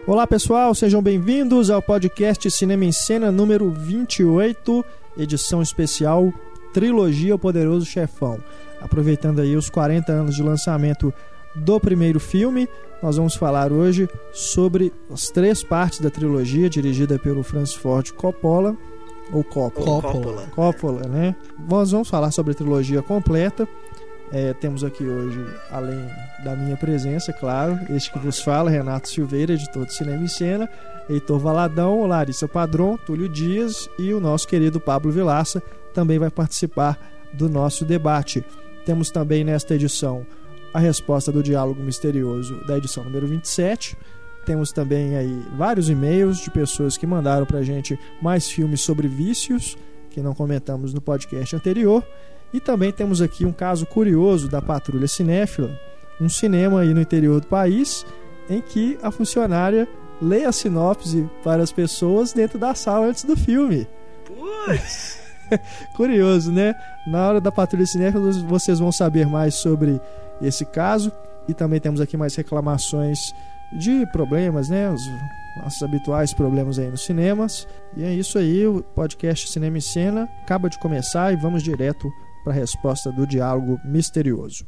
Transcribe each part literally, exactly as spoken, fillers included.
Olá pessoal, sejam bem-vindos ao podcast Cinema em Cena número vinte e oito, edição especial Trilogia O Poderoso Chefão. Aproveitando aí os quarenta anos de lançamento do primeiro filme, nós vamos falar hoje sobre as três partes da trilogia dirigida pelo Francis Ford Coppola, ou Coppola, Coppola, Coppola, né? Nós vamos falar sobre a trilogia completa. É, temos aqui hoje, além da minha presença, claro, este que vos fala, Renato Silveira, editor de Cinema em Cena, Heitor Valadão, Larissa Padron, Túlio Dias e o nosso querido Pablo Vilaça também vai participar do nosso debate. Temos também nesta edição a resposta do Diálogo Misterioso da edição número vinte e sete. Temos também aí vários e-mails de pessoas que mandaram pra gente mais filmes sobre vícios, que não comentamos no podcast anterior. E também temos aqui um caso curioso da Patrulha Cinéfila, um cinema aí no interior do país, em que a funcionária lê a sinopse para as pessoas dentro da sala antes do filme. Putz! Curioso, né? Na hora da Patrulha Cinéfila vocês vão saber mais sobre esse caso. E também temos aqui mais reclamações de problemas, né? Os nossos habituais problemas aí nos cinemas. E é isso aí, o podcast Cinema em Cena acaba de começar e vamos direto para a resposta do Diálogo Misterioso.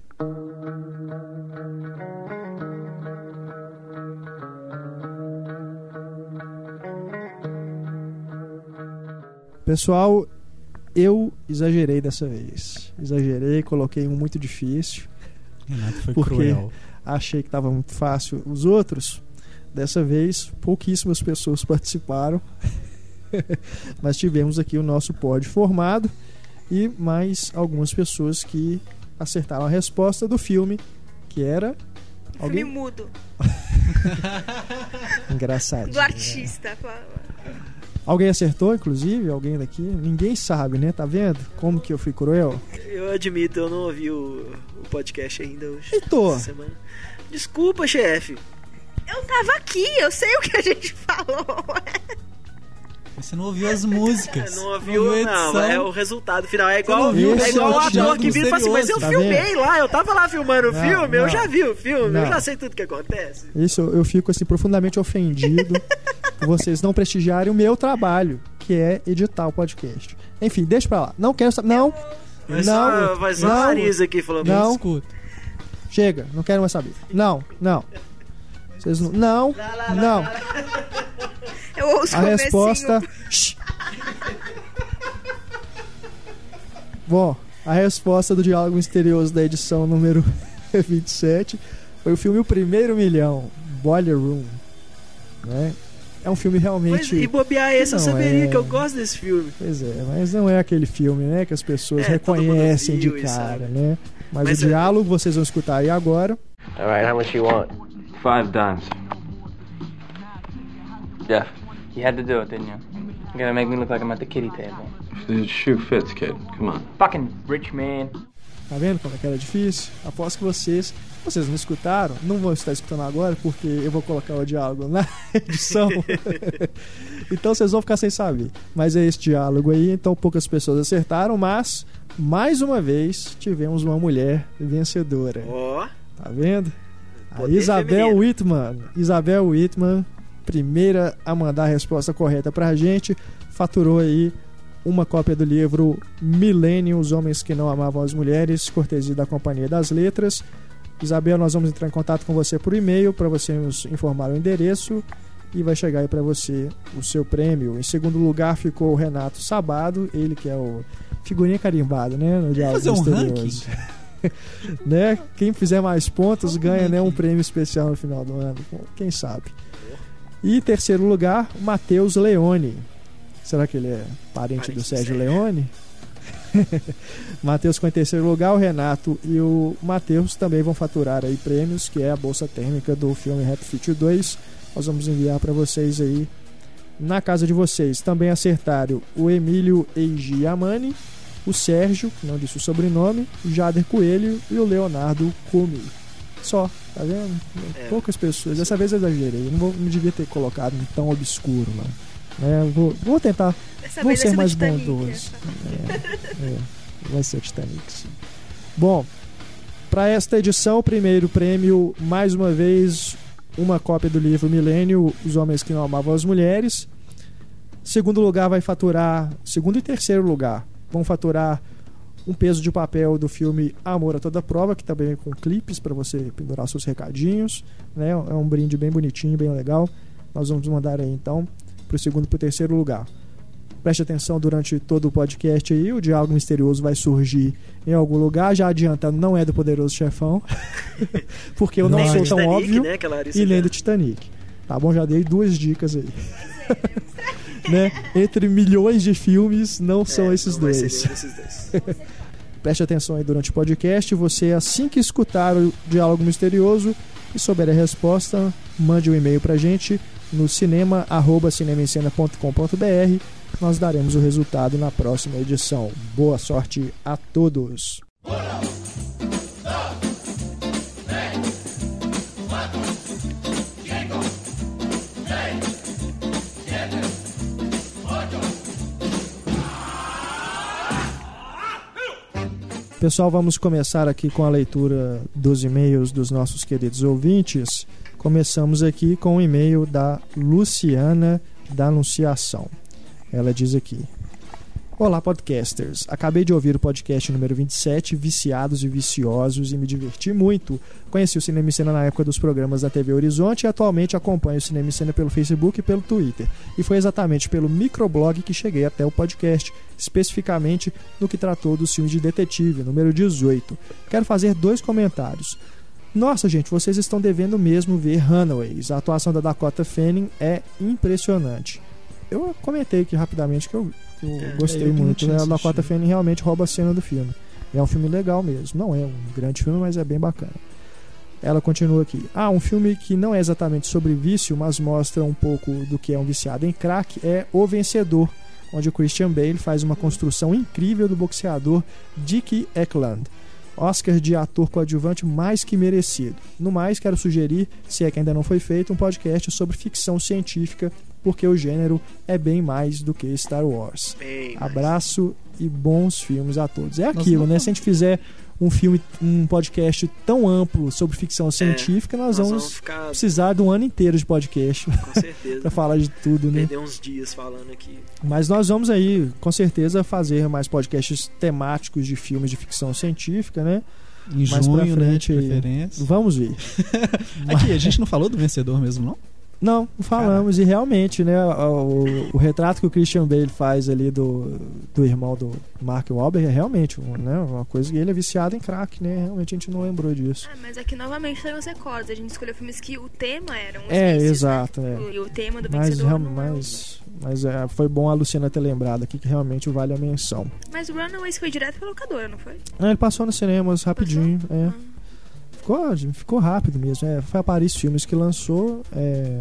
Pessoal, eu exagerei dessa vez. Exagerei, coloquei um muito difícil. Renato foi porque cruel. Achei que estava muito fácil. Os outros, dessa vez, pouquíssimas pessoas participaram. Mas tivemos aqui o nosso pódio formado e mais algumas pessoas que acertaram a resposta do filme, que era... Alguém? Filme mudo. Engraçado. Do artista. Alguém acertou, inclusive? Alguém daqui? Ninguém sabe, né? Tá vendo como que eu fui cruel? Eu admito, eu não ouvi o, o podcast ainda hoje. Heitor. Essa semana. Desculpa, chefe. Eu tava aqui, eu sei o que a gente falou. Você não ouviu as músicas. Não ouviu, não, não, é o resultado final. É igual, ouviu, é igual o ator que vira e fala assim, mas eu tá filmei vendo? lá, eu tava lá filmando o Não, filme, não. eu já vi o filme, Não. eu já sei tudo que acontece. Isso, eu fico assim profundamente ofendido por vocês não prestigiarem o meu trabalho, que é editar o podcast. Enfim, deixa pra lá. Não quero saber. Não. Vai não. só, vai só não, a Marisa aqui falando. Não. Escuta. Chega, não quero mais saber. Não, não. Vocês não. Não. Não. Eu ouço A o resposta. Shhh. Bom, a resposta do Diálogo Misterioso da edição número vinte e sete foi o filme O Primeiro Milhão, Boiler Room. Né? É um filme realmente. Mas, e bobear esse, eu não saberia é... que eu gosto desse filme. Pois é, mas não é aquele filme, né, que as pessoas É, todo mundo reconhecem de viu e cara, sabe. né? Mas, Mas o é- diálogo vocês vão escutar aí agora. All right, how much you want? Five dimes. Jeff. You had to do it, didn't you? You're gonna make me look like I'm at the kiddie table. The shoe fits, kid. Come on. Fucking rich man. Tá vendo como é que era difícil? Aposto que vocês, vocês não escutaram, não vão estar escutando agora, porque eu vou colocar o diálogo na edição. Então vocês vão ficar sem saber. Mas é esse diálogo aí, então poucas pessoas acertaram, mas mais uma vez tivemos uma mulher vencedora. Ó, Tá vendo? A Poder Isabel feminino. Whitman. Isabel Whitman, primeira a mandar a resposta correta pra gente, faturou aí uma cópia do livro Millennium, Os Homens que Não Amavam as Mulheres, cortesia da Companhia das Letras. Isabel, nós vamos entrar em contato com você por e-mail para você nos informar o endereço e vai chegar aí para você o seu prêmio. Em segundo lugar ficou o Renato Sabado, ele que é o figurinha carimbado, né, no Diálogo Fazer um Misterioso. Né? Quem fizer mais pontos ganha, né, um prêmio especial no final do ano, quem sabe. E em terceiro lugar, o Matheus Leone. Será que ele é parente, Parente do do Sérgio Sérgio. Leone? Matheus ficou em terceiro lugar, o Renato e o Matheus também vão faturar aí prêmios, que é a bolsa térmica do filme Happy Feet dois. Nós vamos enviar para vocês aí na casa de vocês. Também acertaram o Emílio Eiji Amani, o Sérgio, que não disse o sobrenome, o Jader Coelho e o Leonardo Kumi. Só, tá vendo? É. Poucas pessoas. Dessa vez eu exagerei. Eu não, vou, não devia ter colocado um tão obscuro lá. Né? Vou, vou tentar. Dessa Vou vez vai ser ser mais do Titanic, bondoso. É, é, vai ser Titanic, sim. Bom, para esta edição, o primeiro prêmio, mais uma vez, uma cópia do livro Milênio, Os Homens que Não Amavam as Mulheres. Segundo lugar vai faturar, segundo e terceiro lugar, vão faturar um peso de papel do filme Amor a Toda Prova, que também vem com clipes para você pendurar seus recadinhos, né? É um brinde bem bonitinho, bem legal. Nós vamos mandar aí então para o segundo e para o terceiro lugar. Preste atenção durante todo o podcast aí, o Diálogo Misterioso vai surgir em algum lugar, já adiantando, não é do Poderoso Chefão, porque eu não, não sou tão Titanic, óbvio, né, e nem do Titanic. Tá bom, já dei duas dicas aí. Né? Entre milhões de filmes, não é, são esses não dois. Esses dois. Preste atenção aí durante o podcast. Você, assim que escutar o Diálogo Misterioso e souber a resposta, mande um e-mail pra gente no cinema arroba cinemaencena ponto com ponto b r. Nós daremos o resultado na próxima edição. Boa sorte a todos. Pessoal, vamos começar aqui com a leitura dos e-mails dos nossos queridos ouvintes. Começamos aqui com o e-mail da Luciana da Anunciação. Ela diz aqui: olá, podcasters. Acabei de ouvir o podcast número vinte e sete, Viciados e Viciosos, e me diverti muito. Conheci o Cinema em Cena na época dos programas da T V Horizonte e atualmente acompanho o Cinema em Cena pelo Facebook e pelo Twitter. E foi exatamente pelo microblog que cheguei até o podcast, especificamente no que tratou dos filmes de detetive, número dezoito. Quero fazer dois comentários. Nossa, gente, vocês estão devendo mesmo ver Runaways. A atuação da Dakota Fanning é impressionante. Eu comentei aqui rapidamente que eu, que eu é, gostei eu muito, né? A Dakota Fanning realmente rouba a cena do filme. É um filme legal mesmo. Não é um grande filme, mas é bem bacana. Ela continua aqui. Ah, um filme que não é exatamente sobre vício, mas mostra um pouco do que é um viciado em crack, é O Vencedor, onde o Christian Bale faz uma construção incrível do boxeador Dick Eklund. Oscar de ator coadjuvante mais que merecido. No mais, quero sugerir, se é que ainda não foi feito, um podcast sobre ficção científica, porque o gênero é bem mais do que Star Wars. Bem Abraço mais. E bons filmes a todos. É aquilo, né? Se a gente fizer um filme, um podcast tão amplo sobre ficção científica, é, nós, nós vamos, vamos ficar... precisar de um ano inteiro de podcast. Com certeza. Pra falar de tudo, né? Perder uns dias falando aqui. Mas nós vamos aí, com certeza, fazer mais podcasts temáticos de filmes de ficção científica, né? Em mais junho, pra frente, né, de preferência. Vamos ver. Aqui, a gente não falou do Vencedor mesmo, não? Não, falamos. Caraca. E realmente, né, o, o retrato que o Christian Bale faz ali do, do irmão do Mark Wahlberg é realmente né, uma coisa que ele é viciado em crack, né? Realmente a gente não lembrou disso. Ah, mas aqui novamente tem os recordes. A gente escolheu filmes que o tema era um É, vícios, exato. Né? É. E o tema do mas, Vencedor real, não mas, mas é, foi bom a Luciana ter lembrado aqui que realmente vale a menção. Mas o Runaways foi direto pra locadora, não foi? É, ele passou nos cinemas rapidinho. É. Ah. Ficou, ficou rápido mesmo. É, foi a Paris Filmes que lançou... É,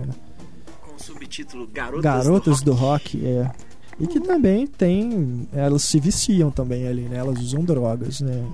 subtítulo Garotas, Garotas do Rock, do Rock é. E que também tem, elas se viciam também ali, né? Elas usam drogas, né?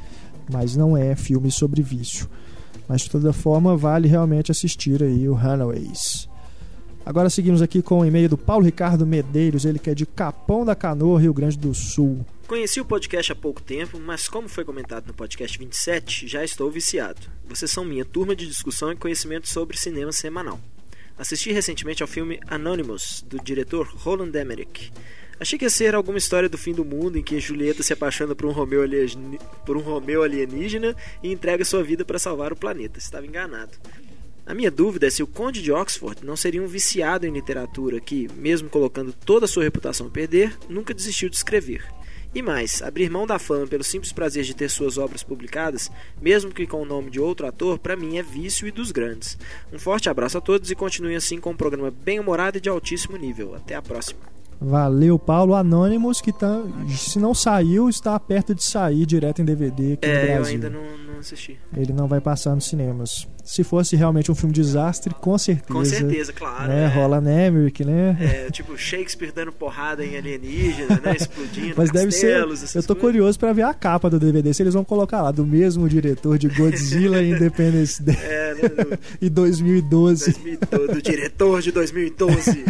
Mas não é filme sobre vício. Mas de toda forma vale realmente assistir aí o Runaways. Agora seguimos aqui com o e-mail do Paulo Ricardo Medeiros, ele que é de Capão da Canoa, Rio Grande do Sul. Conheci o podcast há pouco tempo, mas como foi comentado no podcast vinte e sete, já estou viciado. Vocês são minha turma de discussão e conhecimento sobre cinema semanal. Assisti recentemente ao filme Anonymous, do diretor Roland Emmerich. Achei que ia ser alguma história do fim do mundo em que Julieta se apaixona por um Romeu, alien... por um Romeu alienígena e entrega sua vida para salvar o planeta. Estava enganado. A minha dúvida é se o Conde de Oxford não seria um viciado em literatura que, mesmo colocando toda a sua reputação a perder, nunca desistiu de escrever. E mais, abrir mão da fama pelo simples prazer de ter suas obras publicadas, mesmo que com o nome de outro ator, para mim é vício e dos grandes. Um forte abraço a todos e continuem assim com um programa bem-humorado e de altíssimo nível. Até a próxima. Valeu, Paulo. Anonymous, que tá, se não saiu, está perto de sair direto em D V D aqui é, no Brasil. Eu ainda não, não assisti. Ele não vai passar nos cinemas. Se fosse realmente um filme desastre, com certeza. Com certeza, claro. Né? É. Roland Emmerich, né? É, tipo Shakespeare dando porrada em alienígena, né? Explodindo Mas deve ser. Eu tô coisas. curioso pra ver a capa do D V D. Se eles vão colocar lá, do mesmo diretor de Godzilla e Independence Day. É, né? Do, e dois mil e doze. dois mil e doze. Do diretor de dois mil e doze.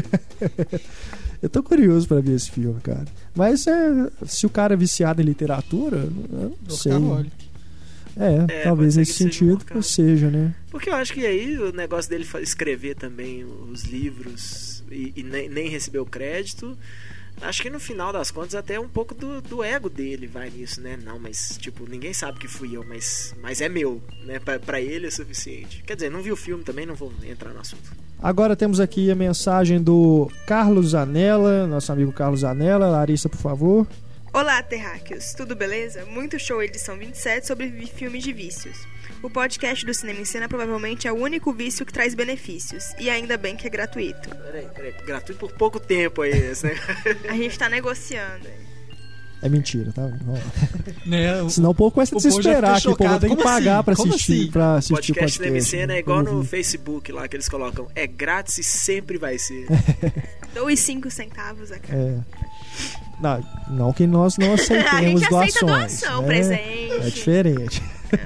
Eu tô curioso pra ver esse filme, cara. Mas é, se o cara é viciado em literatura, eu não sei. É, É, talvez pode nesse ser que seja um sentido marcado. seja, né? Porque eu acho que aí o negócio dele fa- escrever também os livros e, e nem, nem receber o crédito, acho que no final das contas até um pouco do, do ego dele vai nisso, né? Não, mas tipo, ninguém sabe que fui eu, mas, mas é meu, né? Pra, pra ele é suficiente. Quer dizer, não vi o filme também, não vou entrar no assunto. Agora temos aqui a mensagem do Carlos Zanella, nosso amigo Carlos Zanella. Larissa, por favor. Olá, terráqueos, tudo beleza? Muito show edição vinte e sete sobre vi- filmes de vícios. O podcast do Cinema em Cena provavelmente é o único vício que traz benefícios, e ainda bem que é gratuito. Peraí, peraí, gratuito por pouco tempo aí, esse, né? A gente tá negociando. É mentira, tá? Vamos lá. Né, o- Senão o povo começa a o povo já desesperar fica que o povo chocado. tem que Como pagar assim? pra Como assistir, assim? pra assistir Podcast o Cinema em podcast. Cena é né? igual no Ouvir. Facebook lá, que eles colocam, é grátis e sempre vai ser. Dois cinco centavos a cada. É. Não, não que nós não A aceitemos gente aceita doações. doação, né? presente. É diferente.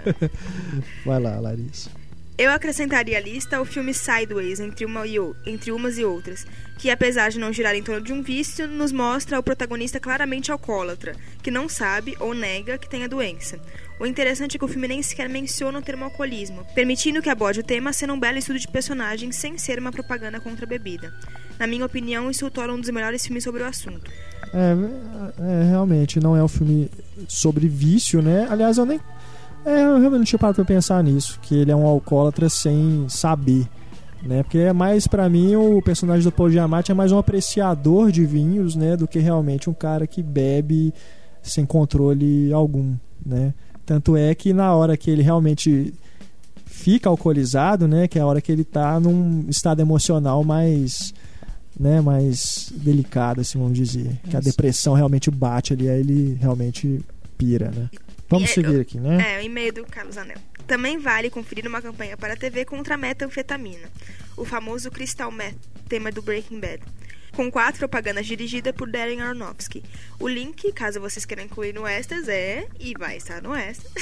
Vai lá, Larissa. Eu acrescentaria à lista o filme Sideways, entre, uma e o- entre umas e outras, que apesar de não girar em torno de um vício, nos mostra o protagonista claramente alcoólatra, que não sabe ou nega que tem a doença. O interessante é que o filme nem sequer menciona o termo alcoolismo, permitindo que aborde o tema sendo um belo estudo de personagem sem ser uma propaganda contra a bebida. Na minha opinião, isso o torna um dos melhores filmes sobre o assunto. É, é, realmente, não é um filme sobre vício, né? Aliás, eu nem. É, eu realmente não tinha parado pra pensar nisso, que ele é um alcoólatra sem saber, né? Porque é mais, pra mim, o personagem do Paul Giamatti é mais um apreciador de vinhos, né? Do que realmente um cara que bebe sem controle algum, né? Tanto é que na hora que ele realmente fica alcoolizado, né? Que é a hora que ele tá num estado emocional mais, né? Mais delicado, assim, vamos dizer. Que a depressão realmente bate ali, aí ele realmente pira, né? Vamos E é- seguir aqui, né? É, o e-mail do Carlos Anel. Também vale conferir uma campanha para a T V contra a metanfetamina, o famoso Crystal Meth, tema do Breaking Bad, com quatro propagandas dirigidas por Darren Aronofsky. O link, caso vocês queiram incluir no Extras, é, e vai estar no Extras,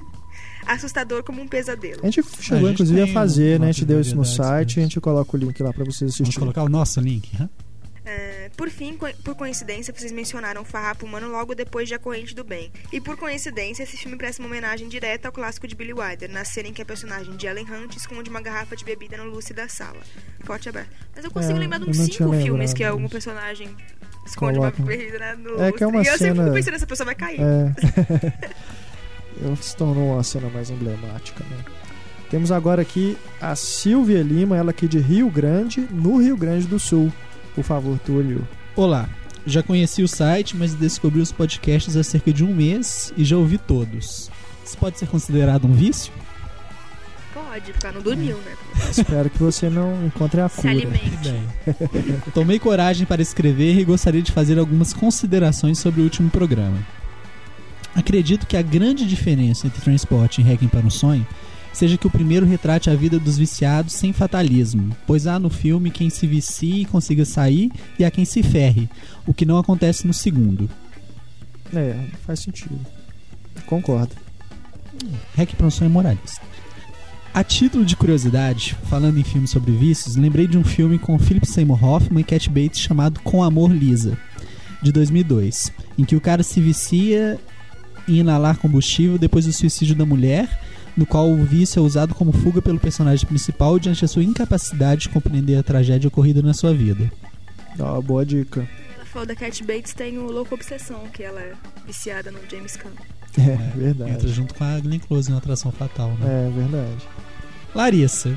assustador como um pesadelo. A gente chegou, A gente inclusive, a tem fazer, né? A uma gente deu isso no prioridade, site, né? a gente coloca o link lá pra vocês Vamos assistirem. colocar o nosso link. Hã? É, por fim, co- por coincidência, vocês mencionaram o Farrapo Humano logo depois de A Corrente do Bem. E por coincidência, esse filme presta uma homenagem direta ao clássico de Billy Wilder, na cena em que a personagem de Ellen Hunt esconde uma garrafa de bebida no Lucy da sala. Forte abraço. Mas eu consigo É, lembrar de eu uns não cinco tinha filmes lembrado que algum disso. personagem esconde Coloca. uma bebida né, no É que é uma lustre. E eu sempre cena- fico pensando, essa pessoa vai cair. É. Eu se tornou uma cena mais emblemática, né? Temos agora aqui a Silvia Lima, ela aqui de Rio Grande, no Rio Grande do Sul. Por favor, Túlio. Olá, já conheci o site, mas descobri os podcasts há cerca de um mês e já ouvi todos. Isso pode ser considerado um vício? Pode, ficar não dormiu, né? Espero que você não encontre a Se cura. alimente. Bem, tomei coragem para escrever e gostaria de fazer algumas considerações sobre o último programa. Acredito que a grande diferença entre Transporte e Hacking para um Sonho seja que o primeiro retrate a vida dos viciados sem fatalismo, pois há no filme quem se vicie e consiga sair e há quem se ferre, o que não acontece no segundo. É, faz sentido. Concordo. Hacking para um Sonho é moralista. A título de curiosidade, falando em filmes sobre vícios, lembrei de um filme com Philip Seymour Hoffman e Cat Bates chamado Com Amor, Lisa, de dois mil e dois, em que o cara se vicia em inalar combustível depois do suicídio da mulher, no qual o vício é usado como fuga pelo personagem principal diante da sua incapacidade de compreender a tragédia ocorrida na sua vida. Ó, boa dica. Ela falou da Cat Bates, tem o Louco Obsessão, que ela é viciada no James Caan. É, Entra verdade. junto com a Glenn Close na Atração Fatal, né? É, verdade. Larissa,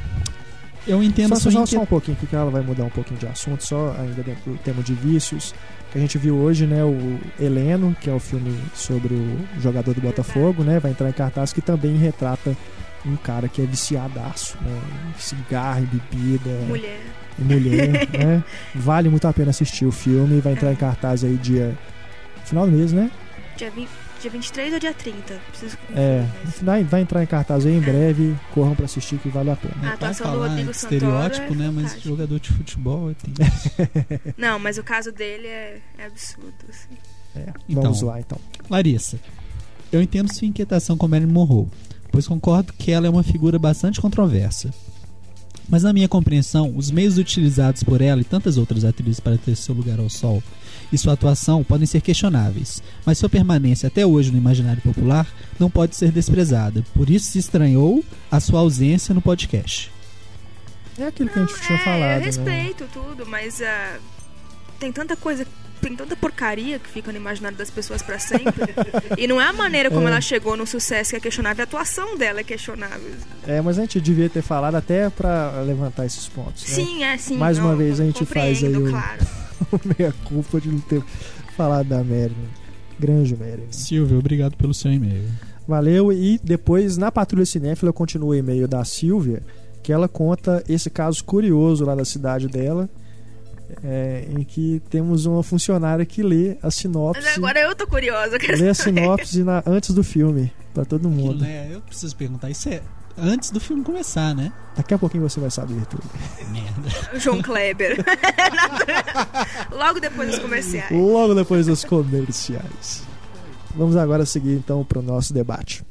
eu entendo Só, a sua só, inquietação. só um pouquinho, que ela vai mudar um pouquinho de assunto, só ainda dentro do tema de vícios. Que a gente viu hoje, né, o Heleno, que é o filme sobre o jogador do Botafogo, né, vai entrar em cartaz, que também retrata um cara que é viciadaço, né, em cigarro, em bebida, Mulher. e mulher, né. Vale muito a pena assistir o filme, vai entrar em cartaz aí dia final do mês, né? Dia, vinte, dia vinte e três ou dia trinta? Preciso É, mas- vai, vai entrar em cartaz aí em breve, corram pra assistir que vale a pena. A Vai atuação do falar Rodrigo de Santoro estereótipo, é né? Mas fantástica. jogador de futebol tem... Não, mas o caso dele é, é absurdo. Assim. É, Então. vamos lá então. Larissa, eu entendo sua inquietação com Marilyn Monroe, pois concordo que ela é uma figura bastante controversa. Mas na minha compreensão, os meios utilizados por ela e tantas outras atrizes para ter seu lugar ao sol e sua atuação podem ser questionáveis, mas sua permanência até hoje no imaginário popular não pode ser desprezada. Por isso se estranhou a sua ausência no podcast. É aquilo que a gente Não, tinha é, falado, eu respeito né? tudo, mas uh, tem tanta coisa, tem tanta porcaria que fica no imaginário das pessoas pra sempre. E não é a maneira como É. ela chegou no sucesso que é questionável, a atuação dela é questionável. É, mas a gente devia ter falado até pra levantar esses pontos, né? Sim, é sim. Mais não, uma vez a gente faz aí compreendo, o- claro. Meia culpa de não ter falado da Marilyn. Grande Marilyn. Silvio, obrigado pelo seu e-mail. Valeu. E depois, na Patrulha Cinéfila, eu continuo o e-mail da Silvia, que ela conta esse caso curioso lá da cidade dela, é, em que temos uma funcionária que lê a sinopse. Mas agora eu tô curiosa. eu quero Lê a saber. sinopse na- antes do filme, pra todo mundo. É, eu preciso perguntar, isso é antes do filme começar, né? Daqui a pouquinho você vai saber tudo. Merda. João Kleber. Logo depois dos comerciais. Logo depois dos comerciais. Vamos agora seguir então para o nosso debate.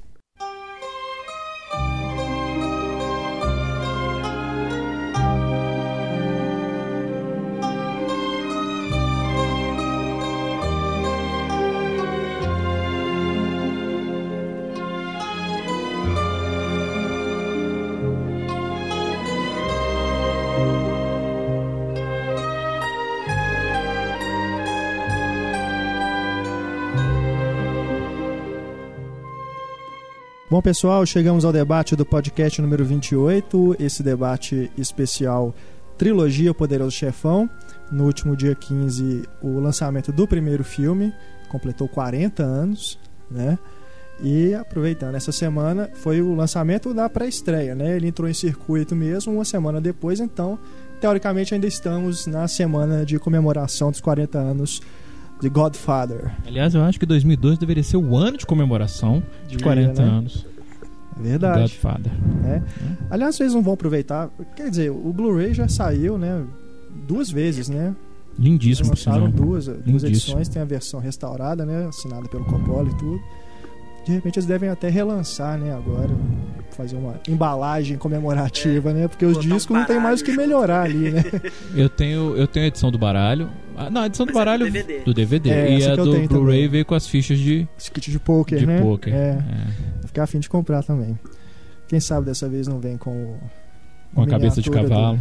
Bom, pessoal, chegamos ao debate do podcast número vinte e oito, esse debate especial Trilogia O Poderoso Chefão. No último dia quinze, o lançamento do primeiro filme completou quarenta anos, né? E aproveitando, essa semana foi o lançamento da pré-estreia, né? Ele entrou em circuito mesmo uma semana depois, então, teoricamente, ainda estamos na semana de comemoração dos quarenta anos de Godfather. Aliás, eu acho que dois mil e doze deveria ser o ano de comemoração de Devia, quarenta né? anos. É verdade. Godfather. Né? Aliás, vocês não vão aproveitar. Quer dizer, o Blu-ray já saiu, né? Duas vezes, né? Lindíssimo, por Lançaram sinal. duas, duas Lindíssimo. edições. Tem a versão restaurada, né? Assinada pelo Coppola e tudo. De repente eles devem até relançar, né? Agora, fazer uma embalagem comemorativa, É, né? Porque os botar um discos não tem mais o que baralho melhorar ali, né? Eu tenho, eu tenho a edição do baralho. Ah, não, a edição do Mas é do baralho D V D. do D V D. É, e essa a que eu do tenho Blu-ray também. veio com as fichas de, Esse kit de poker, de né? poker. É, É. vou ficar afim de comprar também. Quem sabe dessa vez não vem com o- Com a cabeça de miniatura cavalo.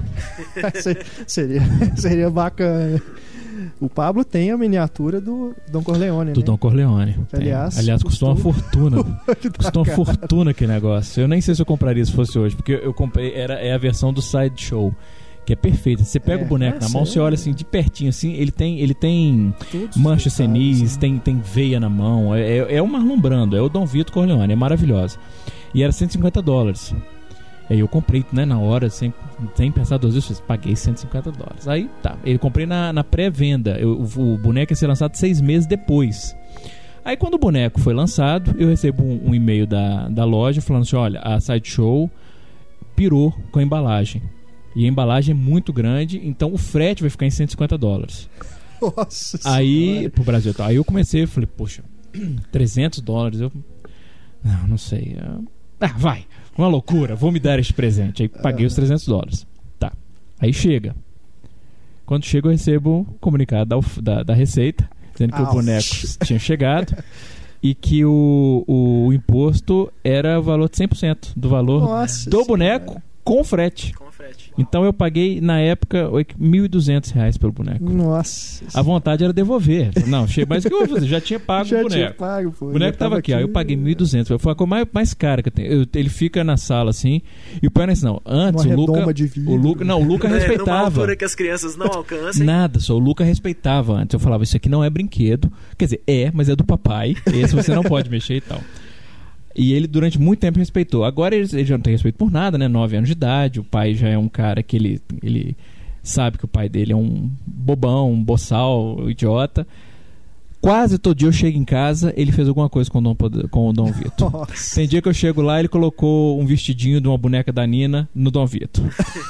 do- seria, seria bacana. O Pablo tem a miniatura do Don Corleone, Do né? Don Corleone. Que, aliás, Tem. aliás, custou, custou- uma fortuna. Que tá Custou uma caro. fortuna aquele negócio. Eu nem sei se eu compraria se fosse hoje, porque eu comprei, era, é a versão do Sideshow, que é perfeita. Você pega É, o boneco é na mão, sério? você olha assim de pertinho, assim, ele tem, ele tem Todos os manchas detalhes, senis, né? tem, tem veia na mão. É, é, é o Marlon Brando, é o Dom Vito Corleone, é maravilhosa. E era cento e cinquenta dólares. Aí eu comprei, né, na hora, sem, sem pensar duas vezes, paguei cento e cinquenta dólares. Aí tá, ele comprei na, na pré-venda. Eu- O, o boneco ia ser lançado seis meses depois. Aí quando o boneco foi lançado, eu recebo um, um e-mail da, da loja falando assim: olha, a Sideshow pirou com a embalagem. E a embalagem é muito grande, então o frete vai ficar em cento e cinquenta dólares. Nossa Aí, senhora. pro Brasil, tá. Aí eu comecei, eu falei, poxa, trezentos dólares, eu... Não, não sei. eu- Ah, vai, uma loucura, vou me dar este presente. Aí paguei os trezentos dólares. Tá, aí chega. Quando chega eu recebo um comunicado da, uf- da, da Receita, dizendo que Ouch. o boneco tinha chegado e que o, o imposto era o valor de cem por cento do valor Nossa do senhora. boneco com frete. Com frete. Então eu paguei, na época, oito- mil e duzentos reais pelo boneco. Nossa. A vontade era devolver. Não, che- mas o que eu vou fazer? Já tinha pago Já o tinha boneco. pago, pô. O boneco Já tava aqui, ó, eu paguei mil e duzentos. Foi a coisa mais, mais cara que eu tenho. Eu- ele fica na sala assim. E o pai não é assim, não. Antes Uma o Luca. redoma de vidro. O Luca não, o Luca É, numa respeitava. altura que as crianças não alcançam. Nada, só o Luca respeitava antes. Eu falava, isso aqui não é brinquedo. Quer dizer, é, mas é do papai. Esse você não pode mexer e tal. E ele durante muito tempo respeitou. Agora ele, ele já não tem respeito por nada, né? Nove anos de idade. O pai já é um cara que ele, ele sabe que o pai dele é um bobão, um boçal, um idiota. Quase todo dia eu chego em casa, ele fez alguma coisa com o Dom, Pod- com o Dom Vito. Nossa. Tem dia que eu chego lá, ele colocou um vestidinho de uma boneca da Nina no Dom Vito.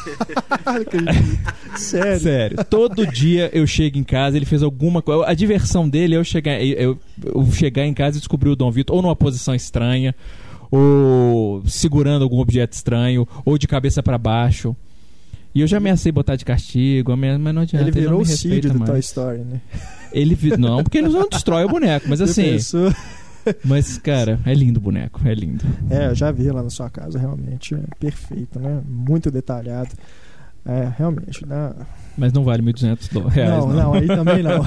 Sério. Sério. Todo dia eu chego em casa, ele fez alguma coisa. A diversão dele é eu chegar, eu, eu chegar em casa e descobrir o Dom Vito ou numa posição estranha, ou segurando algum objeto estranho, ou de cabeça pra baixo. E eu já ameacei botar de castigo, mas não adianta. Ele virou ele o Cid do mais. Toy Story, né? Ele vi... Não, porque eles não destroem o boneco, mas assim... Pensou... Mas, cara, é lindo o boneco, é lindo. É, eu já vi lá na sua casa, realmente é perfeito, né? Muito detalhado. É, realmente, dá... Mas não vale mil e duzentos reais, não. Não, não, aí também não.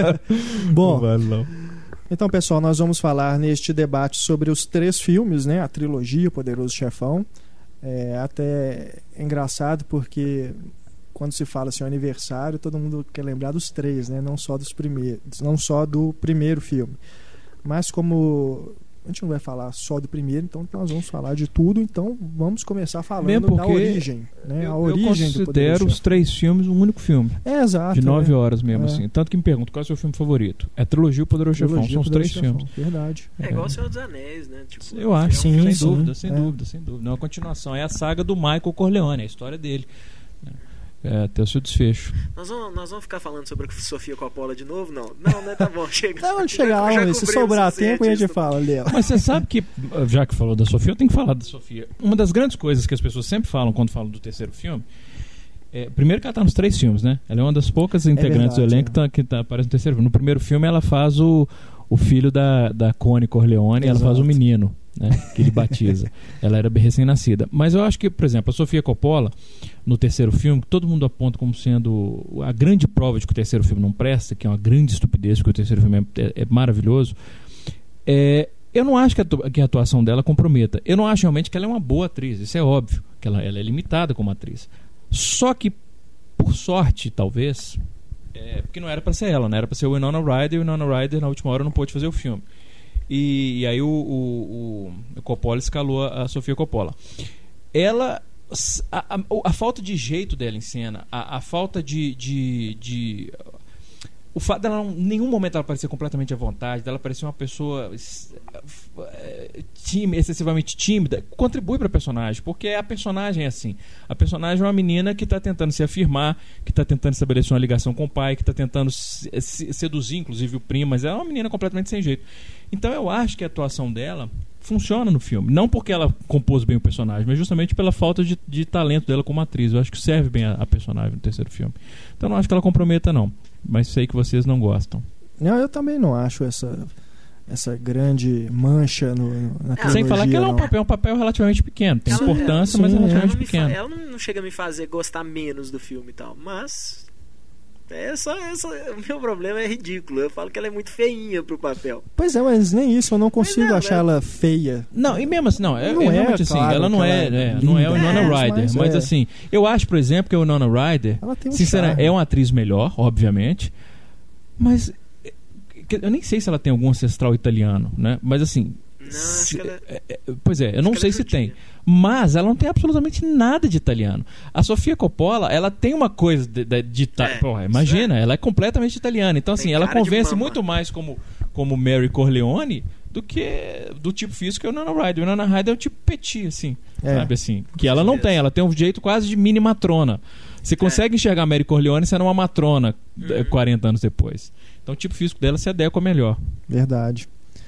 Bom, não vale, não. Então, pessoal, nós vamos falar neste debate sobre os três filmes, né? A trilogia, o Poderoso Chefão. É até engraçado porque quando se fala assim, o aniversário, todo mundo quer lembrar dos três, né? Não só dos primeiros, não só do primeiro filme. Mas como a gente não vai falar só do primeiro, então nós vamos falar de tudo. Então vamos começar falando da origem, né? Eu, a origem eu considero os três filmes um único filme. É, exato. De nove é. horas mesmo, é. assim. Tanto que me perguntam qual é o seu filme favorito. É a trilogia O Poderoso Chefão. São os três Chefão, filmes. Verdade. É igual o Senhor dos Anéis, né? Tipo, eu acho, sim, sem sim, dúvida, sem é. dúvida, sem dúvida. É uma continuação. É a saga do Michael Corleone, a história dele. É, até o seu desfecho. Nós vamos, nós vamos ficar falando sobre a Sofia Coppola de novo? Não, não, né? Tá bom, chega. Não, vamos chegar lá, vamos ver. Se sobrar tempo, a gente fala dela. Mas você sabe que, já que falou da Sofia, eu tenho que falar da Sofia. Uma das grandes coisas que as pessoas sempre falam quando falam do terceiro filme, é, primeiro que ela tá nos três filmes, né? Ela é uma das poucas integrantes é verdade, do elenco é. que, tá, que tá, aparece no terceiro filme. No primeiro filme ela faz o, o filho da, da Connie Corleone, e ela faz o menino, né, que ele batiza. Ela era bem recém-nascida. Mas eu acho que, por exemplo, a Sofia Coppola, no terceiro filme, que todo mundo aponta como sendo a grande prova de que o terceiro filme não presta, que é uma grande estupidez, porque o terceiro filme é, é, é maravilhoso, é, eu não acho que a, que a atuação dela comprometa. Eu não acho realmente que ela é uma boa atriz, isso é óbvio, que ela, ela é limitada como atriz. Só que, por sorte, talvez, é, porque não era para ser ela, né? Era para ser o Winona Ryder, e o Winona Ryder na última hora não pôde fazer o filme. E, e aí o, o, o Coppola escalou a, a Sofia Coppola. Ela, a, a, a falta de jeito dela em cena, a, a falta de, de, de o fato dela em nenhum momento ela parecer completamente à vontade, dela parecer uma pessoa tímida, excessivamente tímida, contribui para a personagem, porque a personagem é assim. A personagem é uma menina que está tentando se afirmar, que está tentando estabelecer uma ligação com o pai, que está tentando se, se, seduzir inclusive o primo, mas ela é uma menina completamente sem jeito. Então eu acho que a atuação dela funciona no filme, não porque ela compôs bem o personagem, mas justamente pela falta de, de talento dela como atriz. Eu acho que serve bem a, a personagem no terceiro filme. Então não acho que ela comprometa não, mas sei que vocês não gostam. Não, eu também não acho essa, essa grande mancha no, na trilogia. Sem falar que ela é um não. papel, um papel relativamente pequeno, tem ela, importância, ela, mas sim, é relativamente ela pequeno. Fa- ela não, não chega a me fazer gostar menos do filme e tal, mas é só, é só, o meu problema é ridículo. Eu falo que ela é muito feinha pro papel. Pois é, mas nem isso, eu não consigo não, achar é... ela feia. Não, e mesmo assim, não, é, não é, é realmente assim, claro ela não é, ela é é não é o Winona É, Ryder, mas mas, é. assim, eu acho, por exemplo, que a Winona Ryder, Ela tem um sinceramente, charme. é uma atriz melhor, obviamente, mas eu nem sei se ela tem algum ancestral italiano, né? Mas assim, Não, acho se, que ela... é, é, pois é, eu não que sei ela é se tem. judia. Mas ela não tem absolutamente nada de italiano. A Sofia Coppola, ela tem uma coisa de, de, de ita- É, porra, imagina, é. ela é completamente italiana. Então, Tem assim, ela cara de convence mama. muito mais como, como Mary Corleone do que do tipo físico que é o Winona Ryder. O Winona Ryder é o tipo petit, assim, É. sabe assim? Que ela não tem, ela tem um jeito quase de mini matrona. Você consegue enxergar a Mary Corleone sendo uma matrona eh, quarenta anos depois. Então o tipo físico dela se adequa melhor. Verdade.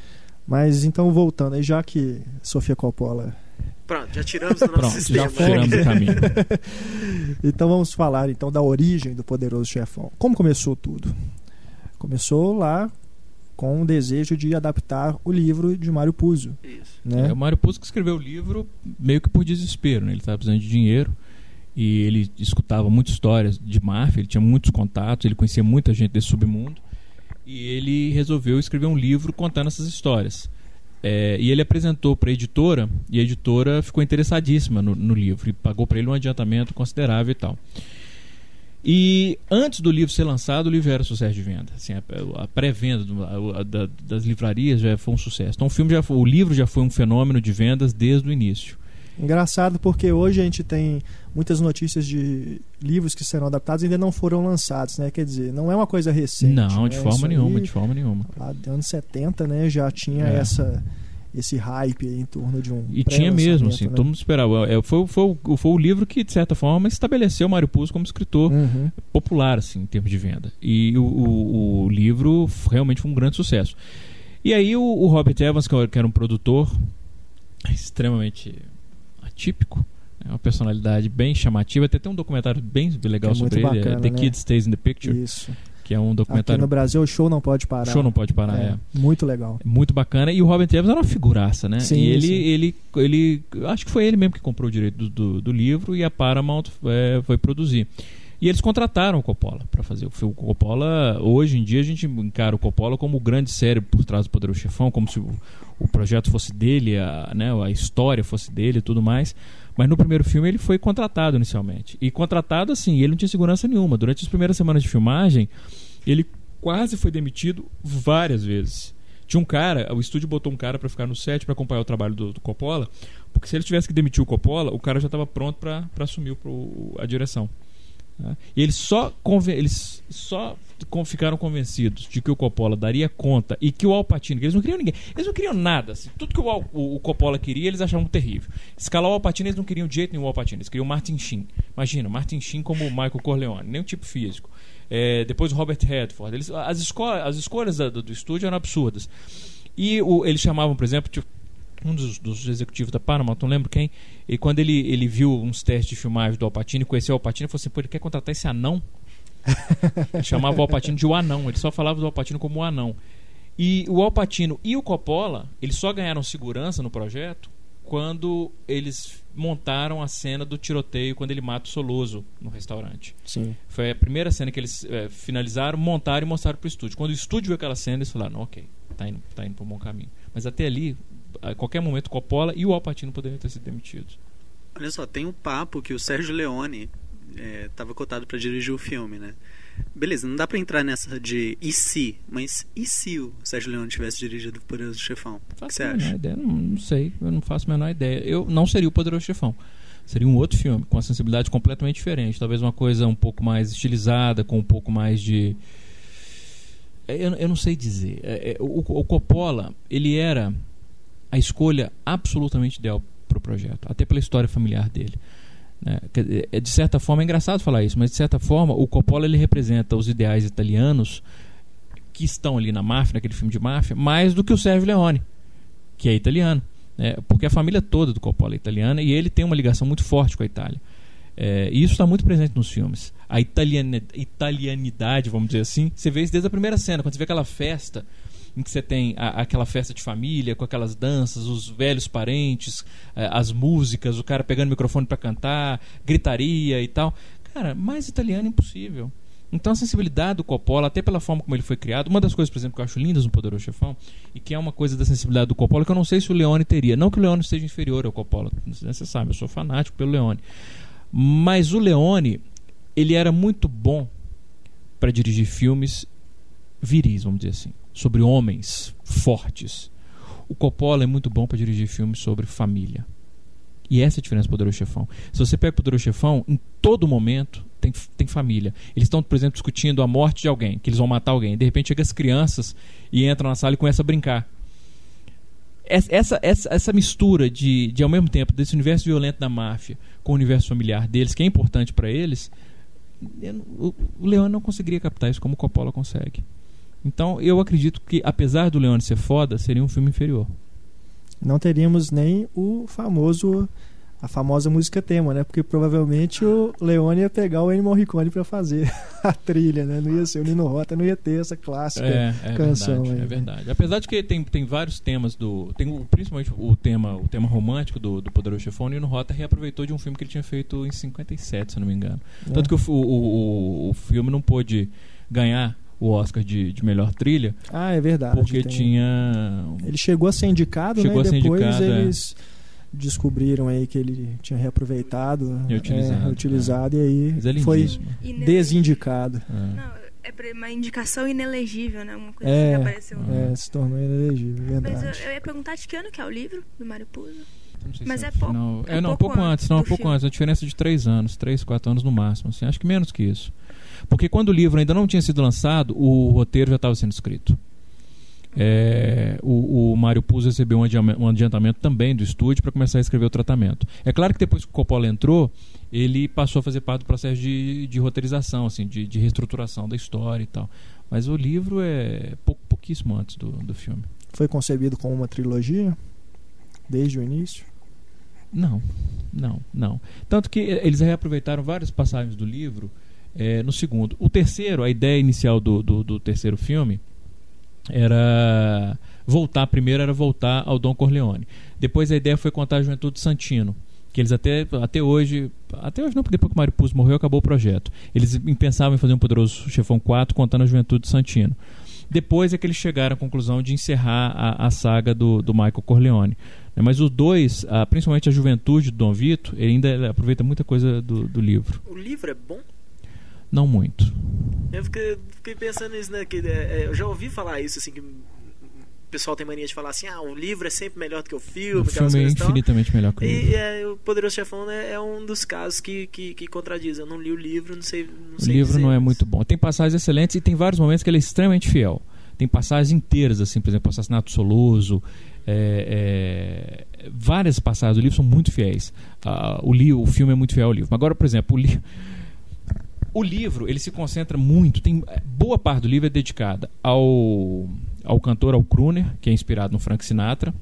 Mas então, voltando aí, já que Sofia Coppola... Pronto, já tiramos do nosso Pronto, sistema. já tiramos do caminho. Então vamos falar então da origem do Poderoso Chefão. Como começou tudo? Começou lá com o desejo de adaptar o livro de Mário Puzo. Isso. Né? É, o Mário Puzo que escreveu o livro meio que por desespero, né? Ele estava precisando de dinheiro e ele escutava muitas histórias de máfia, ele tinha muitos contatos, ele conhecia muita gente desse submundo e ele resolveu escrever um livro contando essas histórias. É, e ele apresentou para a editora e a editora ficou interessadíssima no, no livro e pagou para ele um adiantamento considerável e tal. E antes do livro ser lançado, o livro era sucesso de venda. Assim, a, a pré-venda do, a, a, da, das livrarias já foi um sucesso. Então o, filme já foi, o livro já foi um fenômeno de vendas desde o início. Engraçado porque hoje a gente tem muitas notícias de livros que serão adaptados e ainda não foram lançados, né? Quer dizer, não é uma coisa recente. Não, de né? forma Isso nenhuma, aí, de forma nenhuma. lá dos anos setenta, né, já tinha É. essa, esse hype aí em torno de um E tinha mesmo, assim, né? todo mundo esperava. É, foi, foi, foi, foi o livro que, de certa forma, estabeleceu o Mário Puzo como escritor Uhum. popular, assim, em termos de venda. E o, o, o livro realmente foi um grande sucesso. E aí o, o Robert Evans, que era um produtor extremamente atípico, É uma personalidade bem chamativa. Tem até um documentário bem legal é sobre bacana, ele, é The né? Kid Stays in the Picture. Isso. Que é um documentário. Aqui no Brasil, o Show Não Pode Parar. Show Não Pode Parar, é. é. Muito legal. Muito bacana. E o Robert Evans era uma figuraça, né? Sim, e ele, sim. ele, ele, acho que foi ele mesmo que comprou o direito do, do, do livro e a Paramount é, foi produzir. E eles contrataram o Coppola para fazer o filme. O Coppola, hoje em dia, a gente encara o Coppola como o grande cérebro por trás do Poderoso Chefão, como se o, o projeto fosse dele, a, né, a história fosse dele e tudo mais. Mas no primeiro filme ele foi contratado inicialmente. E contratado assim, ele não tinha segurança nenhuma. Durante as primeiras semanas de filmagem, ele quase foi demitido várias vezes. Tinha um cara, o estúdio botou um cara para ficar no set para acompanhar o trabalho do, do Coppola, porque se ele tivesse que demitir o Coppola, o cara já estava pronto para assumir pro, a direção. Né? E eles só, conven- eles só com- ficaram convencidos de que o Coppola daria conta e que o Al Pacino, que eles não queriam ninguém, eles não queriam nada. Assim, tudo que o, Al, o, o Coppola queria, eles achavam terrível. Escalar o Al Pacino, eles não queriam de jeito nenhum o Al Pacino, eles queriam o Martin Sheen. Imagina, Martin Sheen como o Michael Corleone, nem o tipo físico. É, depois o Robert Redford. Eles, as, esco- as escolhas da, do, do estúdio eram absurdas. E o, eles chamavam, por exemplo, tipo, um dos, dos executivos da Paramount, não lembro quem, e quando ele, ele viu uns testes de filmagem do Al Pacino e conheceu o Al Pacino, ele falou assim: pô, ele quer contratar esse anão? Ele chamava o Al Pacino de o anão, ele só falava do Al Pacino como o anão. E o Al Pacino e o Coppola, eles só ganharam segurança no projeto quando eles montaram a cena do tiroteio, quando ele mata o Soloso no restaurante. Sim. Foi a primeira cena que eles é, finalizaram, montaram e mostraram pro estúdio. Quando o estúdio viu aquela cena, eles falaram: ok, tá indo, tá indo pro bom caminho. Mas até ali, a qualquer momento, Coppola e o Al Pacino poderiam ter sido demitidos. Olha só, tem um papo que o Sérgio Leone estava é, cotado para dirigir o filme, né? Beleza, não dá para entrar nessa de e se, mas e se o Sérgio Leone tivesse dirigido o Poderoso Chefão? O que você acha? Ideia, não, não sei, eu não faço a menor ideia. Eu não seria o Poderoso Chefão. Seria um outro filme, com uma sensibilidade completamente diferente. Talvez uma coisa um pouco mais estilizada, com um pouco mais de... Eu, eu não sei dizer. É, é, o, o Coppola, ele era a escolha absolutamente ideal para o projeto, até pela história familiar dele. É, de certa forma, é engraçado falar isso, mas de certa forma o Coppola ele representa os ideais italianos que estão ali na máfia, naquele filme de máfia, mais do que o Sérgio Leone, que é italiano, né? Porque a família toda do Coppola é italiana e ele tem uma ligação muito forte com a Itália. É, e isso está muito presente nos filmes. A italiana, italianidade, vamos dizer assim, você vê isso desde a primeira cena, quando você vê aquela festa em que você tem a, aquela festa de família, com aquelas danças, os velhos parentes, as músicas, o cara pegando o microfone para cantar, gritaria e tal. Cara, mais italiano impossível. Então a sensibilidade do Coppola, até pela forma como ele foi criado, uma das coisas, por exemplo, que eu acho lindas no Poderoso Chefão, e que é uma coisa da sensibilidade do Coppola, que eu não sei se o Leone teria. Não que o Leone seja inferior ao Coppola, você sabe, eu sou fanático pelo Leone. Mas o Leone, ele era muito bom para dirigir filmes viris, vamos dizer assim, sobre homens fortes. O Coppola é muito bom para dirigir filmes sobre família. E essa é a diferença do Poderoso Chefão. Se você pega o Poderoso Chefão, em todo momento tem, tem família. Eles estão, por exemplo, discutindo a morte de alguém, que eles vão matar alguém. De repente chegam as crianças e entram na sala e começam a brincar. Essa, essa, essa mistura de, de, ao mesmo tempo, desse universo violento da máfia com o universo familiar deles, que é importante para eles, o, o Leone não conseguiria captar isso como o Coppola consegue. Então eu acredito que, apesar do Leone ser foda, seria um filme inferior. Não teríamos nem o famoso, a famosa música tema, né? Porque provavelmente o Leone ia pegar o Ennio Morricone para fazer a trilha, né? Não ia ser o Nino Rota, não ia ter essa clássica é, é canção. Verdade, aí, é né? verdade. Apesar de que tem, tem vários temas do, tem o, principalmente o tema, o tema romântico do, do Poderoso Chefão, o Nino Rota reaproveitou de um filme que ele tinha feito em cinquenta e sete, se não me engano. É. Tanto que o, o, o, o filme não pôde ganhar o Oscar de, de melhor trilha. Ah, é verdade. Porque tem... tinha... Ele chegou a ser indicado, chegou né? A ser Depois indicado, eles é. descobriram aí que ele tinha reaproveitado, e utilizado, é, utilizado é. e aí é foi desindicado. É. Não, é uma indicação inelegível, né? Uma coisa é, que apareceu. É, se tornou inelegível, verdade. Mas eu, eu ia perguntar de que ano que é o livro do Mário Puzo? Mas se é pouco. Não, é, é não, pouco pouco antes, não, pouco filme. antes. A diferença de três anos, três, quatro anos no máximo. Assim, acho que menos que isso. Porque quando o livro ainda não tinha sido lançado, o roteiro já estava sendo escrito. É, o, o Mário Puzo recebeu um adiantamento, um adiantamento também do estúdio para começar a escrever o tratamento. É claro que depois que o Coppola entrou, ele passou a fazer parte do processo de, de roteirização, assim, de, de reestruturação da história e tal. Mas o livro é pou, pouquíssimo antes do, do filme. Foi concebido como uma trilogia desde o início? Não, não, não. Tanto que eles reaproveitaram várias passagens do livro é, no segundo. O terceiro, a ideia inicial do, do, do terceiro filme era voltar, primeiro era voltar ao Don Corleone. Depois a ideia foi contar a juventude de Santino, que eles até, até hoje, até hoje não, porque depois que o Mário Puzo morreu acabou o projeto. Eles pensavam em fazer um Poderoso Chefão quatro contando a juventude de Santino. Depois é que eles chegaram à conclusão de encerrar a, a saga do, do Michael Corleone. Mas os dois, ah, principalmente a juventude do Dom Vito, ele ainda ele aproveita muita coisa do, do livro. O livro é bom? Não muito. Eu fiquei, fiquei pensando nisso, né? Que, é, eu já ouvi falar isso, assim, que o pessoal tem mania de falar assim, ah, o livro é sempre melhor do que o filme. O filme é infinitamente melhor que o livro. E é, o Poderoso Chefão, né, é um dos casos que, que, que contradiz. Eu não li o livro, não sei, não o sei livro dizer, não é mas... muito bom. Tem passagens excelentes e tem vários momentos que ele é extremamente fiel. Tem passagens inteiras, assim, por exemplo, o Assassinato Soloso. É, é, várias passagens do livro são muito fiéis. Ah, o, li, o filme é muito fiel ao livro. Agora, por exemplo, o, li, o livro ele se concentra muito. Tem, boa parte do livro é dedicada ao, ao cantor, ao crooner, que é inspirado no Frank Sinatra,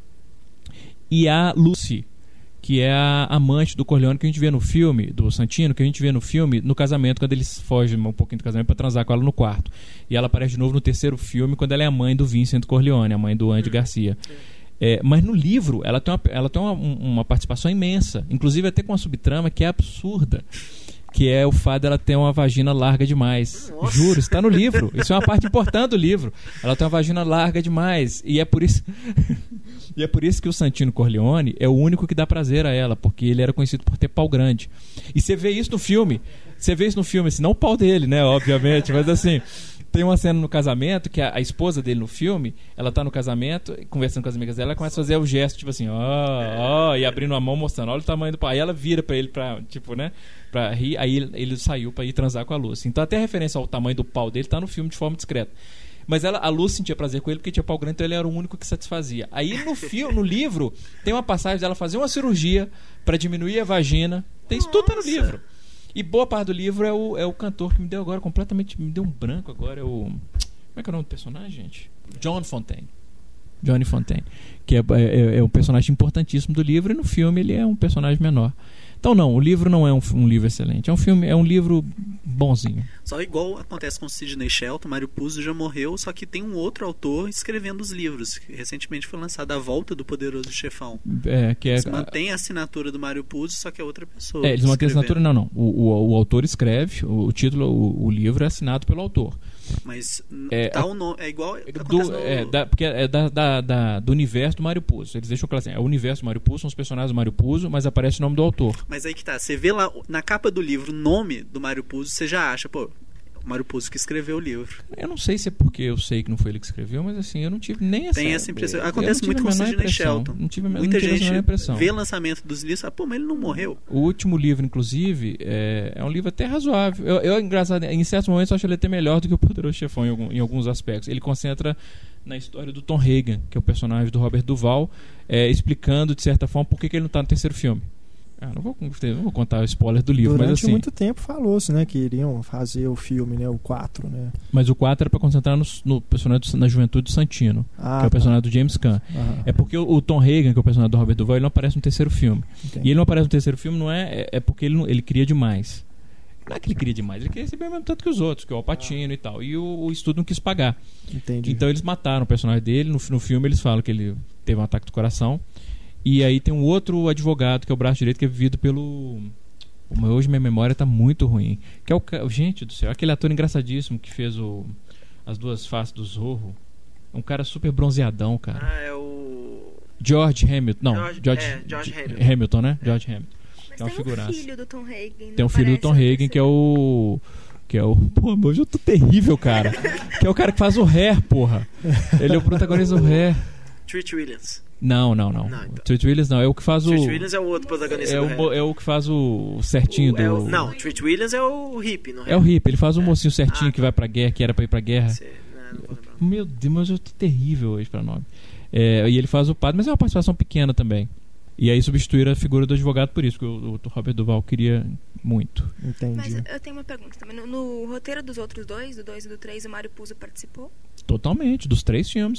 e a Lucy, que é a amante do Corleone que a gente vê no filme, do Santino, que a gente vê no filme, no casamento, quando eles fogem um pouquinho do casamento para transar com ela no quarto. E ela aparece de novo no terceiro filme, quando ela é a mãe do Vincent Corleone, a mãe do Andy Garcia. É, mas no livro, ela tem, uma, ela tem uma, uma participação imensa, inclusive até com uma subtrama que é absurda, que é o fato dela ter uma vagina larga demais. Nossa. Juro, está no livro. Isso é uma parte importante do livro. Ela tem uma vagina larga demais. E é por isso... E é por isso que o Santino Corleone é o único que dá prazer a ela, porque ele era conhecido por ter pau grande. E você vê isso no filme. Você vê isso no filme, assim, não o pau dele, né, obviamente, mas assim, tem uma cena no casamento que a, a esposa dele no filme, ela tá no casamento, conversando com as amigas dela, ela começa a fazer o gesto, tipo assim, ó, ó, e abrindo a mão, mostrando, olha o tamanho do pau. Aí ela vira pra ele, pra, tipo, né, pra rir, aí ele, ele saiu pra ir transar com a Lucy. Então até a referência ao tamanho do pau dele tá no filme de forma discreta. Mas ela, a Lucy sentia prazer com ele porque tinha pau grande, então ele era o único que satisfazia. Aí no, filme, no livro tem uma passagem dela fazer uma cirurgia para diminuir a vagina. Tem isso tudo tá no livro. E boa parte do livro é o, é o cantor que me deu agora completamente, me deu um branco agora, é o... Como é que é o nome do personagem, gente? John Fontaine. Johnny Fontaine, que é, é, é um personagem importantíssimo do livro, e no filme ele é um personagem menor. Então não, o livro não é um, um livro excelente, é um filme, é um livro bonzinho. Só igual acontece com o Sidney Shelton, Mário Puzo já morreu, só que tem um outro autor escrevendo os livros, que recentemente foi lançado A Volta do Poderoso Chefão. É, que é, eles mantêm a assinatura do Mário Puzo, só que é outra pessoa. É, eles mantêm a assinatura, não, não. O, o, o autor escreve, o, o título, o, o livro é assinado pelo autor. Mas é, tá a, o nome, é igual do, no... é, da, porque é da, da, da, do universo do Mário Puzo. Eles deixam claro assim, é o universo do Mário Puzo, são os personagens do Mário Puzo, mas aparece o nome do autor. Mas aí que tá, você vê lá na capa do livro o nome do Mário Puzo, você já acha, pô, o Mário Puzo que escreveu o livro. Eu não sei se é porque eu sei que não foi ele que escreveu, mas assim, eu não tive nem essa... Tem essa impressão. Acontece muito com o Sidney Shelton. Não tive, Muita não tive gente impressão. Vê o lançamento dos livros e fala, pô, mas ele não morreu. O último livro, inclusive, é, é um livro até razoável. Eu, eu, engraçado, em certos momentos eu acho ele até melhor do que o Poderoso Chefão em, algum, em alguns aspectos. Ele concentra na história do Tom Hagen, que é o personagem do Robert Duvall, é, explicando, de certa forma, por que, que ele não está no terceiro filme. Ah, não, vou, não vou contar o spoiler do livro, Durante mas assim... muito tempo falou-se, né, que iriam fazer o filme, né, o quatro, né? Mas o quatro era para concentrar no, no personagem do, na juventude do Santino, ah, que é o personagem tá. do James Caan. Ah. É porque o, o Tom Hagen, que é o personagem do Robert Duvall, ele não aparece no terceiro filme. Entendi. E ele não aparece no terceiro filme não é, é, é porque ele, ele queria demais. Não é que ele queria demais, ele queria receber o mesmo tanto que os outros, que é o Al Pacino ah. e tal. E o, o estúdio não quis pagar. Entendi. Então eles mataram o personagem dele. No, no filme eles falam que ele teve um ataque do coração. E aí tem um outro advogado, que é o braço direito, que é vivido pelo... Hoje minha memória tá muito ruim. Que é o... Gente do céu, aquele ator engraçadíssimo que fez o... As Duas Faces do Zorro. É um cara super bronzeadão, cara. Ah, é o... George Hamilton. Não, George, George, é, George Hamilton. Hamilton, né? É. George Hamilton. Mas é uma tem figuraça. um filho do Tom Hagen. Tem um filho do Tom Hagen, que é o... Que é o... Pô, hoje eu tô terrível, cara. Que é o cara que faz o Hair, porra. Ele é o protagonista do Hair. Treat Williams. Não, não, não. não então. Treat Williams não, é o que faz o... Treat Williams é o outro protagonista é do o, É o que faz o certinho o, do... É o, não, Treat Williams é o hippie, não é? É o hippie, ele faz o é. mocinho certinho ah, que vai pra guerra, que era pra ir pra guerra. Sei, não, não vou lembrar. Meu Deus, mas eu tô terrível hoje pra nome. É, e ele faz o padre, mas é uma participação pequena também. E aí substituir a figura do advogado por isso, que o, o Robert Duvall queria muito. Entendi. Mas eu tenho uma pergunta também. No, no roteiro dos outros dois, do dois e do três, o Mário Puzo participou? Totalmente, dos três filmes.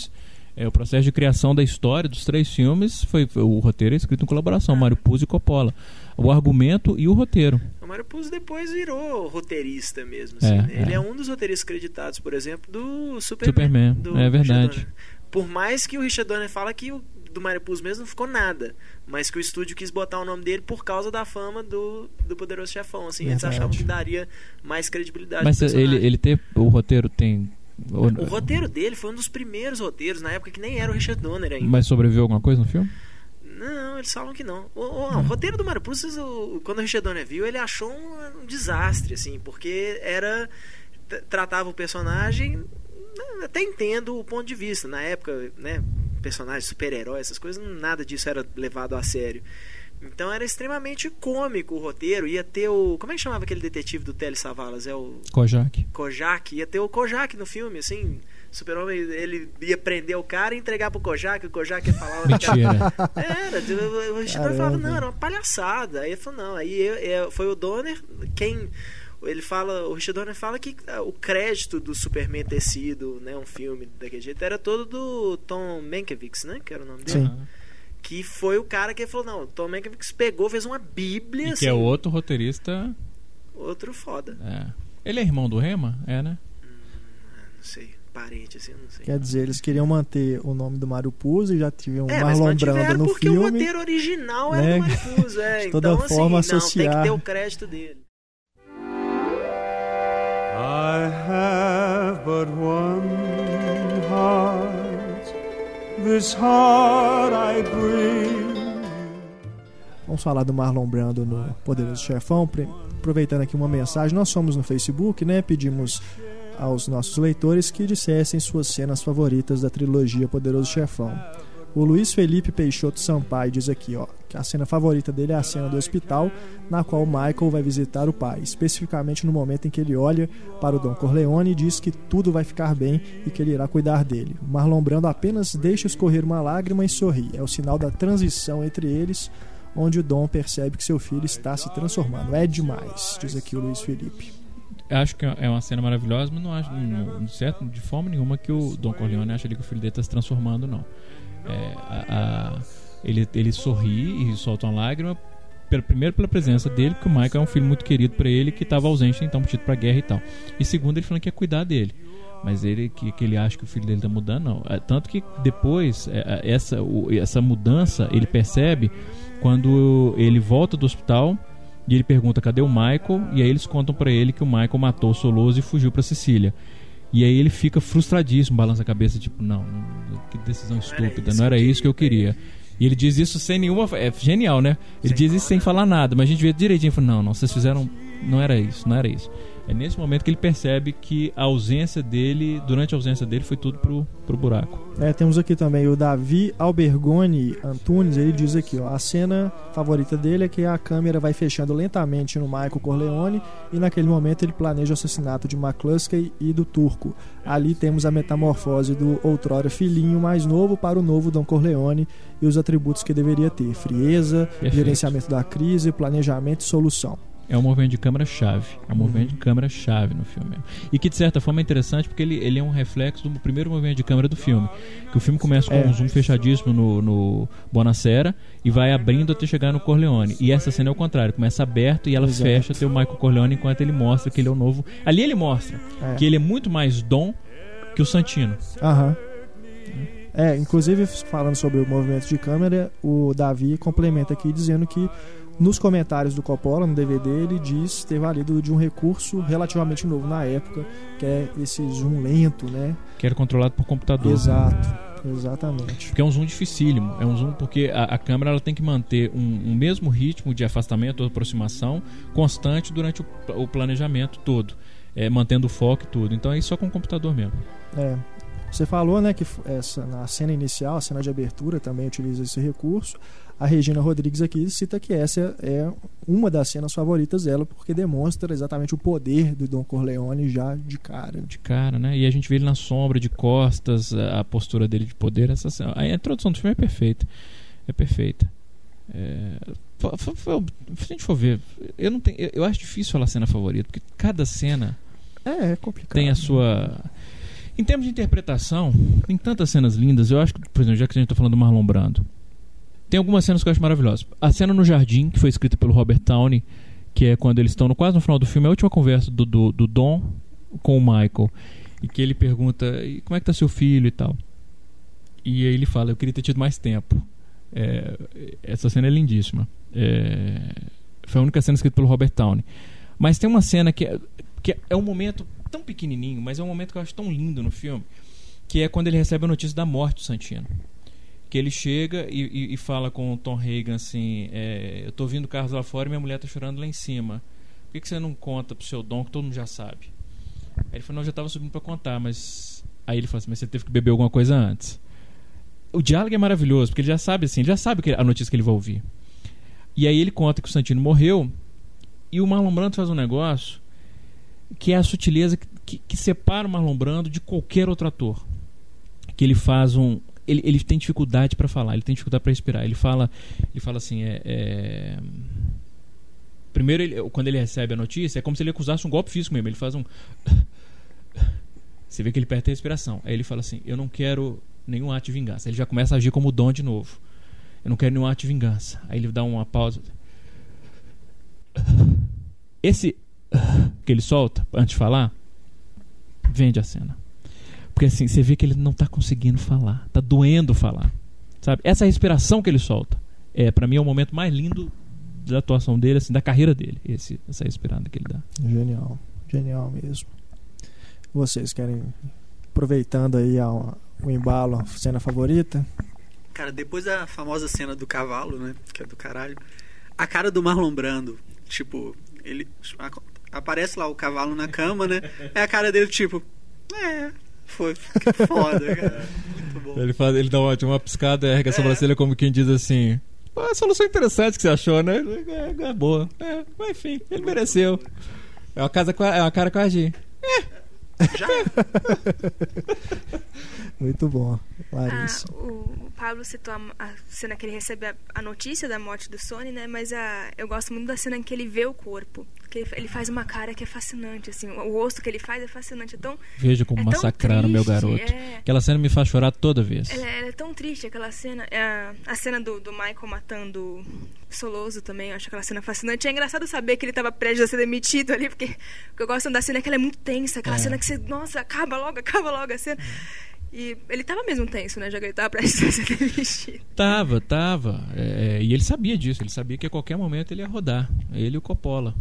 É, o processo de criação da história dos três filmes foi, foi o roteiro é escrito em colaboração, Mário Puzo e Coppola. O argumento e o roteiro. O Mário Puzo depois virou roteirista mesmo. Assim, É, né? Ele é. é um dos roteiristas creditados, por exemplo, do Superman. Superman, do é Richard verdade. Donner. Por mais que o Richard Donner fala que o do Mário Puzo mesmo não ficou nada, mas que o estúdio quis botar o nome dele por causa da fama do, do Poderoso Chefão. Assim, eles Verdade. achavam que daria mais credibilidade. Mas pro personagem. ele, ele teve. O roteiro tem. O, O roteiro dele foi um dos primeiros roteiros, na época que nem era o Richard Donner ainda. Mas sobreviveu alguma coisa no filme? Não, eles falam que não. O, o, o roteiro do Mário Puzo, o- quando o Richard Donner viu, ele achou um, um desastre, assim, porque era t- tratava o personagem, né, até entendo o ponto de vista. Na época, né, personagem super-herói, essas coisas, nada disso era levado a sério. Então era extremamente cômico o roteiro. Ia ter o... Como é que chamava aquele detetive do Telly Savalas? É o Kojak. Kojak. Ia ter o Kojak no filme, assim... Super-Homem, ele ia prender o cara e entregar pro Kojak, o Kojak ia falar... Mentira. Era, o Richard falava, não, era uma palhaçada. Aí ele falou, não, aí eu, eu- foi o Donner quem... Ele fala, o Richard Donner fala que ah, o crédito do Superman ter sido, né, um filme daquele jeito era todo do Tom Mankiewicz, né, que era o nome dele. Sim. Que foi o cara que falou, não, o Tom Mankiewicz pegou, fez uma bíblia, E assim, que é outro roteirista. outro foda. É. Ele é irmão do Rema? É, né? Ah, não sei, parente, assim, não sei. Quer dizer, eles queriam manter o nome do Mário Puzo e já tinham É, mas Marlon mantiveram Brando no porque o filme. roteiro original né, era do Mário Puzo, é. de toda Então, forma, assim, não, tem que associar. ter o crédito dele. I have but one heart, this heart I bring. Vamos falar do Marlon Brando no Poderoso Chefão. Pre- Aproveitando aqui uma mensagem, nós somos no Facebook, né? Pedimos aos nossos leitores que dissessem suas cenas favoritas da trilogia Poderoso Chefão. O Luiz Felipe Peixoto Sampaio diz aqui, ó, que a cena favorita dele é a cena do hospital, na qual Michael vai visitar o pai, especificamente no momento em que ele olha para o Don Corleone e diz que tudo vai ficar bem e que ele irá cuidar dele. Marlon Brando apenas deixa escorrer uma lágrima e sorri. É o sinal da transição entre eles, onde o Dom percebe que seu filho está se transformando. É demais, diz aqui o Luiz Felipe. Acho que é uma cena maravilhosa, mas não acho não, certo, de forma nenhuma que o Don Corleone acha ali que o filho dele está se transformando, não. É, a, a, ele, ele sorri e solta uma lágrima, pelo, primeiro pela presença dele, porque o Michael é um filho muito querido para ele, que estava ausente, então partido para a guerra e tal. E segundo, ele falando que ia cuidar dele. Mas ele que, que ele acha que o filho dele está mudando, não. É, tanto que depois, é, essa, o, essa mudança ele percebe quando ele volta do hospital e ele pergunta cadê o Michael, e aí eles contam para ele que o Michael matou o Soloso e fugiu para Sicília. E aí ele fica frustradíssimo, balança a cabeça, tipo, não, não que decisão estúpida, não era isso que eu queria. E ele diz isso sem nenhuma... É genial, né? Ele diz isso sem falar nada, mas a gente vê direitinho e fala, não, não, vocês fizeram... Não era isso, não era isso. É nesse momento que ele percebe que a ausência dele, durante a ausência dele, foi tudo pro, pro buraco. É, temos aqui também o Davi Albergoni Antunes, ele diz aqui, ó, a cena favorita dele é que a câmera vai fechando lentamente no Michael Corleone e naquele momento ele planeja o assassinato de McCluskey e do Turco. Ali temos a metamorfose do outrora filhinho mais novo para o novo Don Corleone e os atributos que deveria ter: frieza, Perfeito. gerenciamento da crise, planejamento e solução. É um movimento de câmera-chave. É um movimento de câmera-chave no filme. E que, de certa forma, é interessante porque ele, ele é um reflexo do primeiro movimento de câmera do filme. Que o filme começa com É. um zoom fechadíssimo no, no Bonacera e vai abrindo até chegar no Corleone. E essa cena é o contrário. Começa aberto e ela Exato. fecha até o Michael Corleone enquanto ele mostra que ele é o novo... Ali ele mostra É. que ele é muito mais Dom que o Santino. Aham. É, inclusive falando sobre o movimento de câmera, o Davi complementa aqui dizendo que nos comentários do Coppola, no D V D, ele diz ter valido de um recurso relativamente novo na época, que é esse zoom lento, né? Que era controlado por computador. Exato, exatamente. Porque é um zoom dificílimo. É um zoom porque a, a câmera ela tem que manter um, um mesmo ritmo de afastamento ou aproximação constante durante o, o planejamento todo. É, mantendo o foco e tudo. Então é só com o computador mesmo. É. Você falou, né, que essa, na cena inicial, a cena de abertura também utiliza esse recurso. A Regina Rodrigues aqui cita que essa é uma das cenas favoritas dela, porque demonstra exatamente o poder do Don Corleone já de cara. De cara, né? E a gente vê ele na sombra, de costas, a, a postura dele de poder. Essa, a introdução do filme é perfeita. É perfeita. É, f- f- f- se a gente for ver, eu, não tenho, eu, eu acho difícil falar cena favorita, porque cada cena É, é complicado. tem a sua... Em termos de interpretação, tem tantas cenas lindas. Eu acho que, por exemplo, já que a gente tá falando do Marlon Brando, tem algumas cenas que eu acho maravilhosas. A cena no jardim, que foi escrita pelo Robert Downey, que é quando eles estão no, quase no final do filme, é a última conversa do, do, do Don com o Michael, e que ele pergunta, como é que tá seu filho e tal. E aí ele fala, eu queria ter tido mais tempo. É, essa cena é lindíssima. É, foi a única cena escrita pelo Robert Downey. Mas tem uma cena que é, que é um momento tão pequenininho, mas é um momento que eu acho tão lindo no filme, que é quando ele recebe a notícia da morte do Santino. Que ele chega e, e, e fala com o Tom Hagen assim, é, eu tô ouvindo carros lá fora e minha mulher tá chorando lá em cima. Por que, que você não conta pro seu Dom, que todo mundo já sabe? Aí ele falou, não, eu já tava subindo pra contar, mas... Aí ele fala assim, mas você teve que beber alguma coisa antes. O diálogo é maravilhoso, porque ele já sabe assim, ele já sabe que a notícia que ele vai ouvir. E aí ele conta que o Santino morreu, e o Marlon Brando faz um negócio que é a sutileza que, que, que separa o Marlon Brando de qualquer outro ator. Que ele faz um... Ele, ele tem dificuldade para falar, ele tem dificuldade para respirar. Ele fala, ele fala assim, é, é... primeiro, ele, quando ele recebe a notícia, é como se ele acusasse um golpe físico mesmo. Ele faz um... Você vê que ele perde a respiração. Aí ele fala assim, eu não quero nenhum ato de vingança. Ele já começa a agir como o Dom de novo. Eu não quero nenhum ato de vingança. Aí ele dá uma pausa. Esse que ele solta antes de falar vende a cena. Porque assim, você vê que ele não tá conseguindo falar, tá doendo falar, sabe? Essa respiração que ele solta é, para mim, é o momento mais lindo da atuação dele, assim, da carreira dele, esse, essa respirada que ele dá. Genial, genial mesmo. Vocês querem, aproveitando aí a, o embalo, a cena favorita? Cara, depois da famosa cena do cavalo, né, que é do caralho, a cara do Marlon Brando, tipo, ele aparece lá o cavalo na cama, né, é a cara dele tipo, é... Foi, que foda, cara. Muito bom. Ele, faz, ele dá uma, uma piscada e erga a sobrancelha, como quem diz assim: pô, a solução interessante que você achou, né? É, é boa. É, mas enfim, ele mereceu. É uma, casa, é uma cara com a G. É. Já. Muito bom, Larissa. Ah, o Pablo citou a, a cena que ele recebe a, a notícia da morte do Sonny, né? Mas a, eu gosto muito da cena em que ele vê o corpo. Que ele, ele faz uma cara que é fascinante, assim. O rosto que ele faz é fascinante. Então, veja como é massacraram o meu garoto. É... Aquela cena me faz chorar toda vez. Ela, ela é tão triste, aquela cena. A, a cena do, do Michael matando Soloso também, eu acho aquela cena fascinante. É engraçado saber que ele estava prestes a ser demitido ali, porque o que eu gosto da cena é que ela é muito tensa. Aquela é. cena que você, nossa, acaba logo, acaba logo a cena. E ele tava mesmo tenso, né? Já que ele tava prestes a ser demitido. Tava, tava. É, e ele sabia disso. Ele sabia que a qualquer momento ele ia rodar. Ele e o Coppola.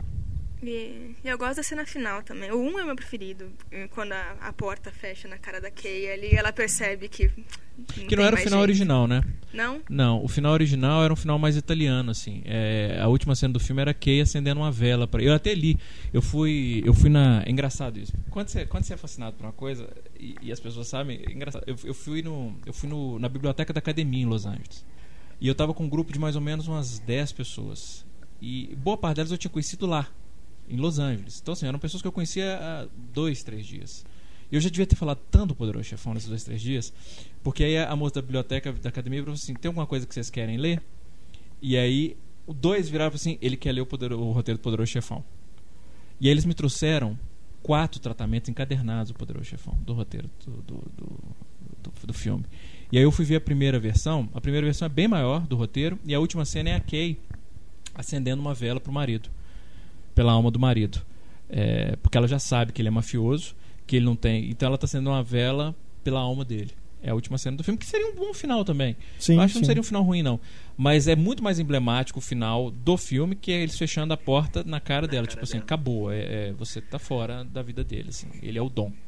E, e eu gosto da cena final também. O um é o meu preferido. Quando a, a porta fecha na cara da Kay ali, ela percebe que... Não que não era o final jeito. original, né? Não? Não, o final original era um final mais italiano, assim. É, a última cena do filme era a Kay acendendo uma vela para. Eu até li. Eu fui, eu fui na. É engraçado isso. Quando você, quando você é fascinado por uma coisa e, e as pessoas sabem, é engraçado. Eu, eu fui no, eu fui no, na biblioteca da academia em Los Angeles. E eu tava com um grupo de mais ou menos umas dez pessoas. E boa parte delas eu tinha conhecido lá, em Los Angeles. Então, assim, eram pessoas que eu conhecia há dois, três dias. E eu já devia ter falado tanto do Poderoso Chefão nesses dois, três dias, porque aí a moça da biblioteca da academia falou assim, tem alguma coisa que vocês querem ler? E aí, os dois viraram assim, ele quer ler o, poderoso, o roteiro do Poderoso Chefão. E aí eles me trouxeram quatro tratamentos encadernados do Poderoso Chefão, do roteiro do, do, do, do, do filme. E aí eu fui ver a primeira versão. A primeira versão é bem maior do roteiro, e a última cena é a Kay acendendo uma vela pro marido, pela alma do marido. É, porque ela já sabe que ele é mafioso, que ele não tem. Então ela está acendendo uma vela pela alma dele. É a última cena do filme, que seria um bom final também. Sim, eu acho sim. que não seria um final ruim, não. Mas é muito mais emblemático o final do filme, que é eles fechando a porta na cara na dela. cara tipo assim, dela. acabou. É, é, você tá fora da vida dele. Assim. Ele é o Dom.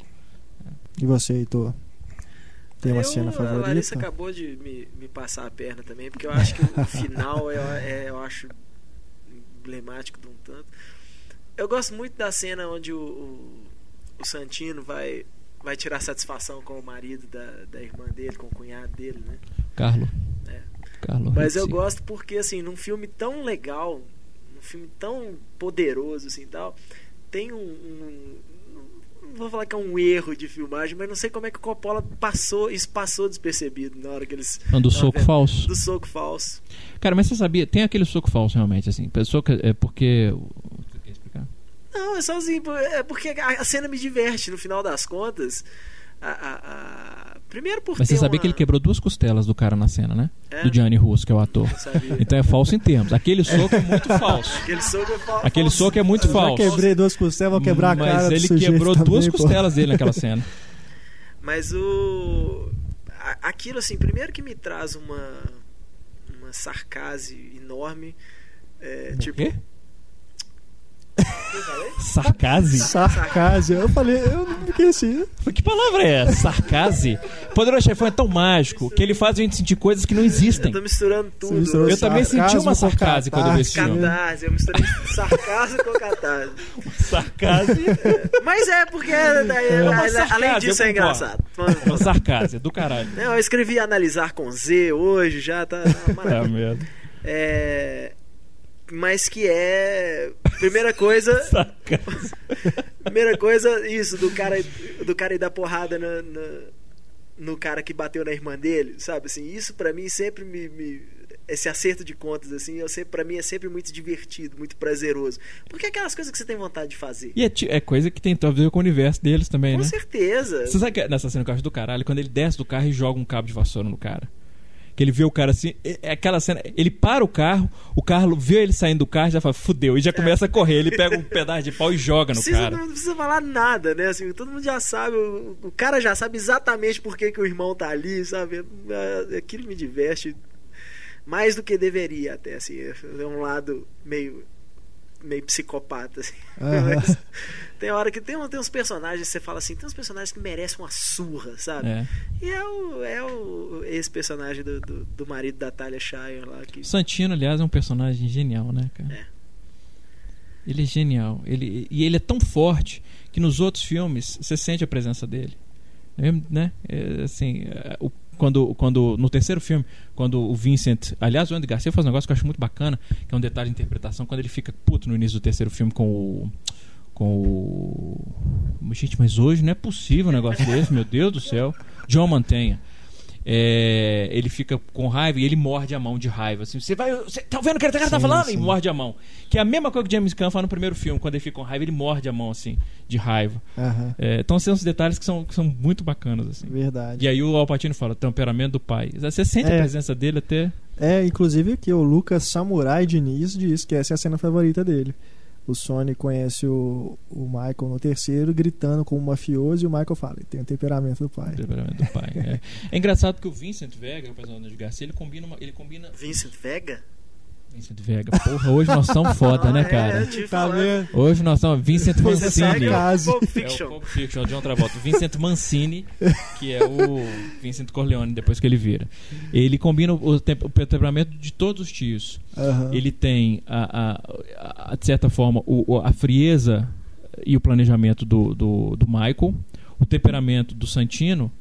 E você, Heitor? Tem uma eu, cena favorita? A Larissa acabou de me, me passar a perna também, porque eu acho que o final é, é, eu acho emblemático de um tanto. Eu gosto muito da cena onde o, o, o Santino vai, vai tirar satisfação com o marido da, da irmã dele, com o cunhado dele, né? Carlo. É. Carlo Mas eu Rizzi. gosto porque, assim, num filme tão legal, num filme tão poderoso, assim, tal, tem um, um... Não vou falar que é um erro de filmagem, mas não sei como é que o Coppola passou, isso passou despercebido na hora que eles... Não, do soco vendo, falso. Do soco falso. Cara, mas você sabia, tem aquele soco falso realmente, assim. Pessoa que, é porque... Você quer explicar? Não, é só assim, é porque a cena me diverte, no final das contas. A, a, a... Primeiro por Mas ter você sabia uma... que ele quebrou duas costelas do cara na cena, né? É? Do Gianni Russo, que é o ator. Então é falso em termos. Aquele soco é muito falso. Aquele soco é, fa Aquele falso. soco é muito Eu falso. já quebrei duas costelas, vou quebrar a cara Mas do ele sujeito quebrou também, duas pô. costelas dele naquela cena. Mas o... a- Aquilo, assim, primeiro que me traz uma... Uma sarcase enorme. É, tipo... quê? O que eu falei? Sarcase? Sarcasmo. Eu falei, eu não fiquei assim. Que palavra é essa? Sarcase? Poderoso Chefão é tão mágico que ele faz a gente sentir coisas que não existem. Eu tô misturando tudo. Você misturou Eu também senti uma sarcasmo com sarcase quando eu vi esse catarse. filme. Catarse, eu misturei sarcasmo com catarse. Sarcase? Mas é porque, daí, É uma além sarcase, disso, eu é concordo. engraçado. Uma sarcase, do caralho. Eu escrevi analisar com Z hoje, já tá uma É maravilha. merda. É... Mas que é... Primeira coisa... Sarcase. Primeira coisa, isso, do cara, do cara ir dar porrada na, na- no cara que bateu na irmã dele, sabe? Assim, isso pra mim sempre me... me- esse acerto de contas, assim, eu sempre, pra mim é sempre muito divertido, muito prazeroso. Porque é aquelas coisas que você tem vontade de fazer. E é, ti- é coisa que tem a ver com o universo deles também, Com né? certeza. Você sabe que nessa cena que eu acho do caralho, quando ele desce do carro e joga um cabo de vassoura no cara. Que ele vê o cara assim, é é aquela cena, ele para o carro, o carro vê ele saindo do carro e já fala, fudeu, e já começa a correr, ele pega um pedaço de pau e joga no Precisa- cara. Não precisa falar nada, né? Assim, todo mundo já sabe, o, o cara já sabe exatamente por que, que o irmão tá ali, sabe? É, aquilo me diverte mais do que deveria até, assim. É um lado meio meio psicopata, assim. Aham. Mas tem hora que tem, um- tem uns personagens que você fala assim, tem uns personagens que merecem uma surra, sabe? É. E é o, é o esse personagem do, do, do marido da Talia Shire lá que... Santino, aliás, é um personagem genial, né, cara? É. Ele é genial. Ele, e ele é tão forte que nos outros filmes você sente a presença dele. É, né? É, assim, é, o, quando, quando, no terceiro filme, quando o Vincent... Aliás, o Andy Garcia faz um negócio que eu acho muito bacana, que é um detalhe de interpretação, quando ele fica puto no início do terceiro filme com o... Com o... Gente, mas hoje não é possível um negócio desse, meu Deus do céu. John Mantegna. É, ele fica com raiva e ele morde a mão de raiva. Assim, você vai, você tá vendo o que ele tá Sim, falando? sim. E morde a mão. Que é a mesma coisa que James Caan faz no primeiro filme. Quando ele fica com raiva, ele morde a mão assim, de raiva. Aham, É, então são uns detalhes que são, que são muito bacanas assim. verdade. E aí o Al Pacino fala, temperamento do pai. Você sente É. a presença dele até. É, inclusive aqui o Lucas Samurai Diniz diz que essa é a cena favorita dele. O Sonny conhece o, o Michael no terceiro, gritando com o mafioso, e o Michael fala, ele tem o temperamento do pai. Temperamento do pai. É, é engraçado que o Vincent Vega, o personagem de Garcia, ele combina, uma, ele combina. Vincent Vega? Vincent Vega, porra, hoje nós somos foda, né, É, cara? eu tive Tá falando. vendo? Hoje nós somos Vincent Mancini. Caso. Pulp É Fiction. o Pulp Fiction, John Travolta. Vincent Mancini, que é o Vincent Corleone, depois que ele vira. Ele combina o, temp- o temperamento de todos os tios. Aham. Ele tem, a, a, a, de certa forma, o, o- a frieza e o planejamento do, do, do Michael, o temperamento do Santino,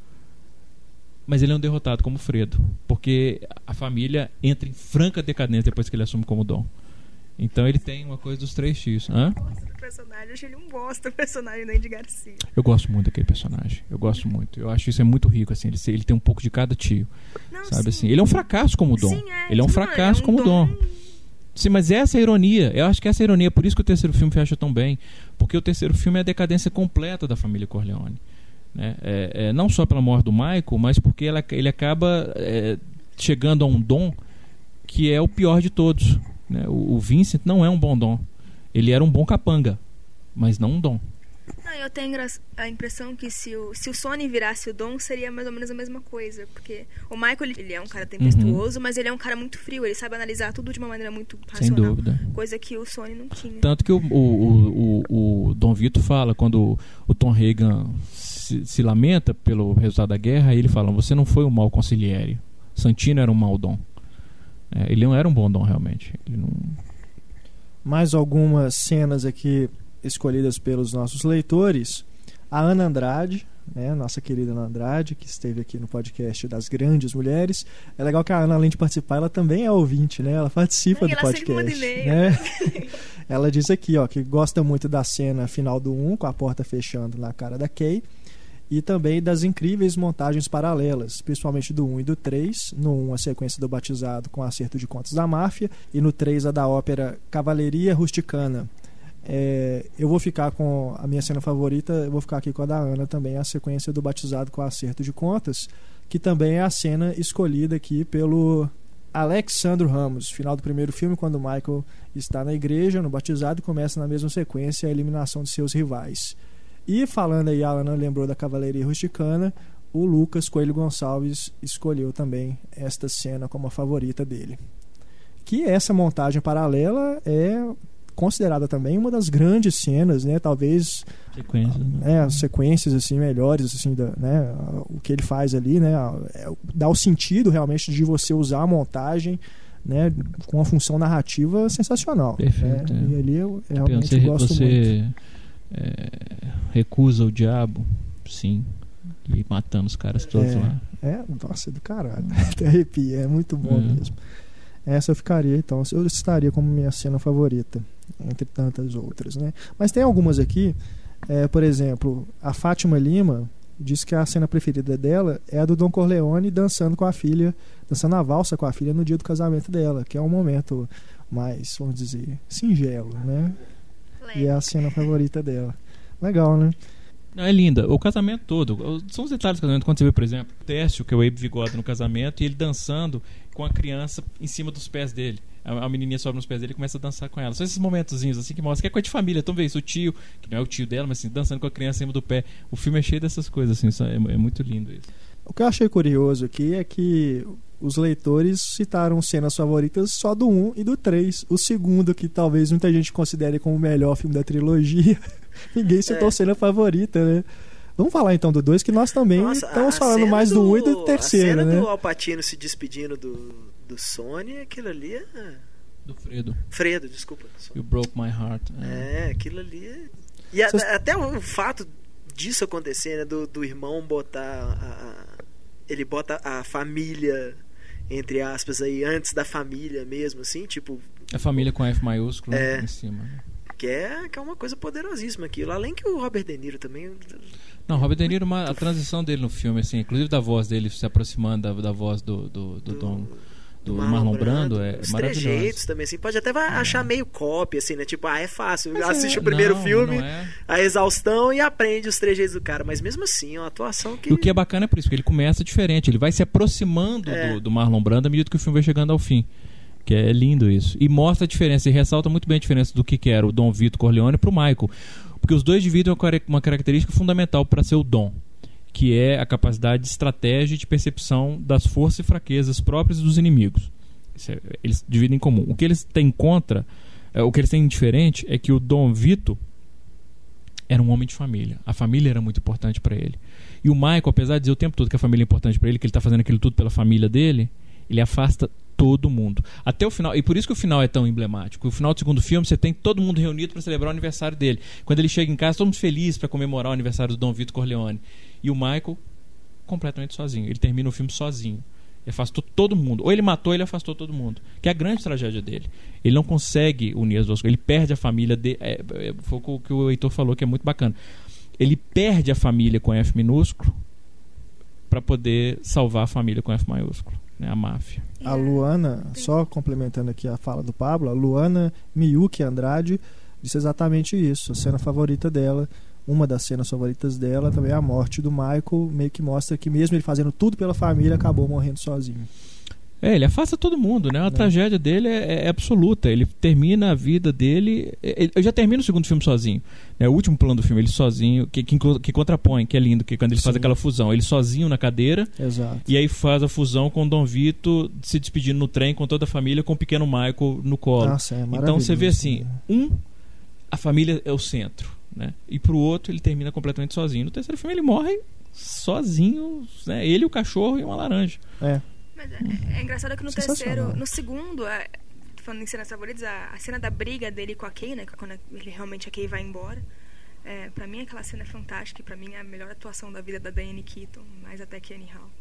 mas ele é um derrotado como Fredo, porque a família entra em franca decadência depois que ele assume como Dom. Então ele tem uma coisa dos três tios. Hã? O personagem, eu achei ele um bosta, o personagem do Andy Garcia. Eu gosto muito daquele personagem. Eu gosto muito. Eu acho isso é muito rico, assim. Ele, ele tem um pouco de cada tio. Não, Sabe sim. assim? Ele é um fracasso como Dom. Sim, é. Ele é um Não, fracasso é um como Dom. Sim, mas essa é a ironia. Eu acho que essa é a ironia. Por isso que o terceiro filme fecha tão bem. Porque o terceiro filme é a decadência completa da família Corleone. Né? É, é, não só pela morte do Michael, mas porque ela, ele acaba é, chegando a um Dom que é o pior de todos. Né? O, o Vincent não é um bom Dom. Ele era um bom capanga, mas não um Dom. Não, eu tenho engra- a impressão que se o, se o Sonny virasse o Dom, seria mais ou menos a mesma coisa. Porque o Michael, ele, ele é um cara tempestuoso, mas ele é um cara muito frio. Ele sabe analisar tudo de uma maneira muito Sem racional. dúvida. Coisa que o Sonny não tinha. Tanto que o, o, o, o Dom Vito fala, quando o Tom Reagan se, se lamenta pelo resultado da guerra, ele fala, você não foi um mau consigliere. Santino era um mau Dom. É, ele não era um bom Dom, realmente. Ele não... Mais algumas cenas aqui escolhidas pelos nossos leitores. A Ana Andrade, né, nossa querida Ana Andrade, que esteve aqui no podcast das Grandes Mulheres. É legal que a Ana, além de participar, ela também é ouvinte, né? Ela participa E do ela sempre podcast. manda e-mail. Né? Ela diz aqui, ó, que gosta muito da cena final do um, com a porta fechando na cara da Kay, e também das incríveis montagens paralelas, principalmente do um e do três. No um, a sequência do batizado com acerto de contas da máfia, e no três, a da ópera Cavalaria Rusticana. É, eu vou ficar com a minha cena favorita, eu vou ficar aqui com a da Ana também, a sequência do batizado com acerto de contas, que também é a cena escolhida aqui pelo Alexandre Ramos, final do primeiro filme, quando o Michael está na igreja, no batizado, e começa na mesma sequência a eliminação de seus rivais. E falando aí, a Ana lembrou da Cavalaria Rusticana, o Lucas Coelho Gonçalves escolheu também esta cena como a favorita dele. Que essa montagem paralela é considerada também uma das grandes cenas, né? Talvez sequências, né? É, as sequências assim melhores, assim, da, né? O que ele faz ali, né? É, dá o sentido realmente de você usar a montagem, né? Com uma função narrativa sensacional. Perfeito. Né? É. E ali eu realmente você, gosto você, muito. É, recusa o diabo, sim, e matando os caras todos é, lá. É, nossa, do caralho. Até arrepia, é muito bom é. mesmo. Essa eu ficaria, então, eu estaria como minha cena favorita, entre tantas outras, né? Mas tem algumas aqui, é, por exemplo, a Fátima Lima diz que a cena preferida dela é a do Don Corleone dançando com a filha, dançando a valsa com a filha no dia do casamento dela, que é um momento mais, vamos dizer, singelo, né? E é a cena favorita dela. Legal, né? Não, é linda. O casamento todo. São os detalhes do casamento. Quando você vê, por exemplo, o Tércio, que é o Abe Vigoda no casamento, e ele dançando com a criança em cima dos pés dele. A, a menininha sobe nos pés dele e começa a dançar com ela. São esses momentozinhos assim que mostram que é coisa de família. Então vê isso, o tio, que não é o tio dela, mas assim, dançando com a criança em cima do pé. O filme é cheio dessas coisas, assim. É, é muito lindo isso. O que eu achei curioso aqui é que os leitores citaram cenas favoritas só do um e do três. O segundo, que talvez muita gente considere como o melhor filme da trilogia, ninguém citou é. cena favorita, né? Vamos falar então do dois, que nós também Nossa, estamos falando mais do um e do terceiro, né? A cena né? do Al Pacino se despedindo do, do Sony, aquilo ali é... Do Fredo. Fredo, desculpa. You broke my heart. É, é aquilo ali é... E a, Cês... até o fato disso acontecer, né? Do, do irmão botar... A, a, ele bota a família... entre aspas aí, antes da família mesmo, assim, tipo... A família com F maiúsculo é, em cima. Que é, que é uma coisa poderosíssima aquilo. Além que o Robert De Niro também... Não, o Robert De Niro, uma, a transição dele no filme, assim, inclusive da voz dele se aproximando da, da voz do, do, do, do Dom... Do Marlon, Marlon Brando, Brando é os maravilhoso. Os trejeitos também, assim, pode até vai é. achar meio cópia, assim, né? Tipo, ah, é fácil, mas assiste é. o primeiro não, filme, não é. a exaustão e aprende os trejeitos do cara. Mas mesmo assim, é uma atuação que... E o que é bacana é por isso, porque ele começa diferente, ele vai se aproximando é. do, do Marlon Brando à medida que o filme vai chegando ao fim. Que é lindo isso. E mostra a diferença, e ressalta muito bem a diferença do que, que era o Dom Vito Corleone pro Michael. Porque os dois dividem uma característica fundamental para ser o Dom, que é a capacidade de estratégia e de percepção das forças e fraquezas próprias dos inimigos. Eles dividem em comum. O que eles têm contra, é, o que eles têm diferente é que o Dom Vito era um homem de família. A família era muito importante para ele. E o Michael, apesar de dizer o tempo todo que a família é importante para ele, que ele está fazendo aquilo tudo pela família dele, ele afasta todo mundo. Até o final. E por isso que o final é tão emblemático. O final do segundo filme, você tem todo mundo reunido para celebrar o aniversário dele. Quando ele chega em casa, todo mundo feliz para comemorar o aniversário do Dom Vito Corleone. E o Michael, completamente sozinho. Ele termina o filme sozinho. Ele afastou todo mundo. Ou ele matou, ou ele afastou todo mundo. Que é a grande tragédia dele. Ele não consegue unir as duas coisas. Ele perde a família. De... É, é, foi o que o Heitor falou, que é muito bacana. Ele perde a família com F minúsculo para poder salvar a família com F maiúsculo, né? A máfia. A Luana, só complementando aqui a fala do Pablo, a Luana Miyuki Andrade disse exatamente isso. A cena favorita dela, uma das cenas favoritas dela também é a morte do Michael, meio que mostra que mesmo ele fazendo tudo pela família, acabou morrendo sozinho. É, ele afasta todo mundo, né? A Não. tragédia dele é, é absoluta. Ele termina a vida dele... Ele já termina o segundo filme sozinho, né? O último plano do filme, ele sozinho, que, que, que contrapõe, que é lindo, que quando ele Sim. faz aquela fusão, ele sozinho na cadeira, Exato. E aí faz a fusão com o Dom Vito se despedindo no trem com toda a família, com o pequeno Michael no colo. Nossa, é então você vê assim, um, a família é o centro, né? E pro outro ele termina completamente sozinho. No terceiro filme ele morre sozinho, né? Ele, o cachorro e uma laranja. É. Mas é, é engraçado que no terceiro, no segundo, é, falando em cenas favoritas, a, a cena da briga dele com a Kay, né, quando ele realmente a Kay vai embora, é, pra mim aquela cena é fantástica, e pra mim é a melhor atuação da vida da Diane Keaton, mais até que Annie Hall.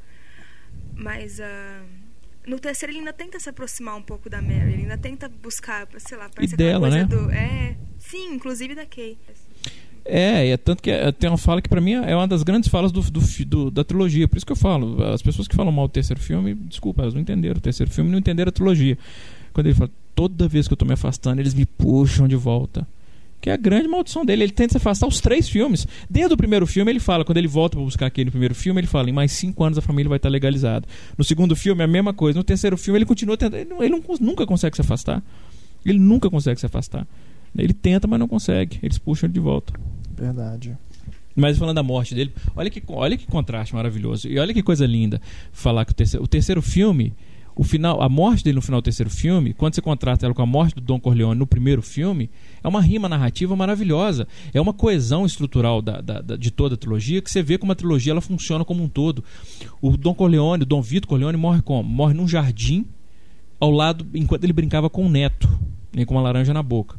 Mas uh, no terceiro ele ainda tenta se aproximar um pouco da Mary, ele ainda tenta buscar, sei lá, parece e dela, coisa né? do, é, sim, inclusive da Kay. É, é tanto que é, tem uma fala que pra mim é uma das grandes falas do, do, do, da trilogia. Por isso que eu falo, as pessoas que falam mal do terceiro filme, desculpa, elas não entenderam o terceiro filme, não entenderam a trilogia. Quando ele fala, toda vez que eu tô me afastando, eles me puxam de volta. Que é a grande maldição dele. Ele tenta se afastar os três filmes. Desde o primeiro filme ele fala, quando ele volta para buscar aquele primeiro filme, ele fala, em mais cinco anos a família vai estar legalizada. No segundo filme é a mesma coisa. No terceiro filme ele continua tentando. Ele, não, ele não, nunca consegue se afastar. Ele nunca consegue se afastar. Ele tenta, mas não consegue. Eles puxam ele de volta. Verdade. Mas falando da morte dele, olha que, olha que contraste maravilhoso. E olha que coisa linda falar que o terceiro, o terceiro filme, o final, a morte dele no final do terceiro filme, quando você contrasta ela com a morte do Don Corleone no primeiro filme, é uma rima narrativa maravilhosa. É uma coesão estrutural da, da, da, de toda a trilogia, que você vê como a trilogia ela funciona como um todo. O Don Corleone, o Dom Vito Corleone morre como? Morre num jardim, ao lado, enquanto ele brincava com o neto, né, com uma laranja na boca.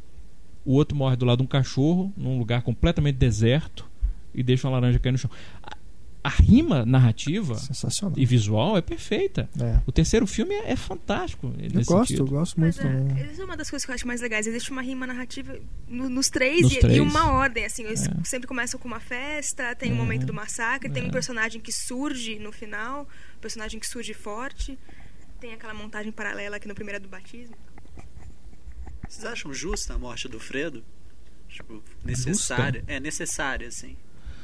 O outro morre do lado de um cachorro, num lugar completamente deserto, e deixa uma laranja cair no chão. A, a rima narrativa e visual é perfeita. É. O terceiro filme é, é fantástico. Eu gosto, sentido. eu gosto muito Mas, também. É, essa é uma das coisas que eu acho mais legais. Existe uma rima narrativa no, nos três, nos e, três. e uma ordem. Assim, eles é. sempre começam com uma festa, tem o é. um momento do massacre, tem é. um personagem que surge no final, um personagem que surge forte, tem aquela montagem paralela aqui no primeiro do batismo. Vocês acham justa a morte do Fredo? Tipo, necessária? Justa? É necessária, assim.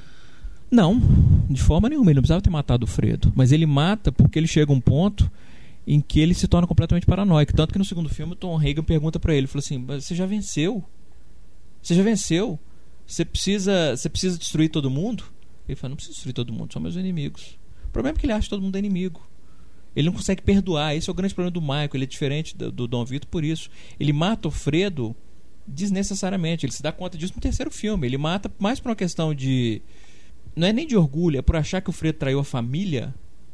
Não, de forma nenhuma. Ele não precisava ter matado o Fredo. Mas ele mata porque ele chega a um ponto em que ele se torna completamente paranoico. Tanto que no segundo filme o Tom Hagen pergunta pra ele, falou assim, você já venceu? Você já venceu? Você precisa, você precisa destruir todo mundo? Ele fala, não preciso destruir todo mundo, são meus inimigos. O problema é que ele acha que todo mundo é inimigo. Ele não consegue perdoar. Esse é o grande problema do Michael. Ele é diferente do, do Dom Vito por isso. Ele mata o Fredo desnecessariamente. Ele se dá conta disso no terceiro filme. Ele mata mais por uma questão de... Não é nem de orgulho, é por achar que o Fredo traiu a família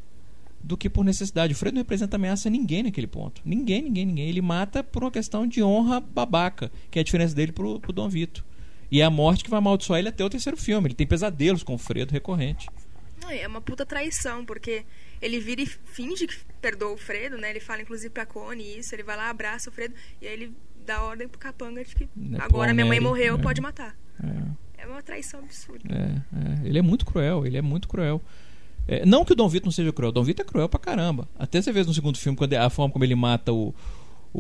do que por necessidade. O Fredo não representa ameaça a ninguém naquele ponto. Ninguém, ninguém, ninguém. Ele mata por uma questão de honra babaca, que é a diferença dele pro, pro Dom Vito. E é a morte que vai amaldiçoar ele até o terceiro filme. Ele tem pesadelos com o Fredo recorrente. Não, é uma puta traição, porque ele vira e finge que perdoa o Fredo, né? Ele fala inclusive pra Connie isso, ele vai lá, abraça o Fredo e aí ele dá ordem pro capanga de que é, agora minha mãe morreu, é. pode matar. É. é uma traição absurda. É, é. Ele é muito cruel, ele é muito cruel. É, não que o Dom Vito não seja cruel, o Dom Vito é cruel pra caramba. Até você vê no segundo filme, quando a forma como ele mata o, o,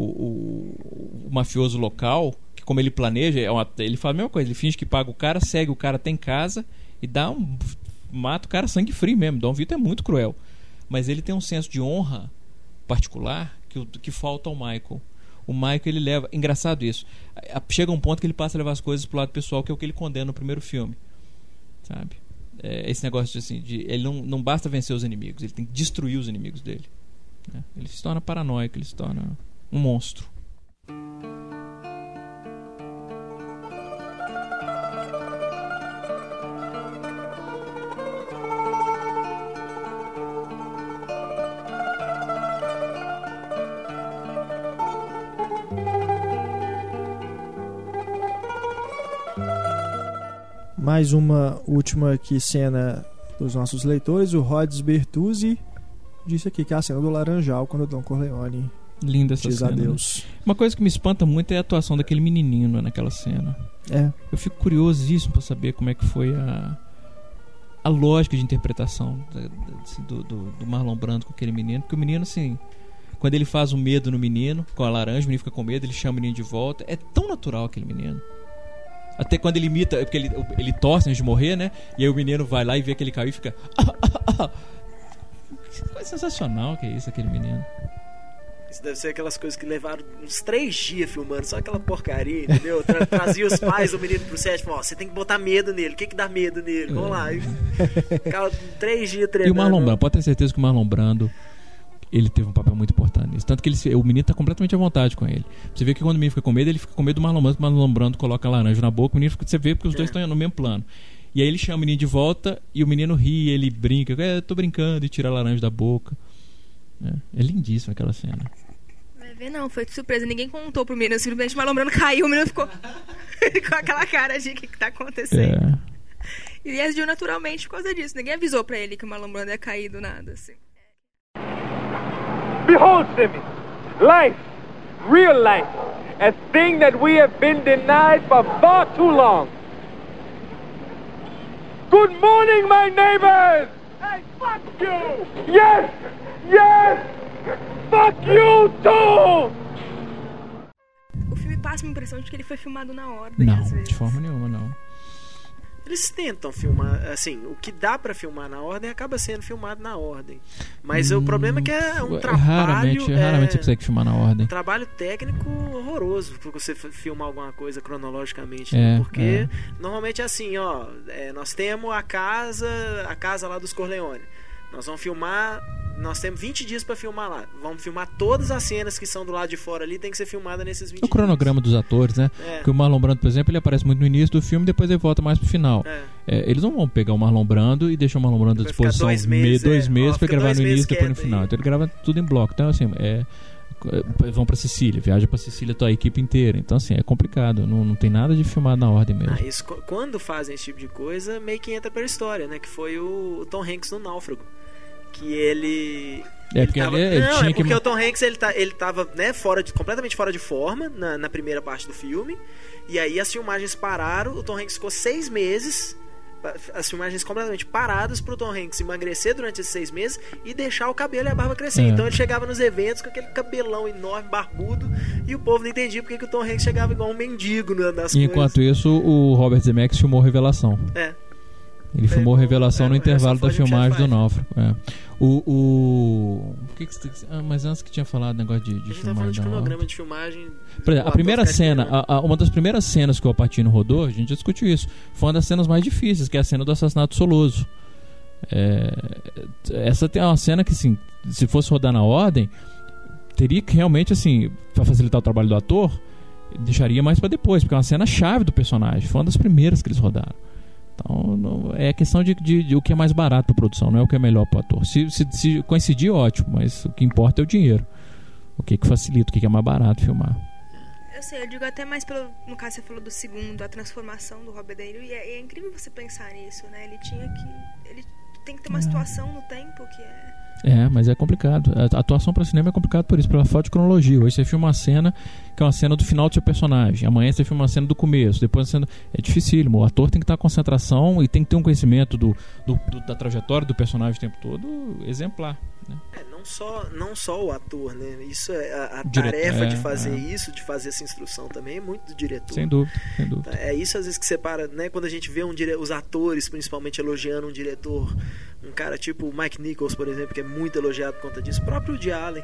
o, o mafioso local, que como ele planeja, é uma, ele fala a mesma coisa, ele finge que paga o cara, segue o cara até em casa e dá um... mata o cara sangue frio mesmo. Dom Vito é muito cruel, mas ele tem um senso de honra particular que, que falta ao Michael. O Michael, ele leva... Engraçado isso. Chega um ponto que ele passa a levar as coisas pro lado pessoal, que é o que ele condena no primeiro filme. Sabe? É esse negócio de, assim, de... Ele não, não basta vencer os inimigos, ele tem que destruir os inimigos dele. Né? Ele se torna paranoico, ele se torna um monstro. Mais uma última aqui cena dos nossos leitores. O Rhodes Bertuzzi disse aqui que é a cena do Laranjal, quando o Don Corleone linda essa diz cena, adeus. Né? Uma coisa que me espanta muito é a atuação daquele menininho naquela cena. É. Eu fico curiosíssimo para saber como é que foi a, a lógica de interpretação do, do, do Marlon Brando com aquele menino. Porque o menino, assim, quando ele faz o medo no menino, com a laranja, o menino fica com medo, ele chama o menino de volta. É tão natural aquele menino. Até quando ele imita, porque ele, ele torce antes de morrer, né? E aí o menino vai lá e vê que ele caiu e fica... Que coisa sensacional que é isso, aquele menino. Isso deve ser aquelas coisas que levaram uns três dias filmando, só aquela porcaria, entendeu? Tra- trazia os pais do menino pro set e falou, ó, você tem que botar medo nele, o que que dá medo nele? Vamos lá. E ficava três dias treinando. E o Marlon Brando, pode ter certeza que o Marlon Brando, ele teve um papel muito importante nisso. Tanto que ele, o menino tá completamente à vontade com ele. Você vê que quando o menino fica com medo, ele fica com medo do Marlon Brando, o Marlon Brando coloca a laranja na boca, o menino fica, você vê porque os é. dois estão no mesmo plano. E aí ele chama o menino de volta e o menino ri, ele brinca, é, tô brincando, e tira a laranja da boca. É, é lindíssima aquela cena. Vai ver, não, foi de surpresa, ninguém contou pro menino, simplesmente o Marlon Brando caiu, o menino ficou com aquela cara de o que, que tá acontecendo. É. E agiu naturalmente por causa disso, ninguém avisou pra ele que o Marlon Brando ia cair do nada, assim. Behold, Simeon, life, real life, a thing that we have been denied for far too long. Good morning, my neighbors! Hey, fuck you! Yes! Yes! Fuck you too! O filme passa uma impressão de que ele foi filmado na ordem, Não, às vezes. de forma nenhuma, não. Eles tentam filmar, assim, o que dá pra filmar na ordem acaba sendo filmado na ordem. Mas hum, o problema é que é um trabalho... Raramente, é, raramente você consegue filmar na ordem. Um trabalho técnico horroroso pra você filmar alguma coisa cronologicamente. É, né? Porque é. normalmente é assim, ó, é, nós temos a casa, a casa lá dos Corleone. Nós vamos filmar, nós temos vinte dias pra filmar lá. Vamos filmar todas as cenas que são do lado de fora ali, tem que ser filmada nesses vinte dias. O cronograma dos atores, né? É. Porque o Marlon Brando, por exemplo, ele aparece muito no início do filme, depois ele volta mais pro final. É. É, eles não vão pegar o Marlon Brando e deixar o Marlon Brando à disposição dois meses, me, dois é. meses Ó, pra fica gravar dois no início e depois no quieto final. aí. Então ele grava tudo em bloco. Então, assim, é, é, vão pra Sicília, viaja pra Sicília toda a equipe inteira. Então, assim, é complicado. Não, não tem nada de filmar na ordem mesmo. Ah, isso, quando fazem esse tipo de coisa, meio que entra pela história, né? Que foi o, o Tom Hanks no Náufrago. Que ele... É, ele porque tava, ele, ele não, tinha é porque que... o Tom Hanks, ele, tá, ele tava, né, fora de, completamente fora de forma na, na primeira parte do filme. E aí as filmagens pararam, o Tom Hanks ficou seis meses... As filmagens completamente paradas pro Tom Hanks emagrecer durante esses seis meses e deixar o cabelo e a barba crescer. É. Então ele chegava nos eventos com aquele cabelão enorme, barbudo, e o povo não entendia porque que o Tom Hanks chegava igual um mendigo nas E enquanto coisas. isso, o Robert Zemeckis filmou Revelação. É. Ele filmou É, Revelação é, no o intervalo resto da foi de filmagem do Chef Náufrago. É. O, o... o que que você... ah, mas antes que tinha falado negócio de, de A gente tá filmagem falando de da cronograma de filmagem. Por exemplo, o a primeira ator ficar cena, esperando. a, a, uma das primeiras cenas que o Al Pacino rodou, a gente já discutiu isso, foi uma das cenas mais difíceis, que é a cena do assassinato soloso. É, essa é uma cena que, assim, se fosse rodar na ordem, teria que realmente, assim, para facilitar o trabalho do ator, deixaria mais para depois, porque é uma cena chave do personagem, foi uma das primeiras que eles rodaram. Então, não, é questão de, de, de o que é mais barato para produção, não é o que é melhor para o ator. Se, se, se coincidir, ótimo, mas o que importa é o dinheiro. O que, que facilita, o que, que é mais barato filmar. Eu sei, eu digo até mais pelo... No caso, você falou do segundo, a transformação do Robert De Niro, e é, é incrível você pensar nisso, né? Ele tinha que... Ele tem que ter uma situação no tempo que é... É, mas é complicado. A atuação para cinema é complicado por isso, pela falta de cronologia. Hoje você filma uma cena que é uma cena do final do seu personagem. Amanhã você filma uma cena do começo. Depois uma cena... É dificílimo. O ator tem que estar com concentração e tem que ter um conhecimento do, do, do, da trajetória do personagem o tempo todo exemplar. Né? É, não só, não só o ator, né? Isso é a, a Dire... tarefa é, de fazer é. isso, de fazer essa instrução também é muito do diretor. Sem dúvida, sem dúvida. É isso às vezes que separa, né? Quando a gente vê um dire... os atores principalmente elogiando um diretor, um cara tipo o Mike Nichols, por exemplo, que é muito elogiado por conta disso, o próprio Woody Allen,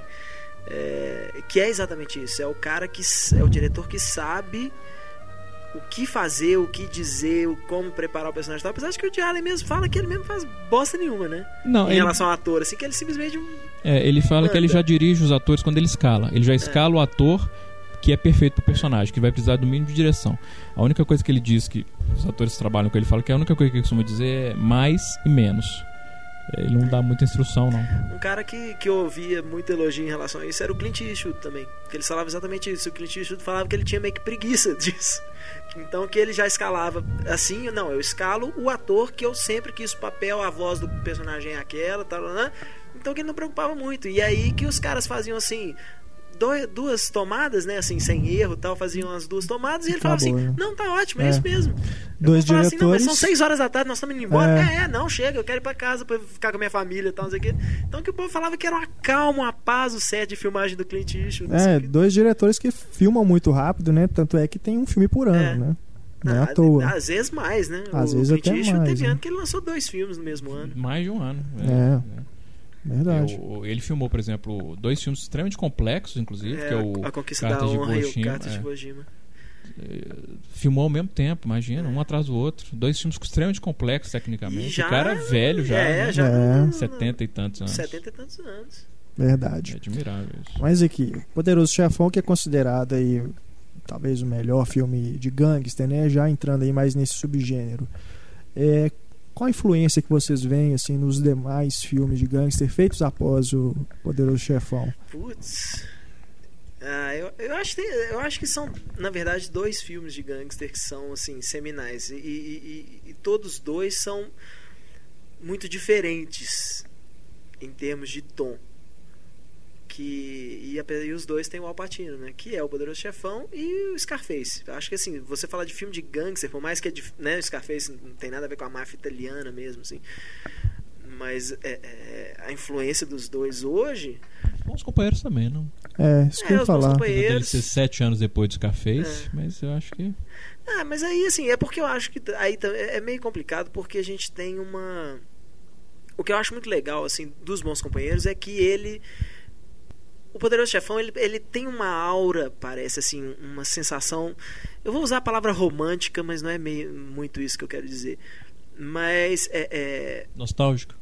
é... que é exatamente isso, é o cara que é o diretor que sabe o que fazer, o que dizer, o como preparar o personagem. Apesar de que o Woody Allen mesmo fala que ele mesmo faz bosta nenhuma, né? Não, em ele... relação ao ator, assim, que ele simplesmente... É, ele fala manda. que ele já dirige os atores quando ele escala. Ele já escala é. o ator que é perfeito pro personagem, que vai precisar do mínimo de direção. A única coisa que ele diz que os atores que trabalham com ele falam que a única coisa que ele costuma dizer é mais e menos. Ele não dá muita instrução, não. Um cara que, que eu ouvia muito elogio em relação a isso era o Clint Eastwood também. Que ele falava exatamente isso. O Clint Eastwood falava que ele tinha meio que preguiça disso. Então que ele já escalava assim, não, eu escalo o ator que eu sempre quis o papel, a voz do personagem é aquela, tal, né? Então que ele não preocupava muito. E aí que os caras faziam assim, dois, duas tomadas, né, assim, sem erro, tal, faziam as duas tomadas e ele falava assim, né? não, tá ótimo, é, É. isso mesmo. Dois Eu vou falar diretores. assim, não, mas são seis horas da tarde, nós estamos indo embora. É. É, é, não, chega, eu quero ir pra casa pra ficar com a minha família e tal, não sei o quê. Então que o povo falava que era uma calma, uma paz o set de filmagem do Clint Eastwood. É, dois diretores que filmam muito rápido, né? Tanto é que tem um filme por ano, É. né? Não é Ah, à toa. Às vezes mais, né? Às o vezes Clint até Eastwood mais, teve né? ano que ele lançou dois filmes no mesmo ano. Mais de um ano. É. Verdade. Eu- ele filmou, por exemplo, dois filmes extremamente complexos, inclusive, É, que é o A Conquista Cartas da de Honra e o Hiroshima, Cartas de é. Hiroshima. Filmou ao mesmo tempo, imagina, um atrás do outro. Dois filmes extremamente complexos tecnicamente. E já- o cara é velho já, é, né? já É. no- setenta e tantos anos. setenta e tantos anos. É Verdade. admirável isso. Mas aqui, Poderoso Chefão, que é considerado aí talvez o melhor filme de gangster, né? Já entrando aí mais nesse subgênero. É, qual a influência que vocês veem assim nos demais filmes de gangster feitos após o Poderoso Chefão? Putz. Ah, eu, eu, acho que, eu acho que são, na verdade, dois filmes de gangster que são assim, seminais. E, e, e, e todos dois são muito diferentes em termos de tom. Que, e, a- e os dois têm o Al Pacino, né? Que é o Poderoso Chefão e o Scarface. Eu acho que assim, você falar de filme de gangster, por mais que é dif- né, o Scarface não tem nada a ver com a máfia italiana mesmo, assim. Mas é, é, a influência dos dois hoje Bons Companheiros também, não? É, isso que eu ia falar. Companheiros... Dele ser sete anos depois do Scarface, é. mas eu acho que... Ah, mas aí, assim, é porque eu acho que aí é meio complicado, porque a gente tem uma... O que eu acho muito legal, assim, dos Bons Companheiros é que ele... O Poderoso Chefão, ele, ele tem uma aura, parece, assim, uma sensação... Eu vou usar a palavra romântica, mas não é meio, muito isso que eu quero dizer. Mas é... é... Nostálgico?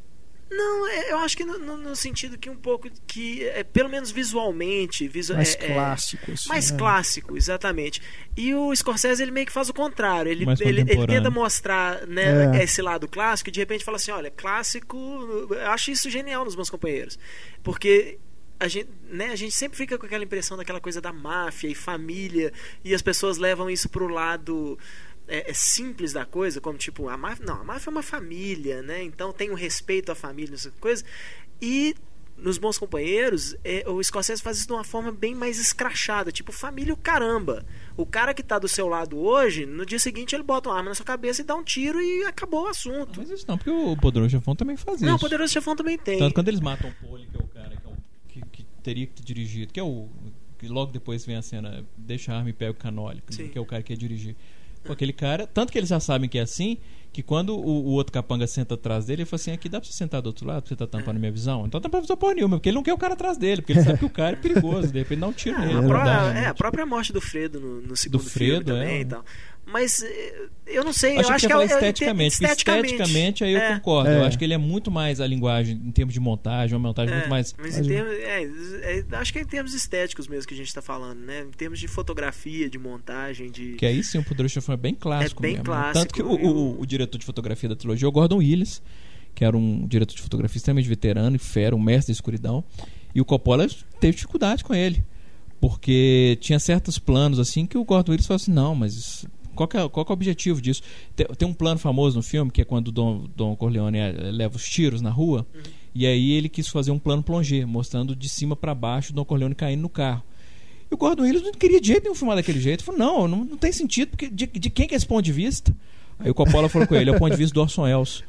Não, é, eu acho que no, no, no sentido que um pouco que é, pelo menos visualmente visu mais é, clássico é, assim, mais né? clássico, exatamente. E o Scorsese ele meio que faz o contrário, ele, ele, ele tenta mostrar, né, é. esse lado clássico e de repente fala assim, olha, clássico, eu acho isso genial nos Bons Companheiros, porque a gente, né, a gente sempre fica com aquela impressão daquela coisa da máfia e família, e as pessoas levam isso pro lado É, é simples da coisa, como tipo, a máfia, não, a máfia é uma família, né? Então tem um respeito à família, essa coisa. E nos Bons Companheiros, é, o Scorsese faz isso de uma forma bem mais escrachada, tipo, família o caramba. O cara que tá do seu lado hoje, no dia seguinte ele bota uma arma na sua cabeça e dá um tiro e acabou o assunto. Mas isso não, porque o Poderoso Chefão também faz não, isso. Não, o Poderoso Chefão também tem. Tanto quando eles matam o Poli, que é o cara que, é o, que, que teria que ter dirigido, que é o que logo depois vem a cena, deixa a arma e pega o canole, que, que é o cara que ia dirigir. Com aquele cara, tanto que eles já sabem que é assim, que quando o, o outro capanga senta atrás dele, ele fala assim, aqui dá pra você sentar do outro lado, pra você tá tampando a minha visão? Então tá pra visão porra nenhuma, porque ele não quer o cara atrás dele, porque ele sabe que o cara é perigoso, de repente dá um tiro nele. A, pró dá, é, a própria morte do Fredo no, no segundo do Fredo, filme também é. e tal. Mas eu não sei, acho eu acho que, que, que é esteticamente, esteticamente. esteticamente aí eu é. concordo. É. Eu acho que ele é muito mais a linguagem em termos de montagem, uma montagem é, muito mais. Mas em termos, é, é, acho que é em termos estéticos mesmo que a gente tá falando, né? Em termos de fotografia, de montagem, de. Que aí sim, o Poderoso Chefão é bem clássico. É bem mesmo, clássico. Né? Tanto que o, o, o diretor de fotografia da trilogia é o Gordon Willis, que era um diretor de fotografia extremamente veterano e fera, um mestre da escuridão. E o Coppola teve dificuldade com ele, porque tinha certos planos assim que o Gordon Willis falou assim, não, mas qual que é, qual que é o objetivo disso? Tem, tem um plano famoso no filme, que é quando o Don, Don Corleone leva os tiros na rua, uhum. e aí ele quis fazer um plano plongé, mostrando de cima para baixo o Don Corleone caindo no carro. E o Gordon Willis não queria de jeito nenhum filmar daquele jeito. Ele falou, não, não, não tem sentido, porque de, de quem que é esse ponto de vista? Aí o Coppola falou com ele, é o ponto de vista do Orson Welles.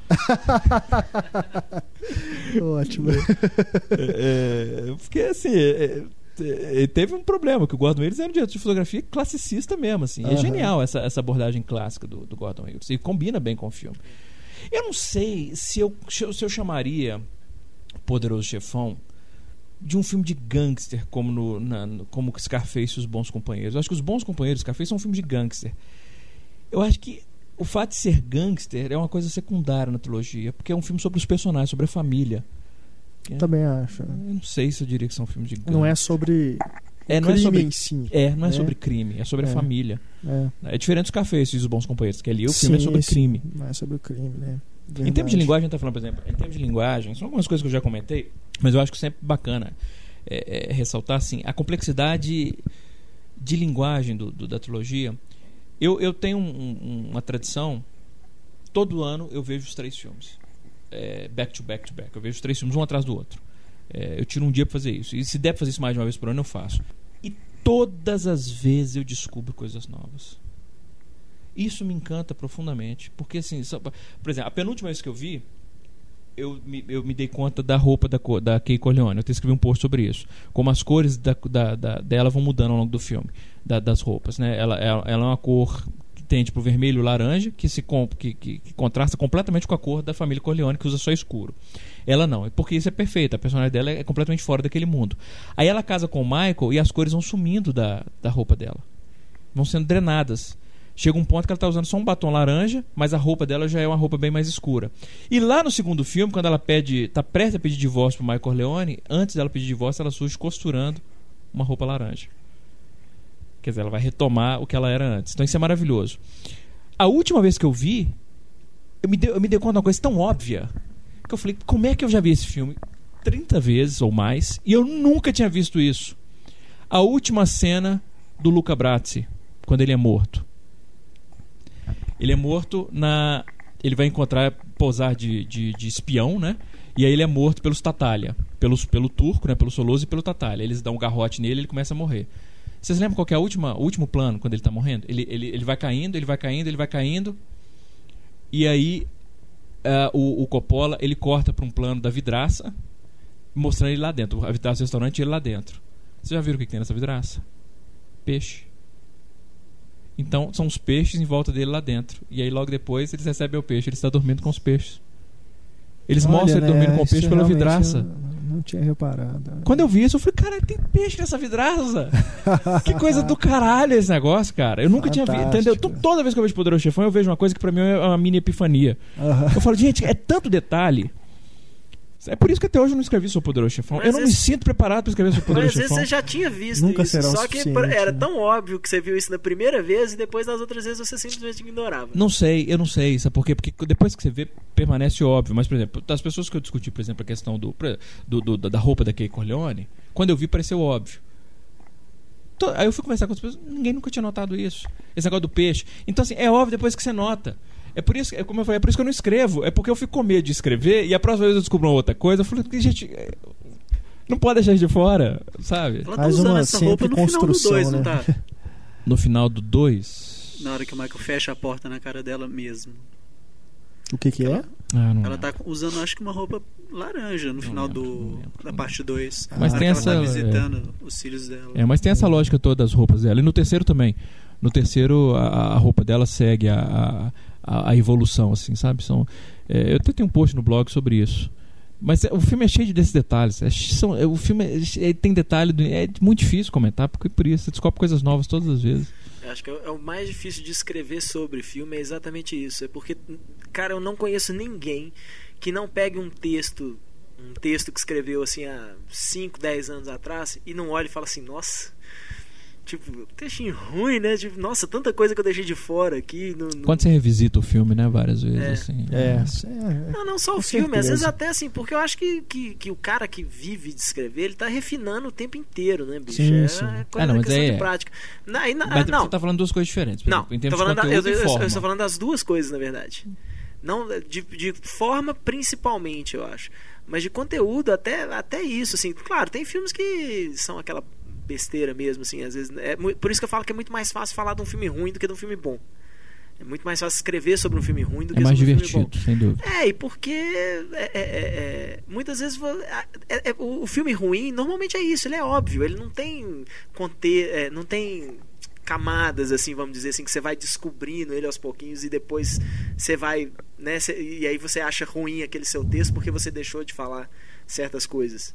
Ótimo. É, porque assim, é, é, teve um problema, que o Gordon Willis era um diretor de fotografia classicista mesmo, assim. Uhum. É genial essa, essa abordagem clássica do, do Gordon Willis. E combina bem com o filme. Eu não sei se eu, se eu chamaria Poderoso Chefão de um filme de gangster como no, na, no, como Scarface e Os Bons Companheiros. Eu acho que Os Bons Companheiros e Scarface são um filme de gangster. Eu acho que o fato de ser gangster é uma coisa secundária na trilogia, porque é um filme sobre os personagens, sobre a família. É, também acho. Eu não sei se eu diria que são filmes de gangster. Não é sobre é, não crime é sobre, em si. É, não é, é sobre crime, é sobre é. a família. É. É diferente dos Scarface e Os Bons Companheiros, que ali o sim, filme é sobre sim, crime. Não é sobre o crime, né? Verdade. Em termos de linguagem, a gente tá falando, por exemplo, em termos de linguagem, são algumas coisas que eu já comentei, mas eu acho que sempre bacana é, é, ressaltar assim, a complexidade de linguagem do, do, da trilogia. Eu, eu tenho um, um, uma tradição, todo ano eu vejo os três filmes, é, back to back to back, eu vejo os três filmes um atrás do outro. É, eu tiro um dia para fazer isso, e se der para fazer isso mais de uma vez por ano eu faço, e todas as vezes eu descubro coisas novas. Isso me encanta profundamente, porque assim, só, por exemplo, a penúltima vez que eu vi, eu me, eu me dei conta da roupa da, da Kay Corleone. Eu até escrevi um post sobre isso, como as cores da, da, da, dela vão mudando ao longo do filme, da, das roupas, né? Ela, ela, ela é uma cor que tende pro vermelho e laranja, que se que, que, que contrasta completamente com a cor da família Corleone, que usa só escuro. Ela não, porque isso é perfeito, a personagem dela é completamente fora daquele mundo. Aí ela casa com o Michael e as cores vão sumindo da, da roupa dela, vão sendo drenadas. Chega um ponto que ela está usando só um batom laranja, mas a roupa dela já é uma roupa bem mais escura. E lá no segundo filme, quando ela pede, está prestes a pedir divórcio para o Michael Corleone, antes dela pedir divórcio, ela surge costurando uma roupa laranja. Quer dizer, ela vai retomar o que ela era antes. Então isso é maravilhoso. A última vez que eu vi, eu me dei, eu me dei conta de uma coisa tão óbvia, que eu falei, como é que eu já vi esse filme trinta vezes ou mais, e eu nunca tinha visto isso? A última cena do Luca Brasi, quando ele é morto. Ele é morto na... Ele vai encontrar, pousar de, de, de espião, né? E aí ele é morto pelos Tatália. Pelos, pelo turco, né? Pelo Soloso e pelo Tatália. Eles dão um garrote nele e ele começa a morrer. Vocês lembram qual que é a última, o último plano quando ele está morrendo? Ele, ele, ele vai caindo, ele vai caindo, ele vai caindo. E aí uh, o, o Coppola, ele corta para um plano da vidraça, mostrando ele lá dentro. A vidraça do restaurante e ele lá dentro. Vocês já viram o que tem nessa vidraça? Peixe. Então, são os peixes em volta dele lá dentro. E aí, logo depois, eles recebem o peixe. Ele está dormindo com os peixes. Eles Olha, mostram ele né, dormindo com o peixe pela vidraça. Eu não tinha reparado. Quando eu vi isso, eu falei, cara, tem peixe nessa vidraça. Que coisa do caralho esse negócio, cara. Eu nunca Fantástico. tinha visto, entendeu? Toda vez que eu vejo Poderoso Chefão, eu vejo uma coisa que pra mim é uma mini epifania. Uhum. Eu falo, gente, é tanto detalhe. É por isso que até hoje eu não escrevi sobre o Poderoso Chefão. Eu não esse... me sinto preparado pra escrever sobre o Poderoso Chefão. Mas às vezes você já tinha visto Nunca isso, será o só que suficiente, era né? tão óbvio que você viu isso na primeira vez e depois nas outras vezes você simplesmente ignorava. Não sei, eu não sei, sabe por quê? Porque depois que você vê, permanece óbvio. Mas, por exemplo, das pessoas que eu discuti, por exemplo, a questão do, do, do da roupa da Kay Corleone, quando eu vi, pareceu óbvio. Aí eu fui conversar com as pessoas, ninguém nunca tinha notado isso. Esse negócio do peixe. Então, assim, é óbvio depois que você nota. É por isso, é como eu falei, é por isso que eu não escrevo. É porque eu fico com medo de escrever e a próxima vez eu descubro uma outra coisa. Eu falei, gente, não pode deixar de fora, sabe? Ela tá usando essa roupa no final do dois, né? Não tá? No final do dois? Na hora que o Michael fecha a porta na cara dela mesmo. O que que é? Ah, não ela tá usando, acho que uma roupa laranja no não final lembro, do, não lembro, da não parte dois. Mas tem essa, ela tá visitando é, os filhos dela. É, mas tem essa lógica toda das roupas dela. E no terceiro também. No terceiro, a, a roupa dela segue a, a, a evolução, assim, sabe? São, é, eu até tenho um post no blog sobre isso. Mas é, o filme é cheio desses detalhes. É, são, é, o filme é, é, tem detalhe. Do, é muito difícil comentar, porque por isso você descobre coisas novas todas as vezes. Eu acho que é o mais difícil de escrever sobre filme, é exatamente isso. É porque, cara, eu não conheço ninguém que não pegue um texto, um texto que escreveu assim há cinco, dez anos atrás e não olhe e fala assim, nossa, tipo, textinho ruim, né? Tipo, nossa, tanta coisa que eu deixei de fora aqui. No, no... Quando você revisita o filme, né, várias vezes, é. assim. É. é. Não, não só o filme, certeza. Às vezes até assim, porque eu acho que, que, que o cara que vive de escrever, ele tá refinando o tempo inteiro, né, bicho? Sim, é sim. coisa ah, não, da mas questão é... de prática. Não, aí, mas não. você tá falando duas coisas diferentes. Não, exemplo, em termos tô falando de conteúdo da, eu, e eu, forma. eu estou falando das duas coisas, na verdade. Não, de, de forma principalmente, eu acho. Mas de conteúdo, até, até isso, assim. Claro, tem filmes que são aquela besteira mesmo, assim, às vezes. É, por isso que eu falo que é muito mais fácil falar de um filme ruim do que de um filme bom. É muito mais fácil escrever sobre um filme ruim do que é mais sobre um divertido, filme bom. sem dúvida. É, e porque é, é, é, muitas vezes é, é, o, o filme ruim normalmente é isso, ele é óbvio, ele não tem conter, é, não tem camadas, assim, vamos dizer assim, que você vai descobrindo ele aos pouquinhos e depois você vai, né, cê, e aí você acha ruim aquele seu texto porque você deixou de falar certas coisas.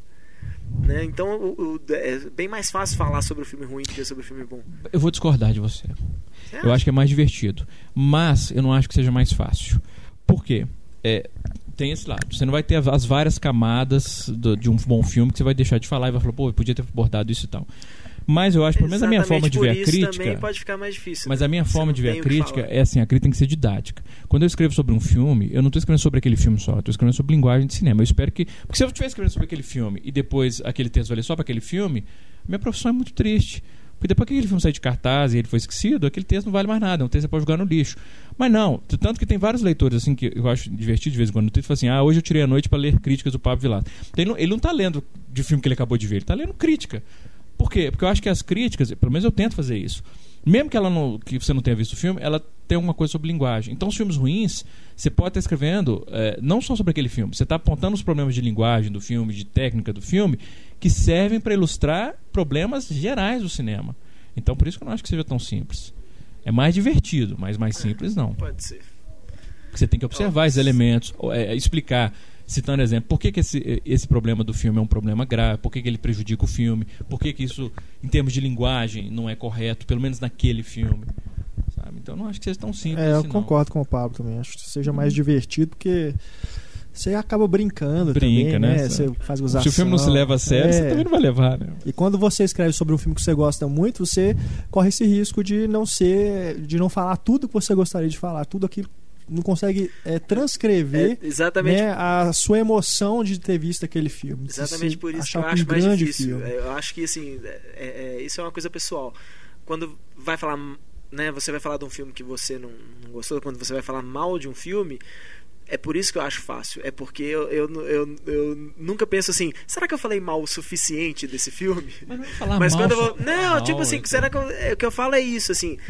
Né? Então o, o, é bem mais fácil falar sobre o filme ruim do que sobre o filme bom. Eu vou discordar de você. Certo? Eu acho que é mais divertido, mas eu não acho que seja mais fácil. Por quê? É, tem esse lado. Você não vai ter as várias camadas do, de um bom filme que você vai deixar de falar e vai falar, pô, eu podia ter abordado isso e tal. Mas eu acho, pelo menos a minha forma de ver a crítica, também pode ficar mais difícil. Mas né? a minha Você forma de ver a crítica é assim, a crítica tem que ser didática. Quando eu escrevo sobre um filme, eu não estou escrevendo sobre aquele filme só, eu estou escrevendo sobre linguagem de cinema. Eu espero que, porque se eu estiver escrevendo sobre aquele filme e depois aquele texto valer só para aquele filme, minha profissão é muito triste. Porque depois que aquele filme sai de cartaz e ele foi esquecido, aquele texto não vale mais nada, um texto você pode jogar no lixo. Mas não, tanto que tem vários leitores assim que eu acho divertido de vez em quando no Twitter, falam assim, ah, hoje eu tirei a noite para ler críticas do Pablo Vilato. Ele não, ele não está lendo de filme que ele acabou de ver, ele está lendo crítica. Por quê? Porque eu acho que as críticas, pelo menos eu tento fazer isso, mesmo que, ela não, que você não tenha visto o filme, ela tem alguma coisa sobre linguagem. Então os filmes ruins, você pode estar escrevendo é, não só sobre aquele filme, você está apontando os problemas de linguagem do filme, de técnica do filme, que servem para ilustrar problemas gerais do cinema. Então por isso que eu não acho que seja tão simples. É mais divertido, mas mais simples não. Pode ser. Porque você tem que observar esses elementos, é, explicar, citando exemplo, por que, que esse, esse problema do filme é um problema grave, por que, que ele prejudica o filme, por que, que isso, em termos de linguagem, não é correto, pelo menos naquele filme. Sabe? Então não acho que seja tão simples. É, eu assim, concordo com o Pablo também. Acho que seja mais divertido, porque você acaba brincando Brinca, também, né? né? Você faz gozação. Se o filme não se leva a sério, é. você também não vai levar, né? E quando você escreve sobre um filme que você gosta muito, você corre esse risco de não ser, de não falar tudo que você gostaria de falar, tudo aquilo, não consegue é, transcrever é, exatamente, né, a sua emoção de ter visto aquele filme. Exatamente por isso que eu um acho mais difícil. Filme. Eu acho que assim, é, é, isso é uma coisa pessoal. Quando vai falar, né, você vai falar de um filme que você não, não gostou, quando você vai falar mal de um filme, é por isso que eu acho fácil. É porque eu, eu, eu, eu nunca penso assim, será que eu falei mal o suficiente desse filme? Mas não é falar Mas mal, quando eu vou, não, mal, tipo assim, então. será que eu, o que eu falo é isso, assim,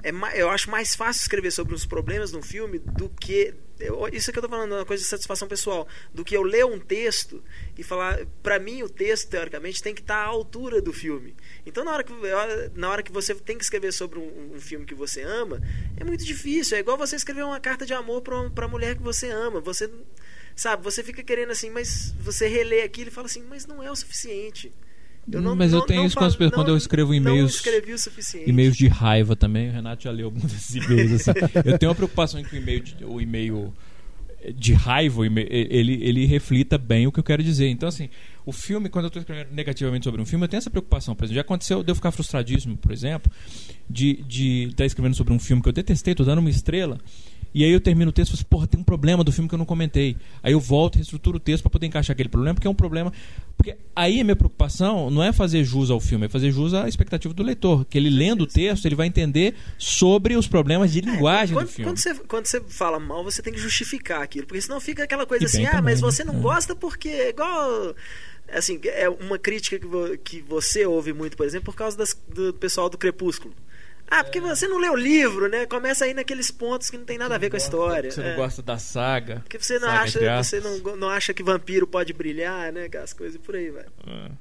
é, eu acho mais fácil escrever sobre os problemas de um filme do que... Eu, isso é que eu tô falando, uma coisa de satisfação pessoal, do que eu ler um texto e falar, pra mim o texto teoricamente tem que estar à altura do filme. Então na hora que, na hora que você tem que escrever sobre um, um filme que você ama, é muito difícil, é igual você escrever uma carta de amor pra, pra mulher que você ama. Você, sabe, você fica querendo assim, mas você relê aquilo e fala assim, mas não é o suficiente. Eu não, mas eu não, tenho não isso quando, não, quando eu escrevo e-mails, e-mails de raiva também. O Renato já leu alguns desses e-mails. Assim. Eu tenho uma preocupação em que o e-mail de, o e-mail de raiva ele, ele reflita bem o que eu quero dizer. Então, assim, o filme, quando eu estou escrevendo negativamente sobre um filme, eu tenho essa preocupação. Por exemplo, já aconteceu de eu ficar frustradíssimo, por exemplo, de de estar escrevendo sobre um filme que eu detestei, estou dando uma estrela. E aí eu termino o texto e falo assim, porra, tem um problema do filme que eu não comentei. Aí eu volto e reestruturo o texto para poder encaixar aquele problema, porque é um problema... Porque aí a minha preocupação não é fazer jus ao filme, é fazer jus à expectativa do leitor. Que ele lendo o texto, ele vai entender sobre os problemas de linguagem é, quando, do filme. Quando você, quando você fala mal, você tem que justificar aquilo. Porque senão fica aquela coisa E assim, ah, também, mas você não né? gosta porque é igual... Assim, é uma crítica que, vo, que você ouve muito, por exemplo, por causa das, do pessoal do Crepúsculo. Ah, porque você não lê o livro, né? Começa aí naqueles pontos que não tem nada a ver com a história. Você é. não gosta da saga. Porque você não saga acha, você não, não acha que vampiro pode brilhar, né? Aquelas coisas por aí, vai. É.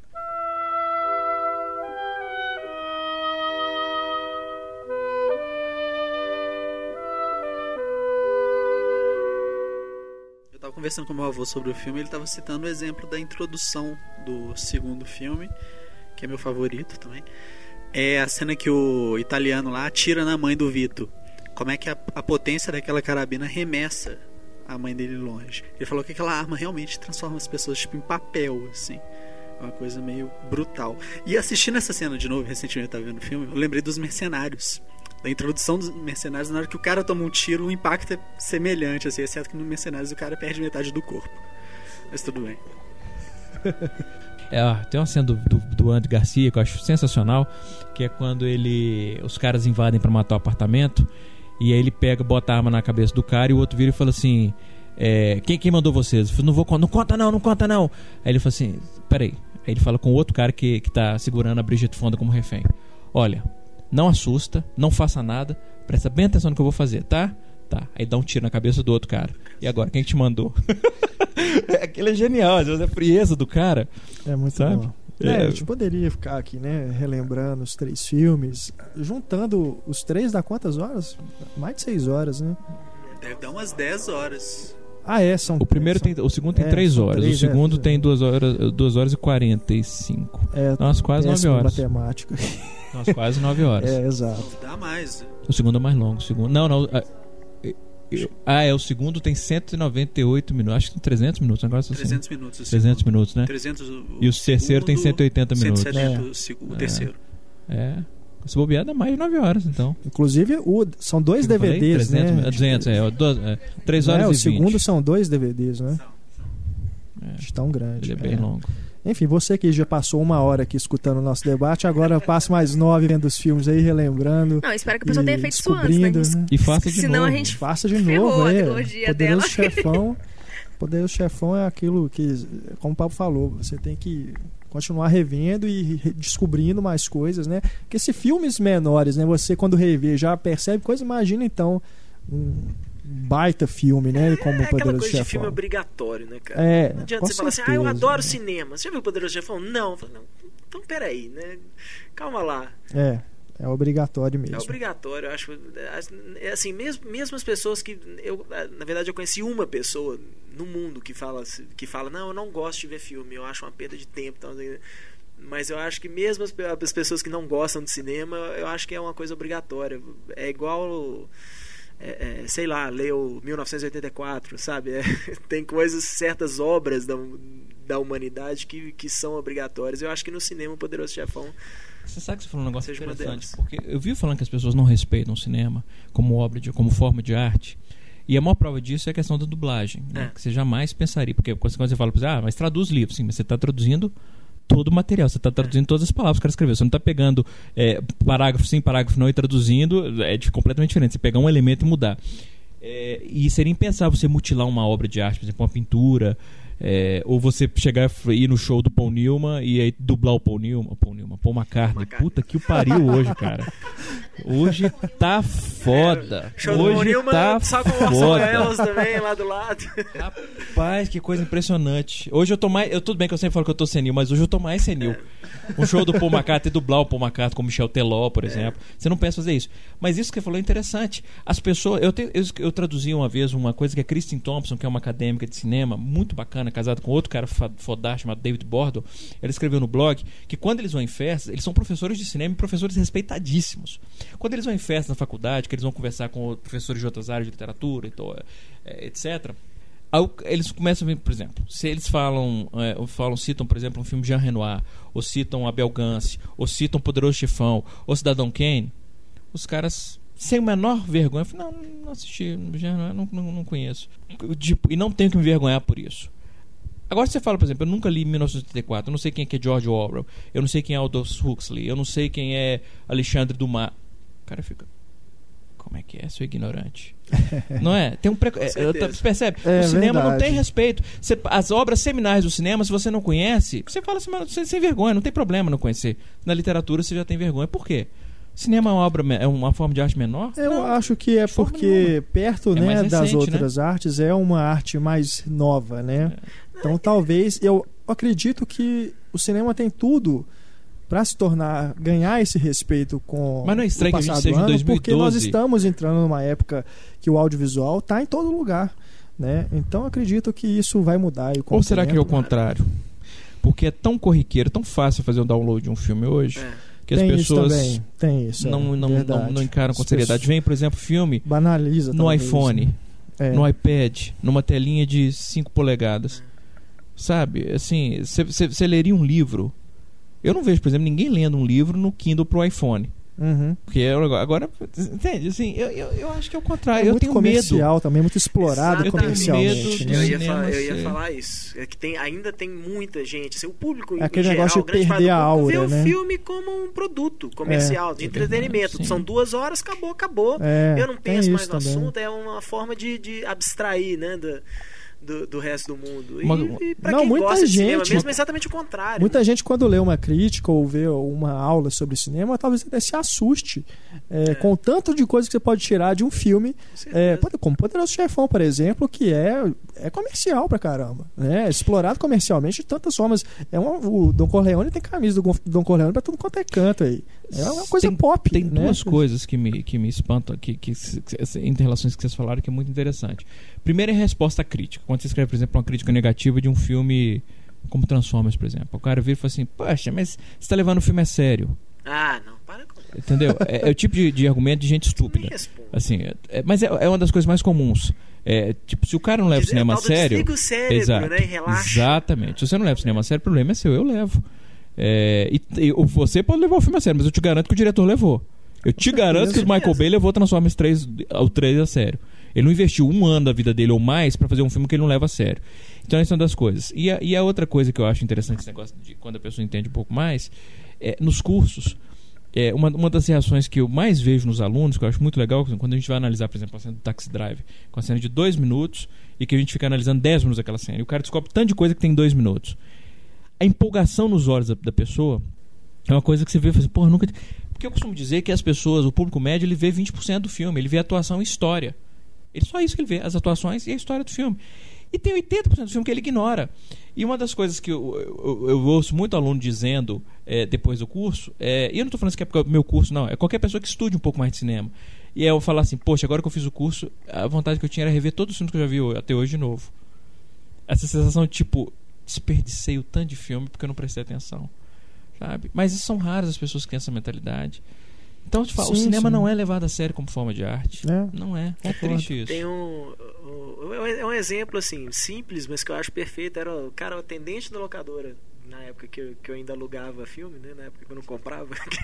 Eu tava conversando com meu avô sobre o filme, ele tava citando o exemplo da introdução do segundo filme, que é meu favorito também. É a cena que o italiano lá atira na mãe do Vito. Como é que a, a potência daquela carabina remessa a mãe dele longe. Ele falou que aquela arma realmente transforma as pessoas tipo em papel, assim. É uma coisa meio brutal. E assistindo essa cena de novo, recentemente eu tava vendo o filme, eu lembrei dos Mercenários. Da introdução dos Mercenários, na hora que o cara toma um tiro, o impacto é semelhante, assim, exceto que no Mercenários o cara perde metade do corpo. Mas tudo bem. É, tem uma cena do, do, do Andy Garcia que eu acho sensacional, que é quando ele os caras invadem pra matar o apartamento e aí ele pega, bota a arma na cabeça do cara e o outro vira e fala assim, é, quem, quem mandou vocês? Eu falo, não vou não conta não, não conta não. Aí ele fala assim, peraí. Aí ele fala com o outro cara que, que tá segurando a Bridget Fonda como refém. Olha, não assusta, não faça nada, presta bem atenção no que eu vou fazer, tá? Tá, aí dá um tiro na cabeça do outro cara. E agora, quem te mandou? Aquilo é genial, às vezes a frieza do cara. É muito sabe? bom. É, É. a gente poderia ficar aqui, né, relembrando os três filmes, juntando os três, dá quantas horas? Mais de seis horas, né? Deve dar umas dez horas. Ah, é, são O primeiro são, tem, o segundo tem é, três são horas, três, o segundo é. tem duas horas, duas horas e quarenta e cinco. É, Nossa, quase nove péssimo horas. matemática. Nossa, quase nove horas. É, exato. Dá mais. O segundo é mais longo. O segundo, não, não. Ah, eu- ah, é, o segundo tem cento e noventa e oito minutos. Acho que tem trezentos minutos. Um negócio assim. trezentos minutos. o trezentos segundo. minutos, né? trezentos o, E o terceiro tem cento e oitenta minutos. cento e setenta o seg- o É. terceiro. É. Se bobear dá mais de nove horas, então. Inclusive, o, são dois O que eu falei? D V Ds, trezentos, né? duzentos, é, duas, é, três horas É, o e vinte. segundo são dois D V Ds, né? É. De tão grande. Ele é bem é. longo. Enfim, você que já passou uma hora aqui escutando o nosso debate, agora passa mais nove vendo os filmes aí, relembrando. Não, espero que a pessoa e tenha feito isso antes, né? descobrindo, né? E faça de Senão novo. a gente Faça de ferrou novo, a é. trilogia Poderoso dela. Chefão. Poderoso Chefão é aquilo que, como o Pablo falou, você tem que continuar revendo e re- descobrindo mais coisas, né? Porque se filmes menores, né, você quando revê já percebe coisa, imagina então um baita filme, né, como É o aquela Poderoso coisa de filme Chefão. obrigatório, né, cara? É, Não adianta com você falar assim, ah, eu certeza, adoro né? cinema. Você já viu o Poderoso Chefão? Não. Eu falo, não. Então peraí, né? Calma lá. É, é obrigatório mesmo. É obrigatório, eu acho. É assim, mesmo, mesmo as pessoas que. Eu, na verdade, eu conheci uma pessoa no mundo que fala, que fala, não, eu não gosto de ver filme, eu acho uma perda de tempo. Então, mas eu acho que mesmo as, as pessoas que não gostam de cinema, eu acho que é uma coisa obrigatória. É igual. É, é, sei lá, leu mil novecentos e oitenta e quatro, sabe? É, tem coisas, certas obras da, da humanidade que, que são obrigatórias. Eu acho que no cinema o Poderoso Chefão. Você sabe que você falou um negócio Seja uma interessante, delas. porque eu vi falando que as pessoas não respeitam o cinema como obra de, como forma de arte. E a maior prova disso é a questão da dublagem, né? É. Que você jamais pensaria, porque quando você fala, ah, mas traduz livro, sim, mas você está traduzindo todo o material, você está traduzindo todas as palavras que o cara escreveu, você não está pegando é, parágrafo sim, parágrafo não e traduzindo, é de, completamente diferente, você pegar um elemento e mudar. É, e seria impensável você mutilar uma obra de arte, por exemplo, uma pintura, é, ou você chegar e ir no show do Paul Newman e aí dublar o Paul Newman, Paul Newman, Paul McCartney. McCartney. Puta que o pariu hoje, cara. Hoje tá foda. Show do Hoje Nilma, tá só com o foda. elas também lá do lado. Rapaz, que coisa impressionante. Hoje eu tô mais... Eu, tudo bem que eu sempre falo que eu tô senil, mas hoje eu tô mais senil. Um show do Paul McCartney, dublar o Paul McCartney com Michel Teló, por exemplo. Você não pensa fazer isso. Mas isso que você falou é interessante. As pessoas... Eu, te, eu, eu traduzi uma vez uma coisa que a Kristin Thompson, que é uma acadêmica de cinema, muito bacana, casada com outro cara fodástico chamado David Bordel. Ela escreveu no blog que quando eles vão em festas, eles são professores de cinema e professores respeitadíssimos. Quando eles vão em festas na faculdade, que eles vão conversar com professores de outras áreas de literatura, então, é, etcétera, eles começam a ver, por exemplo, se eles falam, é, falam, citam, por exemplo, um filme de Jean Renoir, ou citam Abel Gance, ou citam Poderoso Chefão, ou Cidadão Kane, os caras, sem a menor vergonha, falam, não, não assisti, Jean Renoir, não, não, não conheço. Tipo, e não tenho que me envergonhar por isso. Agora você fala, por exemplo, eu nunca li mil novecentos e oitenta e quatro, eu não sei quem é, que é George Orwell, eu não sei quem é Aldous Huxley, eu não sei quem é Alexandre Dumas. O cara fica... Como é que é, seu ignorante? Não é? Tem um preco... é, você percebe? É, o cinema verdade. não tem respeito. Você, as obras seminais do cinema, se você não conhece, você fala assim, sem, sem vergonha, não tem problema não conhecer. Na literatura você já tem vergonha. Por quê? Cinema é uma obra, é uma forma de arte menor? Eu não, acho que é porque perto, é né, recente, das outras né? artes é uma arte mais nova, né? É. Então talvez eu acredito que o cinema tem tudo para se tornar, ganhar esse respeito com Mas não é estranho o que a gente passado seja em ano, dois mil e porque nós doze. estamos entrando numa época que o audiovisual está em todo lugar, né? Então acredito que isso vai mudar. E com Ou o será que é tempo, o contrário? Porque é tão corriqueiro, tão fácil fazer um download de um filme hoje, É. que as tem pessoas isso também, tem isso, é, não, não, verdade. não, não encaram com As seriedade. pessoas Vem, por exemplo, filme banaliza no talvez, iPhone, né? É. no iPad, numa telinha de cinco polegadas. Sabe? Assim, você leria um livro. Eu não vejo, por exemplo, ninguém lendo um livro no Kindle pro iPhone. Uhum. Porque agora, entende? Assim, eu, eu, eu acho que é o contrário. É eu muito tenho comercial medo. também, muito explorado Exatamente. comercialmente. Eu tenho né? Eu ia, cinema fa- eu ia ser- falar isso. É que tem, ainda tem muita gente. Assim, o público É aquele em geral, negócio de grande parte perder do a público, aura, vê né? o filme como um produto comercial, É. de entretenimento. Sim. São duas horas, acabou, acabou. É, eu não tem penso mais isso no também. assunto. É uma forma de, de abstrair, né? Do, do, do resto do mundo. E, Uma- e pra Não, quem muita gosta de cinema gente- mesmo, é exatamente o contrário. Muita gente, quando lê uma crítica ou vê uma aula sobre cinema, talvez até se assuste é, com o tanto de coisa que você pode tirar de um filme, é, pode- como Poderoso Chefão, por exemplo, que é, é comercial pra caramba, né? É explorado comercialmente de tantas formas. É uma, o Don Corleone tem camisa do Gon- Don Corleone pra tudo quanto é canto aí. É uma coisa tem, pop. Tem né? duas coisas que me, que me espantam, que, que, que, entre relações que vocês falaram, que é muito interessante. Primeiro é a resposta à crítica. Quando você escreve, por exemplo, uma crítica negativa de um filme como Transformers, por exemplo. O cara vira e fala assim, poxa, mas você está levando o filme a sério. Ah, não, para com Entendeu? É, é o tipo de, de argumento de gente Nem estúpida. responde. Assim, é- é- mas é, é uma das coisas mais comuns. É, tipo, se o cara não leva o Dizer, cinema a tal do sério... desliga o cérebro, Exato, né, e relaxa. exatamente. Se você não leva o cinema a sério, o problema é seu, eu levo. É, e, e você pode levar o filme a sério, mas eu te garanto que o diretor levou. Eu te garanto que o Michael Bay levou Transformers três, o três a sério. Ele não investiu um ano da vida dele ou mais pra fazer um filme que ele não leva a sério. Então essa é uma das coisas. E a, e a outra coisa que eu acho interessante esse negócio de quando a pessoa entende um pouco mais, é, nos cursos, é, uma, uma das reações que eu mais vejo nos alunos, que eu acho muito legal, quando a gente vai analisar, por exemplo, a cena do Taxi Drive, com a cena de dois minutos, e que a gente fica analisando dez minutos daquela cena, e o cara descobre tanto de coisa que tem dois minutos. A empolgação nos olhos da, da pessoa é uma coisa que você vê e fala assim, porra, nunca... Porque eu costumo dizer que as pessoas, o público médio, ele vê vinte por cento do filme, ele vê a atuação e história. Ele só isso que ele vê, as atuações e a história do filme. E tem oitenta por cento do filme que ele ignora. E uma das coisas que eu, eu, eu ouço muito aluno dizendo é, depois do curso, é, e eu não estou falando que é porque é meu curso, não, é qualquer pessoa que estude um pouco mais de cinema. E é eu falar assim, poxa, agora que eu fiz o curso, a vontade que eu tinha era rever todos os filmes que eu já vi até hoje de novo. Essa sensação de tipo, desperdicei o tanto de filme porque eu não prestei atenção. Sabe? Mas são raras as pessoas que têm essa mentalidade. Então, eu te falo, Sim, o cinema sim. não é levado a sério como forma de arte. É. Não é. É Concordo. triste isso. Tem um, um, é um exemplo assim, simples, mas que eu acho perfeito. Era o cara, o atendente da locadora, na época que eu, que eu ainda alugava filme, né? Na época que eu não comprava.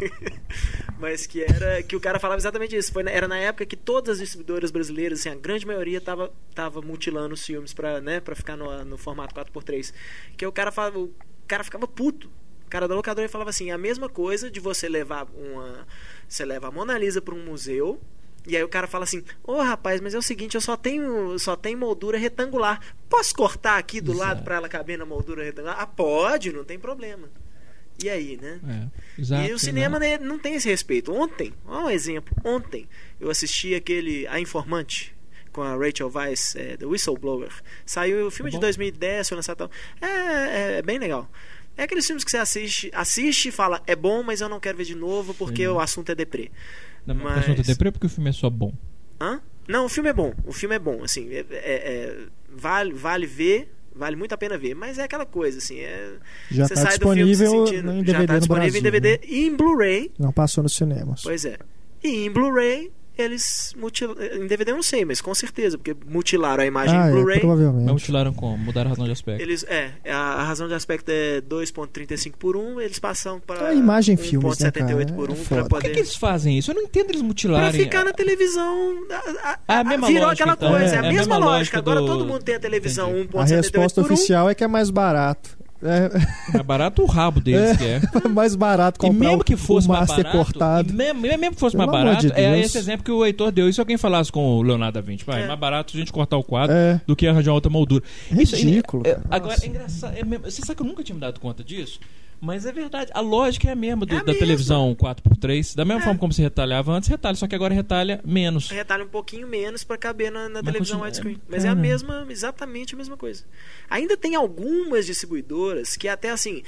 Mas que era que o cara falava exatamente isso. Foi, na- era na época que todas as distribuidoras brasileiras, assim, a grande maioria tava, tava mutilando os filmes pra, né, pra ficar no, no formato quatro por três. Que o cara falava, o cara ficava puto. O cara da locadora falava assim, a mesma coisa de você levar uma... Você leva a Mona Lisa para um museu, e aí o cara fala assim, ô oh, rapaz, mas é o seguinte, eu só tenho, só tenho moldura retangular. Posso cortar aqui do Exato. lado para ela caber na moldura retangular? Ah, pode, não tem problema. E aí, né? É, exato, e o cinema, né? né, não tem esse respeito. Ontem, ó um exemplo, ontem eu assisti aquele A Informante com a Rachel Weisz, é, The Whistleblower. Saiu o filme Tá de dois mil e dez, foi lançado. É, é, é bem legal. É aqueles filmes que você assiste, assiste e fala, é bom, mas eu não quero ver de novo porque Sim. o assunto é deprê. Não, mas... O assunto é deprê porque o filme é só bom. Hã? Não, o filme é bom. O filme é bom, assim, é, é, é, vale, vale ver. Vale muito a pena ver, mas é aquela coisa assim, é, já está disponível em D V D já tá no disponível Brasil, em D V D né? e em Blu-ray. Não passou nos cinemas. Pois é. E em Blu-ray eles mutilaram, em D V D eu não sei, mas com certeza, porque mutilaram a imagem ah, em Blu-ray. É, provavelmente. Mas mutilaram como? Mudaram a razão de aspecto. Eles, é, a razão de aspecto é dois ponto trinta e cinco por um, eles passam para a imagem um filmes, ponto setenta e oito né, por um é para poder... Por que, que eles fazem isso? Eu não entendo eles mutilarem. Pra ficar na televisão. A, a, a mesma virou lógica, aquela então. coisa, é, é a, a mesma, mesma lógica. lógica Agora do... todo mundo tem a televisão um ponto A setenta e oito resposta por um. oficial é que é mais barato. É, é barato o rabo deles, é, que é. mais barato comprar e mesmo que fosse o mais master barato, cortado. E mesmo, mesmo que fosse Pelo mais barato, amor de é Deus. esse exemplo que o Heitor deu. E se alguém falasse com o Leonardo da Vinci? Vai, é. mais barato a gente cortar o quadro É. do que arranjar outra moldura. Ridículo, Isso, é, cara. agora, Nossa. é engraçado. É mesmo, você sabe que eu nunca tinha me dado conta disso? Mas é verdade, a lógica é a mesma do, É a da mesma. televisão quatro por três. Da mesma É. forma como se retalhava antes, retalha, só que agora retalha menos. Retalha um pouquinho menos para caber na, na Mas televisão continua- widescreen. é, Mas é a cara. mesma, exatamente a mesma coisa. Ainda tem algumas distribuidoras que até assim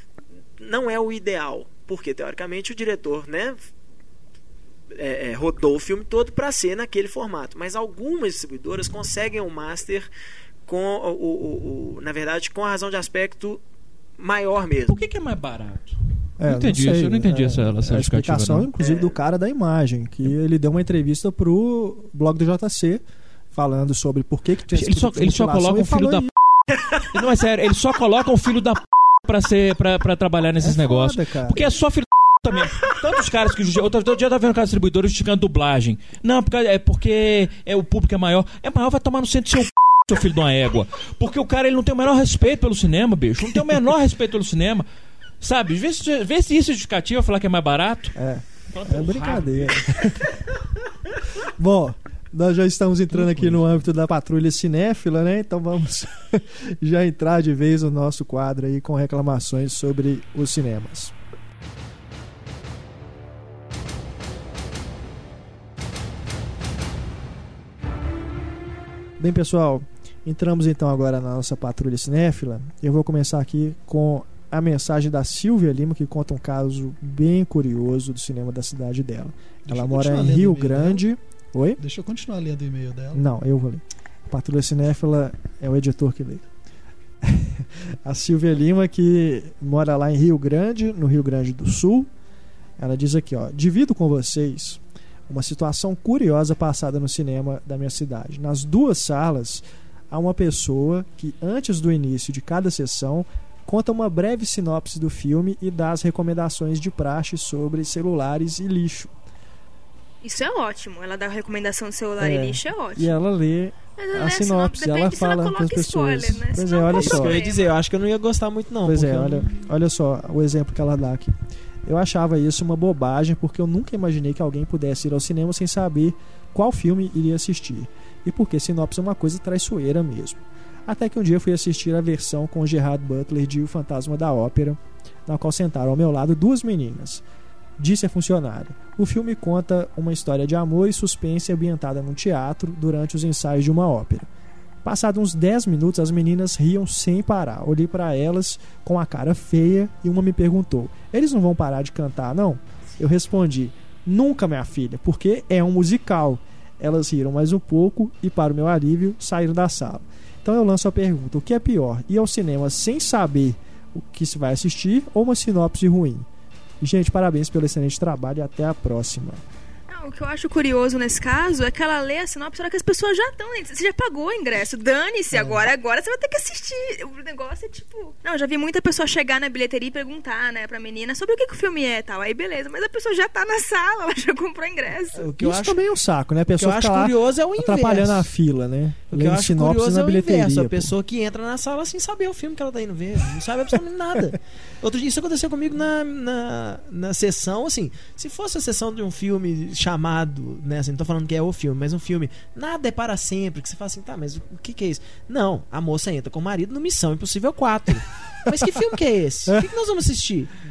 não é o ideal, porque teoricamente o diretor, né, é, é, rodou o filme todo para ser naquele formato. Mas algumas distribuidoras conseguem um master com o, o, o, na verdade, com a razão de aspecto maior mesmo. Por que, que é mais barato? É, não entendi sei, isso, eu não entendi é, essa, essa a justificativa. explicação, não. inclusive, É. do cara da imagem, que ele deu uma entrevista pro blog do J C, falando sobre por que, que tinha esse Ele só, tipo de ele só mutilação, coloca e um filho falou da isso. p. Não, é sério, ele só coloca um filho da p pra, ser, pra, pra trabalhar nesses É negócios. foda, cara. Porque é só filho da p também. Tantos caras que. Outro, outro dia eu tava vendo cara distribuidores esticando dublagem. Não, porque, é porque é, o público é maior. É maior, vai tomar no centro do seu p, seu filho de uma égua. Porque o cara ele não tem o menor respeito pelo cinema, bicho. Não tem o menor respeito pelo cinema. Sabe? Vê se, vê se isso é justificativo, falar que é mais barato. É, é brincadeira. Bom, nós já estamos entrando aqui no âmbito da patrulha cinéfila, né? Então vamos já entrar de vez no nosso quadro aí com reclamações sobre os cinemas. Bem, pessoal, entramos então agora na nossa patrulha cinéfila. Eu vou começar aqui com a mensagem da Silvia Lima, que conta um caso bem curioso do cinema da cidade dela. Deixa Ela eu mora continuar em lendo Rio o e-mail Grande. Oi? Deixa eu continuar lendo o e-mail dela. Não, eu vou ler. A patrulha cinéfila é o editor que lê. A Silvia Lima, que mora lá em Rio Grande, no Rio Grande do Sul. Ela diz aqui, ó: divido com vocês uma situação curiosa passada no cinema da minha cidade. Nas duas salas há uma pessoa que, antes do início de cada sessão, conta uma breve sinopse do filme e dá as recomendações de praxe sobre celulares e lixo. Isso é ótimo. Ela dá recomendação de celular É, e lixo, é ótimo. E ela lê Mas ela a lê sinopse, ela depende se ela fala para as coloca pessoas. spoiler, né? Pois Senão é, olha qual só. o Eu ia problema? dizer, eu acho que eu não ia gostar muito não. Pois é, porque eu olha, não- olha só o exemplo que ela dá aqui. Eu achava isso uma bobagem porque eu nunca imaginei que alguém pudesse ir ao cinema sem saber qual filme iria assistir. E porque sinopse é uma coisa traiçoeira mesmo. Até que um dia fui assistir a versão com Gerard Butler de O Fantasma da Ópera, na qual sentaram ao meu lado duas meninas. Disse a funcionária: o filme conta uma história de amor e suspense ambientada num teatro durante os ensaios de uma ópera. Passados uns dez minutos, as meninas riam sem parar. Olhei para elas com a cara feia e uma me perguntou: eles não vão parar de cantar, não? Eu respondi: nunca, minha filha, porque é um musical. Elas riram mais um pouco e, para o meu alívio, saíram da sala. Então eu lanço a pergunta: o que é pior, ir ao cinema sem saber o que se vai assistir ou uma sinopse ruim? Gente, parabéns pelo excelente trabalho e até a próxima. Não, o que eu acho curioso nesse caso é que ela lê a sinopse na hora que as pessoas já estão. Você já pagou o ingresso, dane-se agora, agora você vai ter que assistir. O negócio é tipo... Não, eu já vi muita pessoa chegar na bilheteria e perguntar, né, pra menina sobre o que, que o filme é e tal. Aí beleza, mas a pessoa já tá na sala, ela já comprou ingresso. O que eu Isso acho, também é um saco, né? A o que eu pessoa acho fica lá curioso é o inverso. atrapalhando a fila, né? O que eu Lendo acho sinopse curioso na é o bilheteria. inverso. A pô. pessoa que entra na sala sem saber o filme que ela tá indo ver. Não sabe absolutamente nada. Outro dia, isso aconteceu comigo na, na, na sessão, assim, se fosse a sessão de um filme chamado, né, assim, não tô falando que é o filme, mas um filme, nada é para sempre, que você fala assim, tá, mas o que que é isso? Não, a moça entra com o marido no Missão Impossível quatro. Mas que filme que é esse? O que, que nós vamos assistir?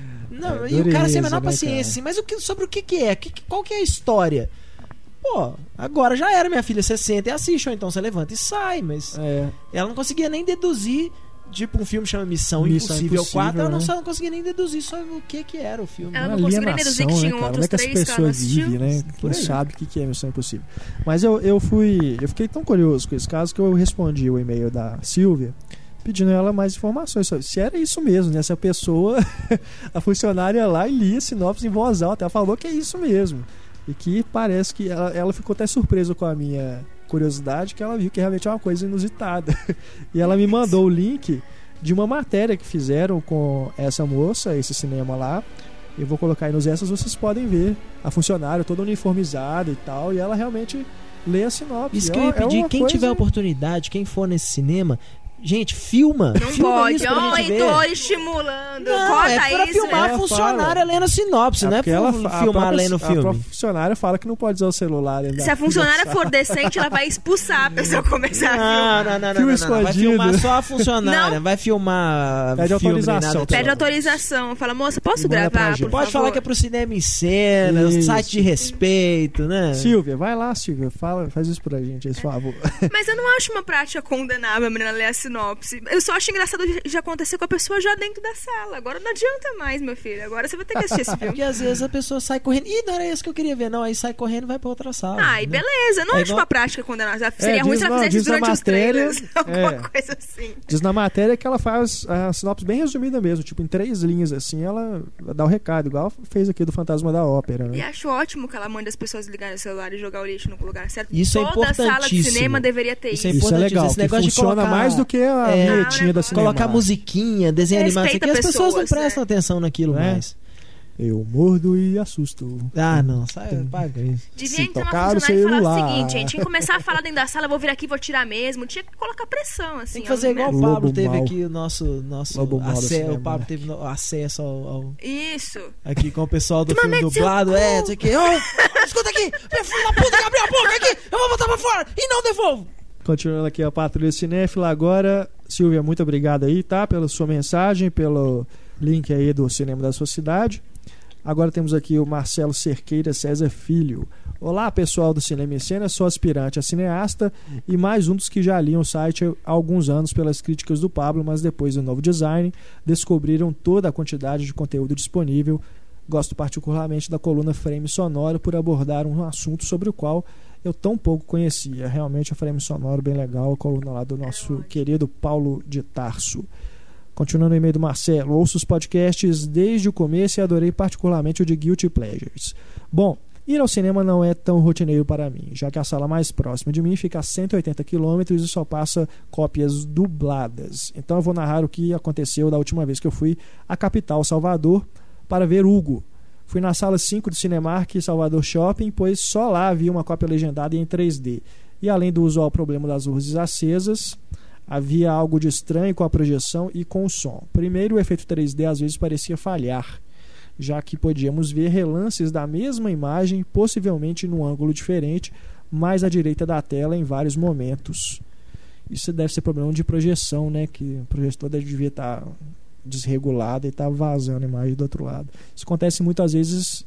Não, É, e o cara sem a menor dureza, né, paciência, cara? assim, mas o que, sobre o que, que é? Que, que- qual que é a história? Pô, agora já era, minha filha, você senta e assiste, ou então você levanta e sai, mas É, ela não conseguia nem deduzir. Tipo, um filme chama Missão, Missão Impossível, Impossível, quatro, ela não, né? só não conseguia nem deduzir sobre o que que era o filme. Ela uma não conseguiu nem deduzir que alienação, tinham né, cara? outros Como é que as três que ela pessoas assistiu? vivem, né? Por Quem aí. sabe o que que é Missão Impossível. Mas eu, eu fui. Eu fiquei tão curioso com esse caso que eu respondi o e-mail da Silvia pedindo ela mais informações sobre se era isso mesmo, né? Essa pessoa, a funcionária ia lá e lia sinopse em voz alta. Ela falou que é isso mesmo. E que parece que ela, ela ficou até surpresa com a minha curiosidade, que ela viu que realmente é uma coisa inusitada. E ela me mandou o link de uma matéria que fizeram com essa moça, esse cinema lá. Eu vou colocar aí nos extras, vocês podem ver a funcionária toda uniformizada e tal, e ela realmente lê a sinopse. Isso que É eu ia uma- é pedir, uma quem coisa- tiver oportunidade, quem for nesse cinema, gente, filma. Não filma pode. isso pra Ó, gente ver. Heitor estimulando. Não, Corta é pra isso. filmar ela a funcionária fala. lendo a sinopse, É não é porque pra ela, filmar a própria, lendo o A filme. própria funcionária fala que não pode usar o celular. dentro Se da- a funcionária da for sala. decente, ela vai expulsar a pessoa começar a filmar. Não, não, não, não, Filme não, não, não. Vai escondido. filmar só a funcionária, Não. vai filmar Pede filme, nem autorização, nada. tá? Pede autorização. Fala, moça, posso E manda pra gravar, gente. por Pode favor? falar que é pro cinema em cena, Isso. site de respeito, né? Silvia, vai lá, Silvia, fala, faz isso pra gente, aí, por favor. Mas eu não acho uma prática condenável a menina ler a sinopse. Eu só acho engraçado já acontecer com a pessoa já dentro da sala. Agora não adianta mais, meu filho. Agora você vai ter que assistir esse É filme. porque às vezes a pessoa sai correndo. Ih, não era isso que eu queria ver, não. Aí sai correndo e vai pra outra sala. Ai, né? beleza. Eu não É acho igual- uma prática condenável. Seria É, ruim diz se ela na- fizesse diz isso na durante os matéria, trailers. Alguma é. coisa assim. Diz na matéria que ela faz a sinopse bem resumida mesmo, tipo em três linhas assim, ela dá o recado, igual fez aqui do Fantasma da Ópera, E né? acho ótimo que ela mande as pessoas ligarem o celular e jogar o lixo no lugar certo. Isso é Toda sala de importantíssimo. cinema deveria ter Isso isso. é Isso é importante, legal, esse que negócio de funciona colocar- mais do que a É. vinhetinha da cinema. Colocar musiquinha, desenho animado, isso aqui, Respeita as pessoas não pessoas, prestam é. atenção naquilo Né? mais. Eu mordo e assusto. Ah, não, sai, paga isso. Devia Se entrar uma tocar o funcionária e falar o celular. seguinte, gente, tinha que começar a falar dentro da sala, eu vou vir aqui e vou tirar mesmo. Tinha que colocar pressão, assim. Tem que fazer ó, igual o Lobo Pablo teve mau. aqui o nosso, nosso Lobo mau do acesso, cinema, o Pablo né? teve no- acesso ao, ao- Isso. aqui com o pessoal do Toma filme medo, seu dublado, cu. é, isso aqui. Ô, escuta aqui, meu filho da puta que abriu a boca aqui, eu vou botar pra fora e não devolvo. Continuando aqui a Patrulha Cinéfila agora, Silvia, muito obrigado aí, tá? Pela sua mensagem, pelo link aí do Cinema da sua cidade. Agora temos aqui o Marcelo Cerqueira César Filho. Olá, pessoal do Cinema em Cena, sou aspirante a cineasta e mais um dos que já liam o site há alguns anos pelas críticas do Pablo, mas depois do novo design descobriram toda a quantidade de conteúdo disponível. Gosto particularmente da coluna Frame Sonoro por abordar um assunto sobre o qual eu tão pouco conhecia. Realmente a Frame Sonoro bem legal, a coluna lá do nosso querido Paulo de Tarso. Continuando o e-mail do Marcelo, ouço os podcasts desde o começo e adorei particularmente o de Guilty Pleasures. Bom, ir ao cinema não é tão rotineiro para mim, já que a sala mais próxima de mim fica a cento e oitenta quilômetros e só passa cópias dubladas. Então eu vou narrar o que aconteceu da última vez que eu fui à capital, Salvador, para ver Hugo. Fui na sala cinco do Cinemark Salvador Shopping, pois só lá havia uma cópia legendada em três D. E além do usual problema das luzes acesas, havia algo de estranho com a projeção e com o som. Primeiro, o efeito três D às vezes parecia falhar, já que podíamos ver relances da mesma imagem, possivelmente num ângulo diferente, mais à direita da tela em vários momentos. Isso deve ser problema de projeção, né? Que o projetor devia estar desregulado e está vazando a imagem do outro lado. Isso acontece muitas vezes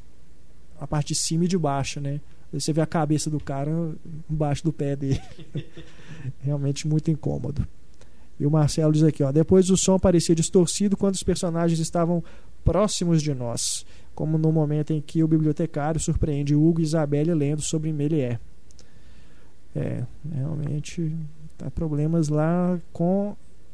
a parte de cima e de baixo, né? Você vê a cabeça do cara embaixo do pé dele. Realmente muito incômodo. E o Marcelo diz aqui, ó, depois o som parecia distorcido quando os personagens estavam próximos de nós, como no momento em que o bibliotecário surpreende Hugo e Isabelle lendo sobre Méliès. É, realmente tá problemas lá com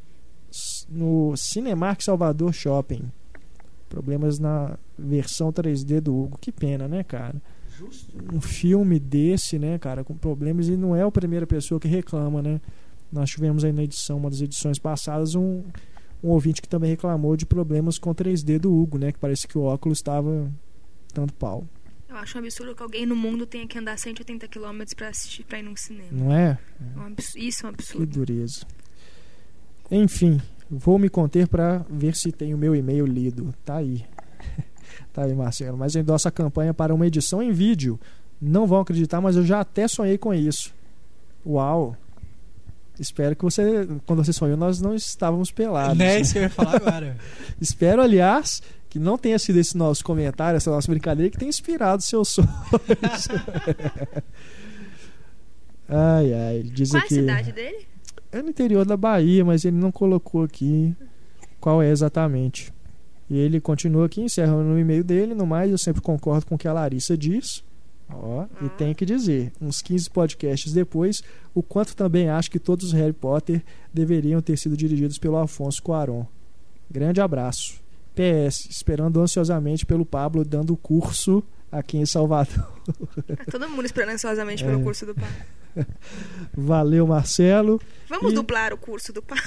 no Cinemark Salvador Shopping. Problemas na versão três D do Hugo. Que pena, né, cara? Justo. Um filme desse, né, cara, com problemas, e não é a primeira pessoa que reclama, né? Nós tivemos aí na edição, uma das edições passadas, um, um ouvinte que também reclamou de problemas com três D do Hugo, né? Que parece que o óculos estava dando pau. Eu acho um absurdo que alguém no mundo tenha que andar cento e oitenta quilômetros pra assistir, pra ir num cinema. Não é? É um abs- Isso é um Que absurdo. dureza. Enfim, vou me conter para ver se tem o meu e-mail lido. Tá aí. Tá aí, Marcelo. Mas eu endosso a campanha para uma edição em vídeo. Não vão acreditar, mas eu já até sonhei com isso. Uau! Espero que você, quando você sonhou, nós não estávamos pelados. Né? Isso que eu ia falar agora. Espero, aliás, que não tenha sido esse nosso comentário, essa nossa brincadeira, que tenha inspirado seus sonhos. Ai, ai, ele diz Qual aqui... é a cidade dele? É no interior da Bahia, mas ele não colocou aqui qual é exatamente. E ele continua aqui, encerrando no e-mail dele. No mais, eu sempre concordo com o que a Larissa diz. Ó, e tem que dizer, uns quinze podcasts depois, o quanto também acho que todos os Harry Potter deveriam ter sido dirigidos pelo Alfonso Cuarón. Grande abraço. P S, esperando ansiosamente pelo Pablo dando curso aqui em Salvador. Todo mundo esperando ansiosamente É. pelo curso do pai. Valeu, Marcelo. Vamos E- dublar o curso do pai.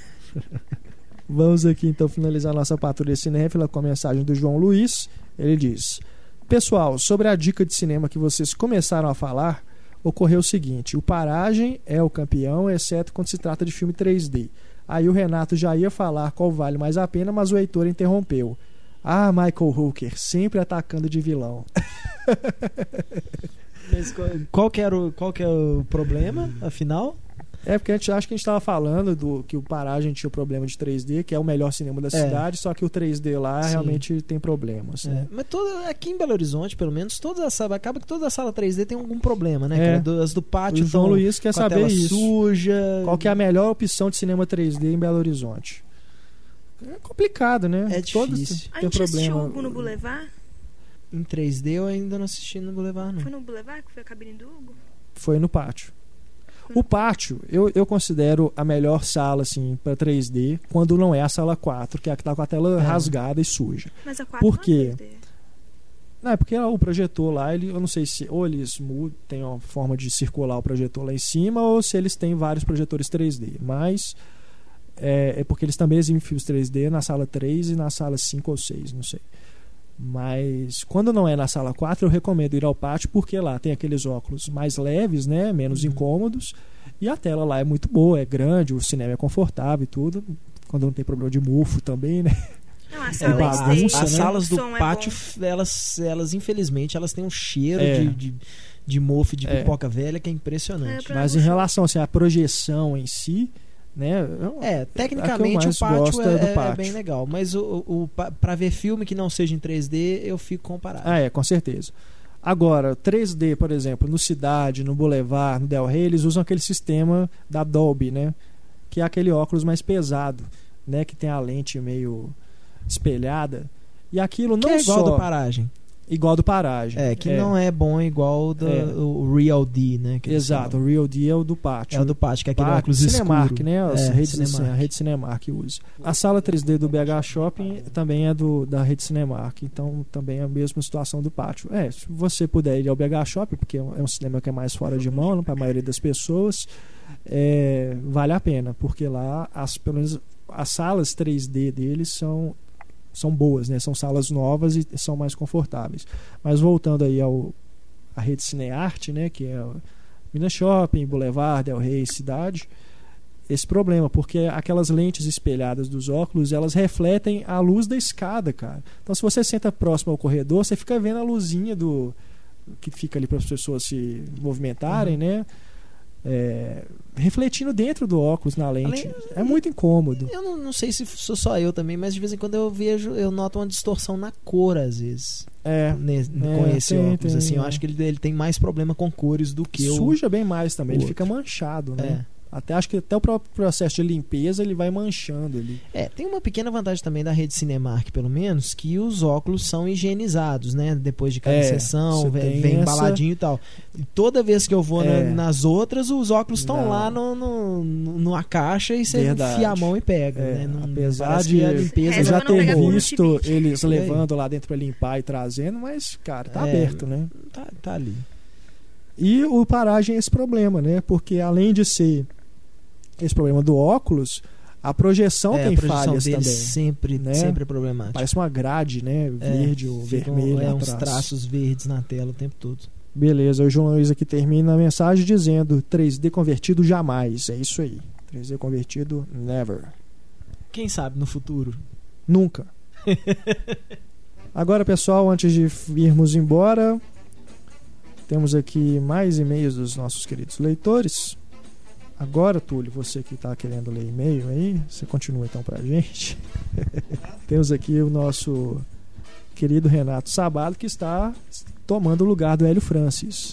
Vamos aqui então finalizar nossa patrulha cinéfila com a mensagem do João Luiz. Ele diz: pessoal, sobre a dica de cinema que vocês começaram a falar, ocorreu o seguinte: o Paragem é o campeão, exceto quando se trata de filme três D. Aí o Renato já ia falar qual vale mais a pena, mas o Heitor interrompeu. Ah, Michael Hooker, sempre atacando de vilão. Mas qual, qual, que era o, qual que é o problema, afinal? É porque a gente acha que a gente estava falando do que o Paragem tinha o problema de três D, que é o melhor cinema da É. cidade, só que o três D lá Sim. realmente tem problemas. É, Né? mas toda, aqui em Belo Horizonte, pelo menos, toda a sala, acaba que toda a sala três D tem algum problema, né? É. cara? Do- as do pátio O João tão Luiz quer com a saber tela isso. suja. Qual que é a melhor opção de cinema três D em Belo Horizonte? É complicado, né? É Todos difícil. A tem gente assistiu problema. Hugo no Boulevard? Em três D eu ainda não assisti no Boulevard, não. Foi no Boulevard que foi a cabine do Hugo? Foi no pátio. O pátio, eu, eu considero a melhor sala assim para três D quando não é a sala quatro, que é a que tá com a tela É. rasgada e suja. Mas a quatro Por não é quê? três D. Não, é porque o projetor lá, ele, eu não sei se ou eles mudam, tem uma forma de circular o projetor lá em cima, ou se eles têm vários projetores três D. Mas é, é porque eles também exibem filmes três D na sala três e na sala cinco ou seis, não sei. Mas quando não é na sala quatro, eu recomendo ir ao pátio, porque lá tem aqueles óculos mais leves, né, menos Uhum. incômodos, e a tela lá é muito boa, é grande, o cinema é confortável e tudo. Quando não tem problema de mufo também, né? Não, a É, sala bagunça, as, externa, as né? salas do o som é pátio, bom. elas, elas infelizmente, elas têm um cheiro É. de, de, de mofo, de É. pipoca velha que é impressionante. É, pra- Mas em relação assim, à projeção em si, né? eu- É, a que tecnicamente eu o mais pátio gosto é, é do é pátio. bem legal, mas o, o, o, pa- pra ver filme que não seja em três D, eu fico comparado. Ah, é, com certeza. Agora, três D, por exemplo, no Cidade, no Boulevard, no Del Rey, eles usam aquele sistema da Dolby, né? Que é aquele óculos mais pesado, né? Que tem a lente meio espelhada. E aquilo que não é igual só do Paragem. igual do Paragem. É, que não é bom igual do, É. o Real D, né? que eles Exato, falam. o Real D é o do pátio. É o do pátio, que é aquele Pátio, óculos Cinemark, escuro. né? As É, redes, Cinemark. A rede Cinemark usa. A sala três D do B H Shopping também é do, da rede Cinemark, então também é a mesma situação do pátio. É, se você puder ir ao B H Shopping, porque é um cinema que é mais fora de mão para a maioria das pessoas, é, vale a pena, porque lá as, pelo menos as salas três D deles são são boas, né? São salas novas e são mais confortáveis. Mas voltando aí ao a rede Cinearte, né, que é o Minas Shopping, Boulevard, Del Rey, Cidade, esse problema, porque aquelas lentes espelhadas dos óculos, elas refletem a luz da escada, cara. Então se você senta próximo ao corredor, você fica vendo a luzinha do que fica ali para as pessoas se movimentarem, Uhum. né? É, refletindo dentro do óculos na lente. Além- É muito incômodo. Eu não, não sei se sou só eu também, mas de vez em quando eu vejo, eu noto uma distorção na cor, às vezes. É, ne- é, com esse tem, óculos, tem, assim. Eu é. acho que ele, ele tem mais problema com cores do que o. suja bem mais também, ele outro. fica manchado, né? É. Até acho que até o próprio processo de limpeza ele vai manchando ali. É, tem uma pequena vantagem também da rede Cinemark, pelo menos, que os óculos são higienizados, né? Depois de cada É, sessão, você vem, tem vem essa- embaladinho e tal. E toda vez que eu vou na- É. nas outras, os óculos estão Não. lá no, no, no- numa caixa e você Verdade. enfia a mão e pega, É, né? Não, apesar parece de que a limpeza eu Reza já pra não ter pegar visto conjuntivite. eles E aí? levando lá dentro para limpar e trazendo, mas cara, tá É. aberto, né? tá, tá ali. E o Paragem é esse problema, né? Porque além de ser esse problema do óculos, a projeção É, tem a projeção falhas deles também. sempre, né? sempre é problemática. Parece uma grade, né? É, Verde ou ficam, vermelho é, uns atrás. traços verdes na tela o tempo todo. Beleza, o João Luiz aqui termina a mensagem dizendo três D convertido jamais. É isso aí. três D convertido never. Quem sabe no futuro? Nunca. Agora, pessoal, antes de irmos embora, temos aqui mais e-mails dos nossos queridos leitores. Agora, Túlio, você que está querendo ler e-mail aí, você continua então pra gente. Temos aqui o nosso querido Renato Sabalo, que está tomando o lugar do Hélio Francis.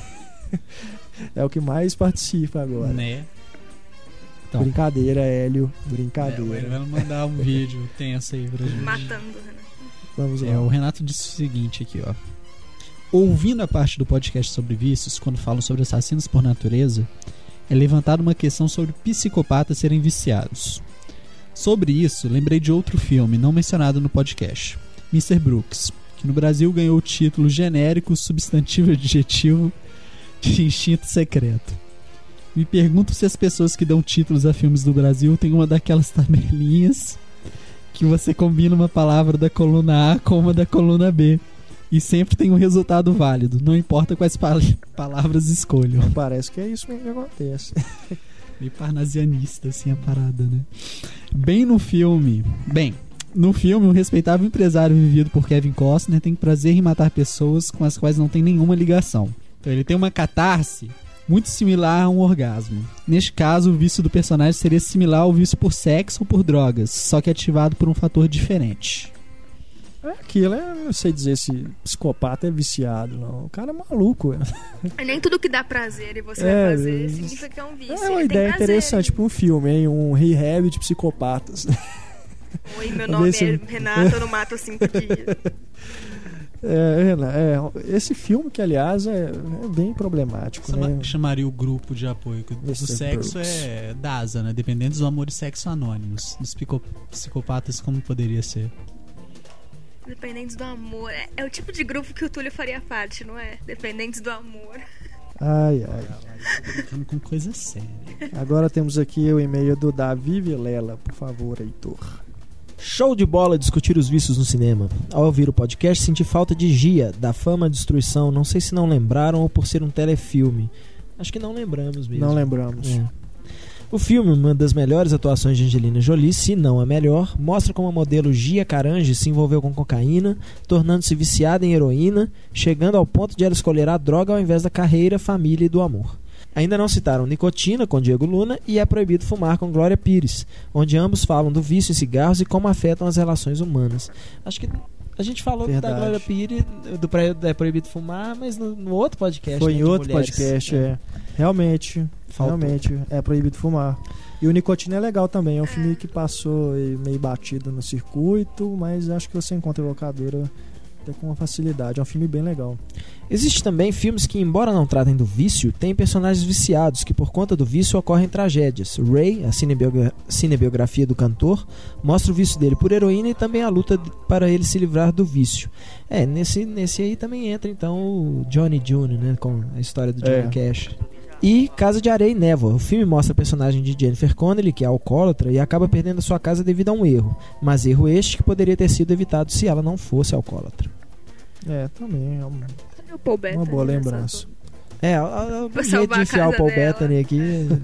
É o que mais participa agora. Né? Então. Brincadeira, Hélio. Brincadeira. É, o Hélio vai mandar um vídeo tenso aí pra gente. Matando, Renato. Vamos lá. É, o Renato disse o seguinte aqui, ó. Ouvindo a parte do podcast sobre vícios, quando falam sobre assassinos por natureza, é levantada uma questão sobre psicopatas serem viciados. Sobre isso, lembrei de outro filme, não mencionado no podcast, mister Brooks, que no Brasil ganhou o título genérico substantivo adjetivo de Instinto Secreto. Me pergunto se as pessoas que dão títulos a filmes do Brasil têm uma daquelas tabelinhas que você combina uma palavra da coluna A com uma da coluna B. E sempre tem um resultado válido, não importa quais pal- palavras escolham. Parece que é isso mesmo que acontece. Meio parnasianista, assim, a parada, né? Bem no filme... Bem, no filme, um respeitável empresário vivido por Kevin Costner tem prazer em matar pessoas com as quais não tem nenhuma ligação. Então ele tem uma catarse muito similar a um orgasmo. Neste caso, o vício do personagem seria similar ao vício por sexo ou por drogas, só que ativado por um fator diferente. É aquilo, eu não sei dizer se psicopata é viciado, não. O cara é maluco. É. Nem tudo que dá prazer e você é, vai fazer significa que é um vício. É uma ideia interessante para um filme, hein? Um rehab de psicopatas. Oi, meu nome é Renato, eu não mato assim por dia. É, é, esse filme que, aliás, é, é bem problemático. Você né? chamaria o grupo de apoio do sexo Brooks. É D A S A, né? Dependentes do Amor e Sexo Anônimos. Dos psicopatas, como poderia ser? Dependentes do amor. É, é o tipo de grupo que o Túlio faria parte, não é? Dependentes do amor. Ai, ai. Ficando com coisa séria. Agora temos aqui o e-mail do Davi Vilela. Por favor, Heitor. Show de bola discutir os vícios no cinema. Ao ouvir o podcast, senti falta de Gia, da Fama e Destruição. Não sei se não lembraram ou por ser um telefilme. Acho que não lembramos mesmo. Não lembramos. É. O filme, uma das melhores atuações de Angelina Jolie, se não a melhor, mostra como a modelo Gia Carange se envolveu com cocaína, tornando-se viciada em heroína, chegando ao ponto de ela escolher a droga ao invés da carreira, família e do amor. Ainda não citaram Nicotina, com Diego Luna, e É Proibido Fumar, com Glória Pires, onde ambos falam do vício em cigarros e como afetam as relações humanas. Acho que a gente falou Verdade. da Glória Pires, do É Proibido Fumar, mas no, no outro podcast. Foi né, em outro mulheres. podcast, é. Realmente, Faltou. realmente, É Proibido Fumar. E o Nicotina é legal também, é um filme que passou meio batido no circuito, mas acho que você encontra em locadora até com uma facilidade. É um filme bem legal. Existem também filmes que, embora não tratem do vício, têm personagens viciados que, por conta do vício, ocorrem tragédias. Ray, a cinebiogra- cinebiografia do cantor, mostra o vício dele por heroína e também a luta para ele se livrar do vício. É, nesse, nesse aí também entra, então, o Johnny Junior, né, com a história do Johnny é. Cash. E Casa de Areia e Névoa. O filme mostra a personagem de Jennifer Connelly, que é alcoólatra, e acaba perdendo a sua casa devido a um erro. Mas erro este que poderia ter sido evitado se ela não fosse alcoólatra. É, também é uma, o Paul Bettany, uma boa lembrança. É, o jeito de enfiar o Paul dela. Bettany aqui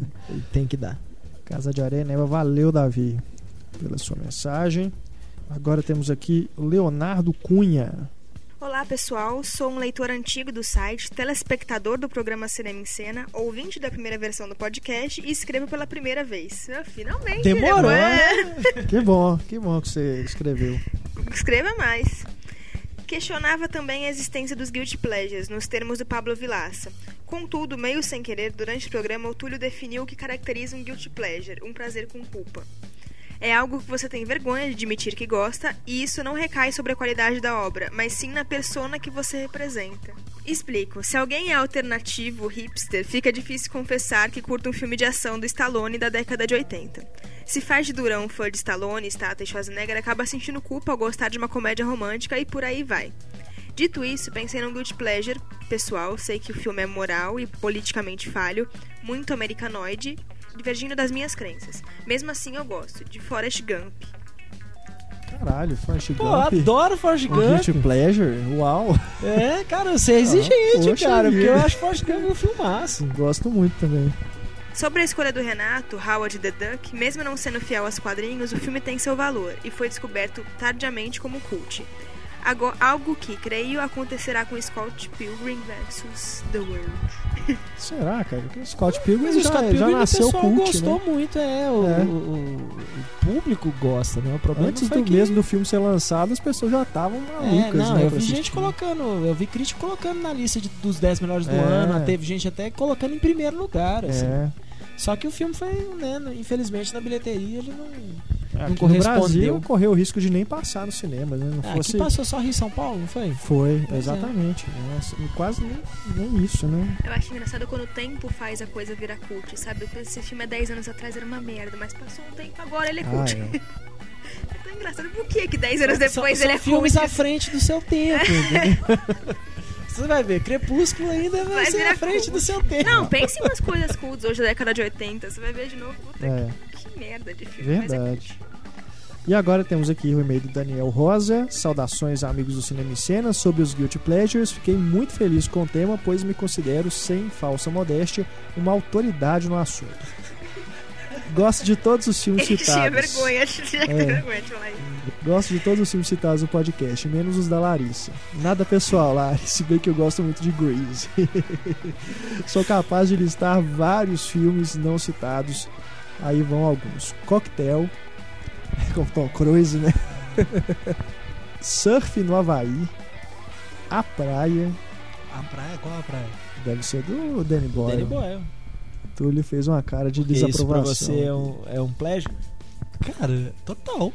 tem que dar. Casa de Areia e Névoa. Valeu, Davi, pela sua mensagem. Agora temos aqui o Leonardo Cunha. Olá pessoal, sou um leitor antigo do site, telespectador do programa Cinema em Cena, ouvinte da primeira versão do podcast e escrevo pela primeira vez. Ah, finalmente! Demorou! É. Que bom, que bom que você escreveu. Escreva mais. Questionava também a existência dos guilty pleasures, nos termos do Pablo Vilaça. Contudo, meio sem querer, durante o programa, o Túlio definiu o que caracteriza um guilty pleasure, um prazer com culpa. É algo que você tem vergonha de admitir que gosta, e isso não recai sobre a qualidade da obra, mas sim na persona que você representa. Explico. Se alguém é alternativo, hipster, fica difícil confessar que curta um filme de ação do Stallone da década de oitenta. Se faz de durão fã de Stallone, Statham e Schwarzenegger, acaba sentindo culpa ao gostar de uma comédia romântica e por aí vai. Dito isso, pensei num guilty pleasure pessoal, sei que o filme é moral e politicamente falho, muito americanoide, divergindo das minhas crenças. Mesmo assim eu gosto, de Forrest Gump. Caralho, Forrest Gump. Pô, adoro Forrest Gump. Guilty Pleasure? Uau. É, cara, você é exigente, ah, cara, porque eu acho Forrest Gump um filmaço. Gosto muito também. Sobre a escolha do Renato, Howard the Duck, mesmo não sendo fiel aos quadrinhos, o filme tem seu valor e foi descoberto tardiamente como cult. Agora, algo que, creio, acontecerá com Scott Pilgrim versus The World. Será, cara? Porque o Scott Pilgrim Mas o já, Scott já Pilgrim nasceu o pessoal cult, gostou né? muito, é. O, É. o- o- o público gosta, né? O problema Antes foi do que... mesmo do filme ser lançado, as pessoas já estavam malucas, É, não, né? eu pra vi gente assistir. colocando, eu vi crítico colocando na lista de- dos dez melhores do É. ano, teve gente até colocando em primeiro lugar, assim. É. Só que o filme foi, né, infelizmente na bilheteria ele não, não Aqui no correspondeu. Brasil correu o risco de nem passar no cinema, né? Não Ah, fosse... aqui passou só Rio e São Paulo, não foi? Foi, Pois é. exatamente. Nossa, e quase nem, nem isso, né? Eu acho engraçado quando o tempo faz a coisa virar cult, sabe? Esse filme há dez anos atrás era uma merda, mas passou um tempo, agora ele é Ah, cult. é. É tão engraçado. Por que que dez anos depois são, ele são é filmes cult? à frente do seu tempo, entendeu? Você vai ver, Crepúsculo ainda vai, Vai ser virar à frente cult. do seu tempo. Não, pense em umas coisas cultas hoje da década de oitenta. Você vai ver de novo. Puta, É. que merda de filme. Mas é Verdade. E agora temos aqui o e-mail do Daniel Rosa. Saudações, amigos do Cinema em Cena, sobre os Guilty Pleasures. Fiquei muito feliz com o tema, pois me considero, sem falsa modéstia, uma autoridade no assunto. Gosto de todos os filmes Ele citados. tinha vergonha, ele tinha É. vergonha de falar isso. Gosto de todos os filmes citados no podcast, menos os da Larissa. Nada pessoal, Larissa, se bem que eu gosto muito de Grease. Sou capaz de listar vários filmes não citados. Aí vão alguns. Cocktail, com Tom Cruise, né? Surf no Havaí. A Praia. A praia? Qual a praia? Deve ser do Danny Boyle. Danny Boyle. Túlio fez uma cara de Porque isso pra desaprovação. você é um, é um pleasure? Cara, total.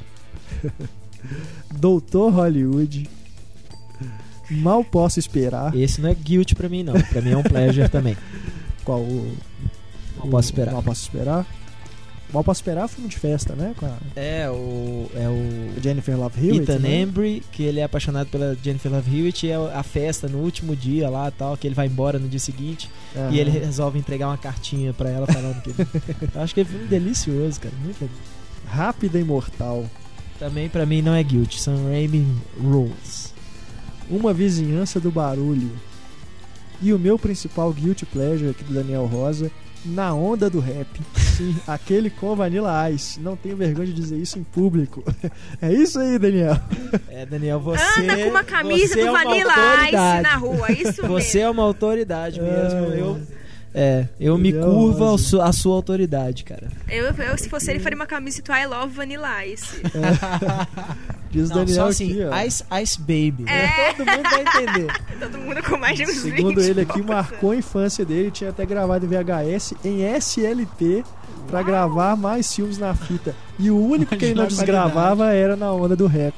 Doutor Hollywood. Mal Posso Esperar. Esse não é guilty pra mim, não. Pra mim é um pleasure também. Qual o... Mal o- Posso Esperar. Mal Posso Esperar. Mal Posso Esperar é um filme de festa, né? Com a É o... É o... Jennifer Love Hewitt, Ethan né? Embry, que ele é apaixonado pela Jennifer Love Hewitt, e é a festa no último dia lá tal, que ele vai embora no dia seguinte, Aham. e ele resolve entregar uma cartinha pra ela falando que... Eu acho que é um filme delicioso, cara, muito legal. Rápida e Mortal. Também pra mim não é guilty, são Raimi Rules. Uma Vizinhança do Barulho. E o meu principal guilty pleasure aqui do Daniel Rosa, Na Onda do Rap. Sim, aquele com Vanilla Ice. Não tenho vergonha de dizer isso em público. É isso aí, Daniel. É, Daniel, você... Anda com uma camisa você do é uma Vanilla Ice autoridade. na rua, isso Você mesmo. é uma autoridade mesmo, É. eu... É, eu me Daniel curvo ao Rosa. su- à sua autoridade, cara. Eu, eu, se fosse ele, faria uma camisa escrito I love Vanilla Ice. Diz Não, Daniel só assim, aqui, ó. Ice, Ice Baby. É. Todo mundo vai entender. Todo mundo com mais de uns vinte. Segundo ele aqui, marcou a infância dele. Tinha até gravado em V H S, em S L P, pra gravar mais filmes na fita. E o único que ele não Imagina a desgravava era Na Onda do Rap.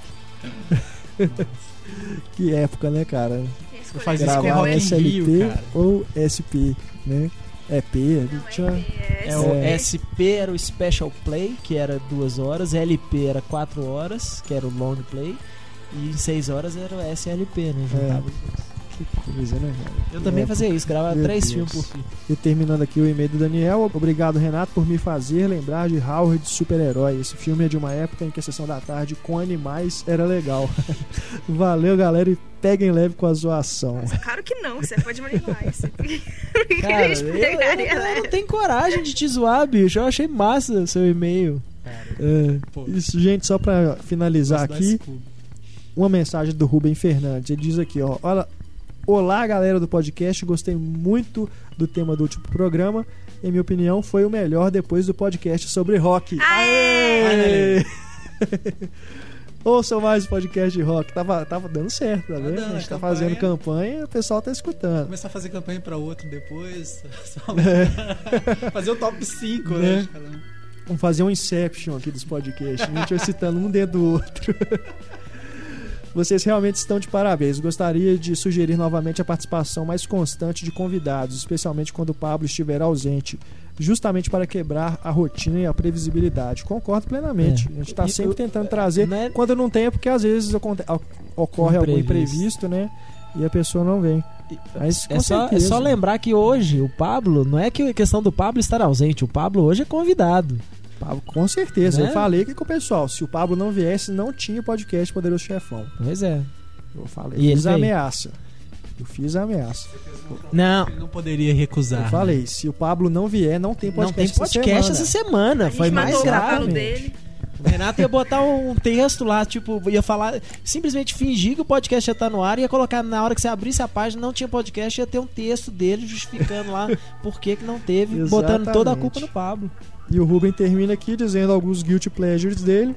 Que época, né, cara? Escolha Faz esse isso com filme Rock aí. in S L P Rio, cara. ou S P, né? É P, ele Não, tinha... é É, o É. S P era o Special Play, que era duas horas, L P era quatro horas, que era o Long Play, e em seis horas era o S L P, né? Juntava. Que coisa, né, cara? Eu também É, fazia isso, gravava meu três Deus. filmes por fim. E terminando aqui o e-mail do Daniel, obrigado, Renato, por me fazer lembrar de Howard Super-Herói. Esse filme é de uma época em que a sessão da tarde com animais era legal. Valeu, galera, e peguem leve com a zoação. Mas claro que não, você é fã de Vanilla Ice. Por que Cara, a gente eu, pegaria eu, eu leve? não tenho coragem de te zoar, bicho. Eu achei massa o seu e-mail. É, Pô. isso, gente, só pra finalizar Gosto aqui, desse clube. uma mensagem do Rubem Fernandes. Ele diz aqui, ó, olha, olá, galera do podcast, gostei muito do tema do último programa. Em minha opinião, foi o melhor depois do podcast sobre rock. Aê! Aê! Ouçam mais o podcast de rock. Tava, tava dando certo, tá vendo? dando, a gente a tá campanha. fazendo campanha, o pessoal tá escutando. Começar a fazer campanha pra outro depois. Só- É. Fazer o top cinco, Né? né? de cada um. Vamos fazer um Inception aqui dos podcasts. A gente vai citando um dentro do outro. Vocês realmente estão de parabéns. Gostaria de sugerir novamente a participação mais constante de convidados, especialmente quando o Pablo estiver ausente, justamente para quebrar a rotina e a previsibilidade. Concordo plenamente. É. A gente está E sempre eu- tentando trazer. não é- Quando não tem, é porque às vezes aconte- ocorre algum Imprevisto. imprevisto, né? E a pessoa não vem. Mas, com É só, é certeza. só lembrar que hoje o Pablo, não é que a questão do Pablo estar ausente, o Pablo hoje é convidado. Pablo, com certeza. Né? Eu falei aqui com o pessoal. Se o Pablo não viesse, não tinha podcast Poderoso Chefão. Pois é. Eu falei. E fiz ele a veio? ameaça. Eu fiz a ameaça. Não, Ele não poderia recusar. Eu falei, se o Pablo não vier, não tem não tem podcast, podcast essa semana. A gente Foi mais mandou o grave. calo dele. O Renato ia botar um texto lá, tipo, ia falar, simplesmente fingir que o podcast ia estar no ar e ia colocar na hora que você abrisse a página, não tinha podcast, ia ter um texto dele justificando lá por que que não teve, botando toda a culpa no Pablo. E o Ruben termina aqui dizendo alguns guilty pleasures dele: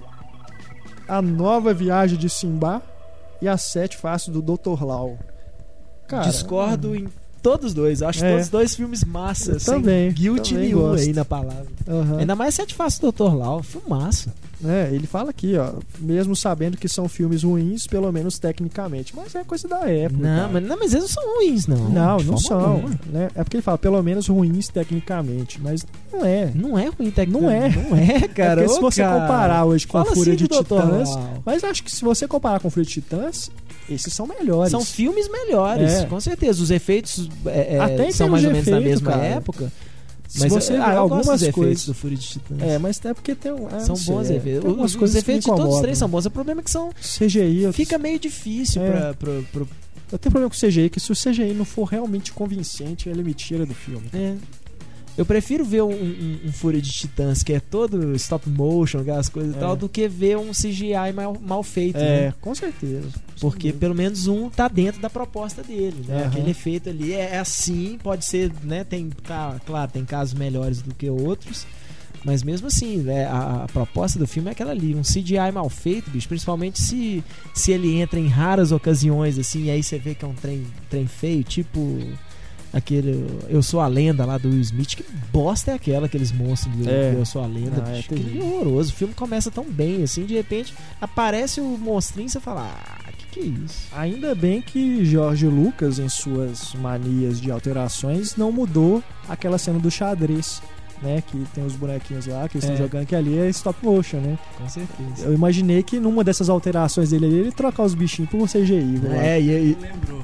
A Nova Viagem de Simba e As Sete Faces do doutor Lau. Cara, discordo em todos dois. Eu acho é. todos os dois filmes massa. Eu também. Guilty também nenhum gosto. Aí na palavra. Uhum. Ainda mais Sete Faces do doutor Lau. Filmaço. É, ele fala aqui, ó, mesmo sabendo que são filmes ruins, pelo menos tecnicamente. Mas é coisa da época. Não, mas, não mas eles não são ruins, não. Não, não são. Né? É porque ele fala, pelo menos ruins tecnicamente. Mas não é. Não é ruim tecnicamente. Não é. Não é, cara. É porque se Ô, você cara. comparar hoje com Fala a Fúria assim de Titãs. Lau. Mas acho que se você comparar com a Fúria de Titãs, esses são melhores. São filmes melhores, é. com certeza. Os efeitos é, é, Até são mais ou menos efeito, da mesma cara. época. Se Mas você ah, ver algumas coisas do Fúria de Titãs. É, mas é porque tem um, é, são sei, bons é, efeitos. Os, os efeitos de todos os três são bons. O problema é que são C G I. Eu... fica meio difícil é. pra, pra, pra... Eu tenho problema com o C G I, que se o C G I não for realmente convincente, ele me tira do filme. É. Eu prefiro ver um, um, um Fúria de Titãs que é todo stop motion, aquelas coisas e É. tal, do que ver um C G I mal, mal feito. É, né? com certeza. Porque pelo menos um tá dentro da proposta dele, né? Uhum. Aquele efeito ali é assim, pode ser, né? Tem, claro, tem casos melhores do que outros, mas mesmo assim, né? a, a proposta do filme é aquela ali, um C G I mal feito, bicho, principalmente se, se ele entra em raras ocasiões, assim, e aí você vê que é um trem, trem feio, tipo aquele Eu Sou a Lenda lá do Will Smith. Que bosta é aquela, aqueles monstros do É. Eu Sou a Lenda, Ah, é bicho, que terrível. horroroso. O filme começa tão bem, assim, de repente aparece o monstrinho e você fala, ah, que que é isso? Ainda bem que George Lucas, em suas manias de alterações, não mudou aquela cena do xadrez, né? Que tem os bonequinhos lá que eles estão É. jogando, que ali é stop motion, né? Com certeza. Eu imaginei que numa dessas alterações dele ali, ele trocar os bichinhos por um C G I. viu? É, e aí. Lembrou.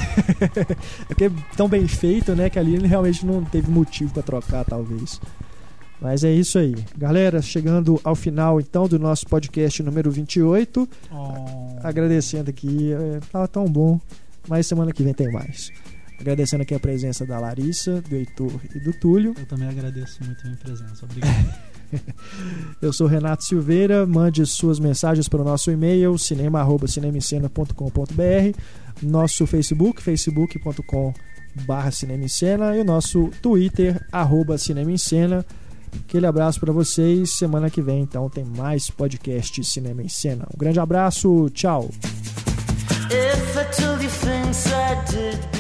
É porque é tão bem feito, né? Que ali ele realmente não teve motivo pra trocar, talvez. Mas é isso aí. Galera, chegando ao final então do nosso podcast número vinte e oito. Oh. Agradecendo aqui. É, tava tão bom. Mas semana que vem tem mais. Agradecendo aqui a presença da Larissa, do Heitor e do Túlio. Eu também agradeço muito a minha presença. Obrigado. Eu sou Renato Silveira. Mande suas mensagens para o nosso e-mail cinema arroba cinemicena ponto com ponto b r, nosso Facebook, facebook ponto com barra cinemicena, e o nosso Twitter, arroba cinemicena. Aquele abraço para vocês. Semana que vem então tem mais podcast Cinema em Cena. Um grande abraço, tchau. If I told you things I did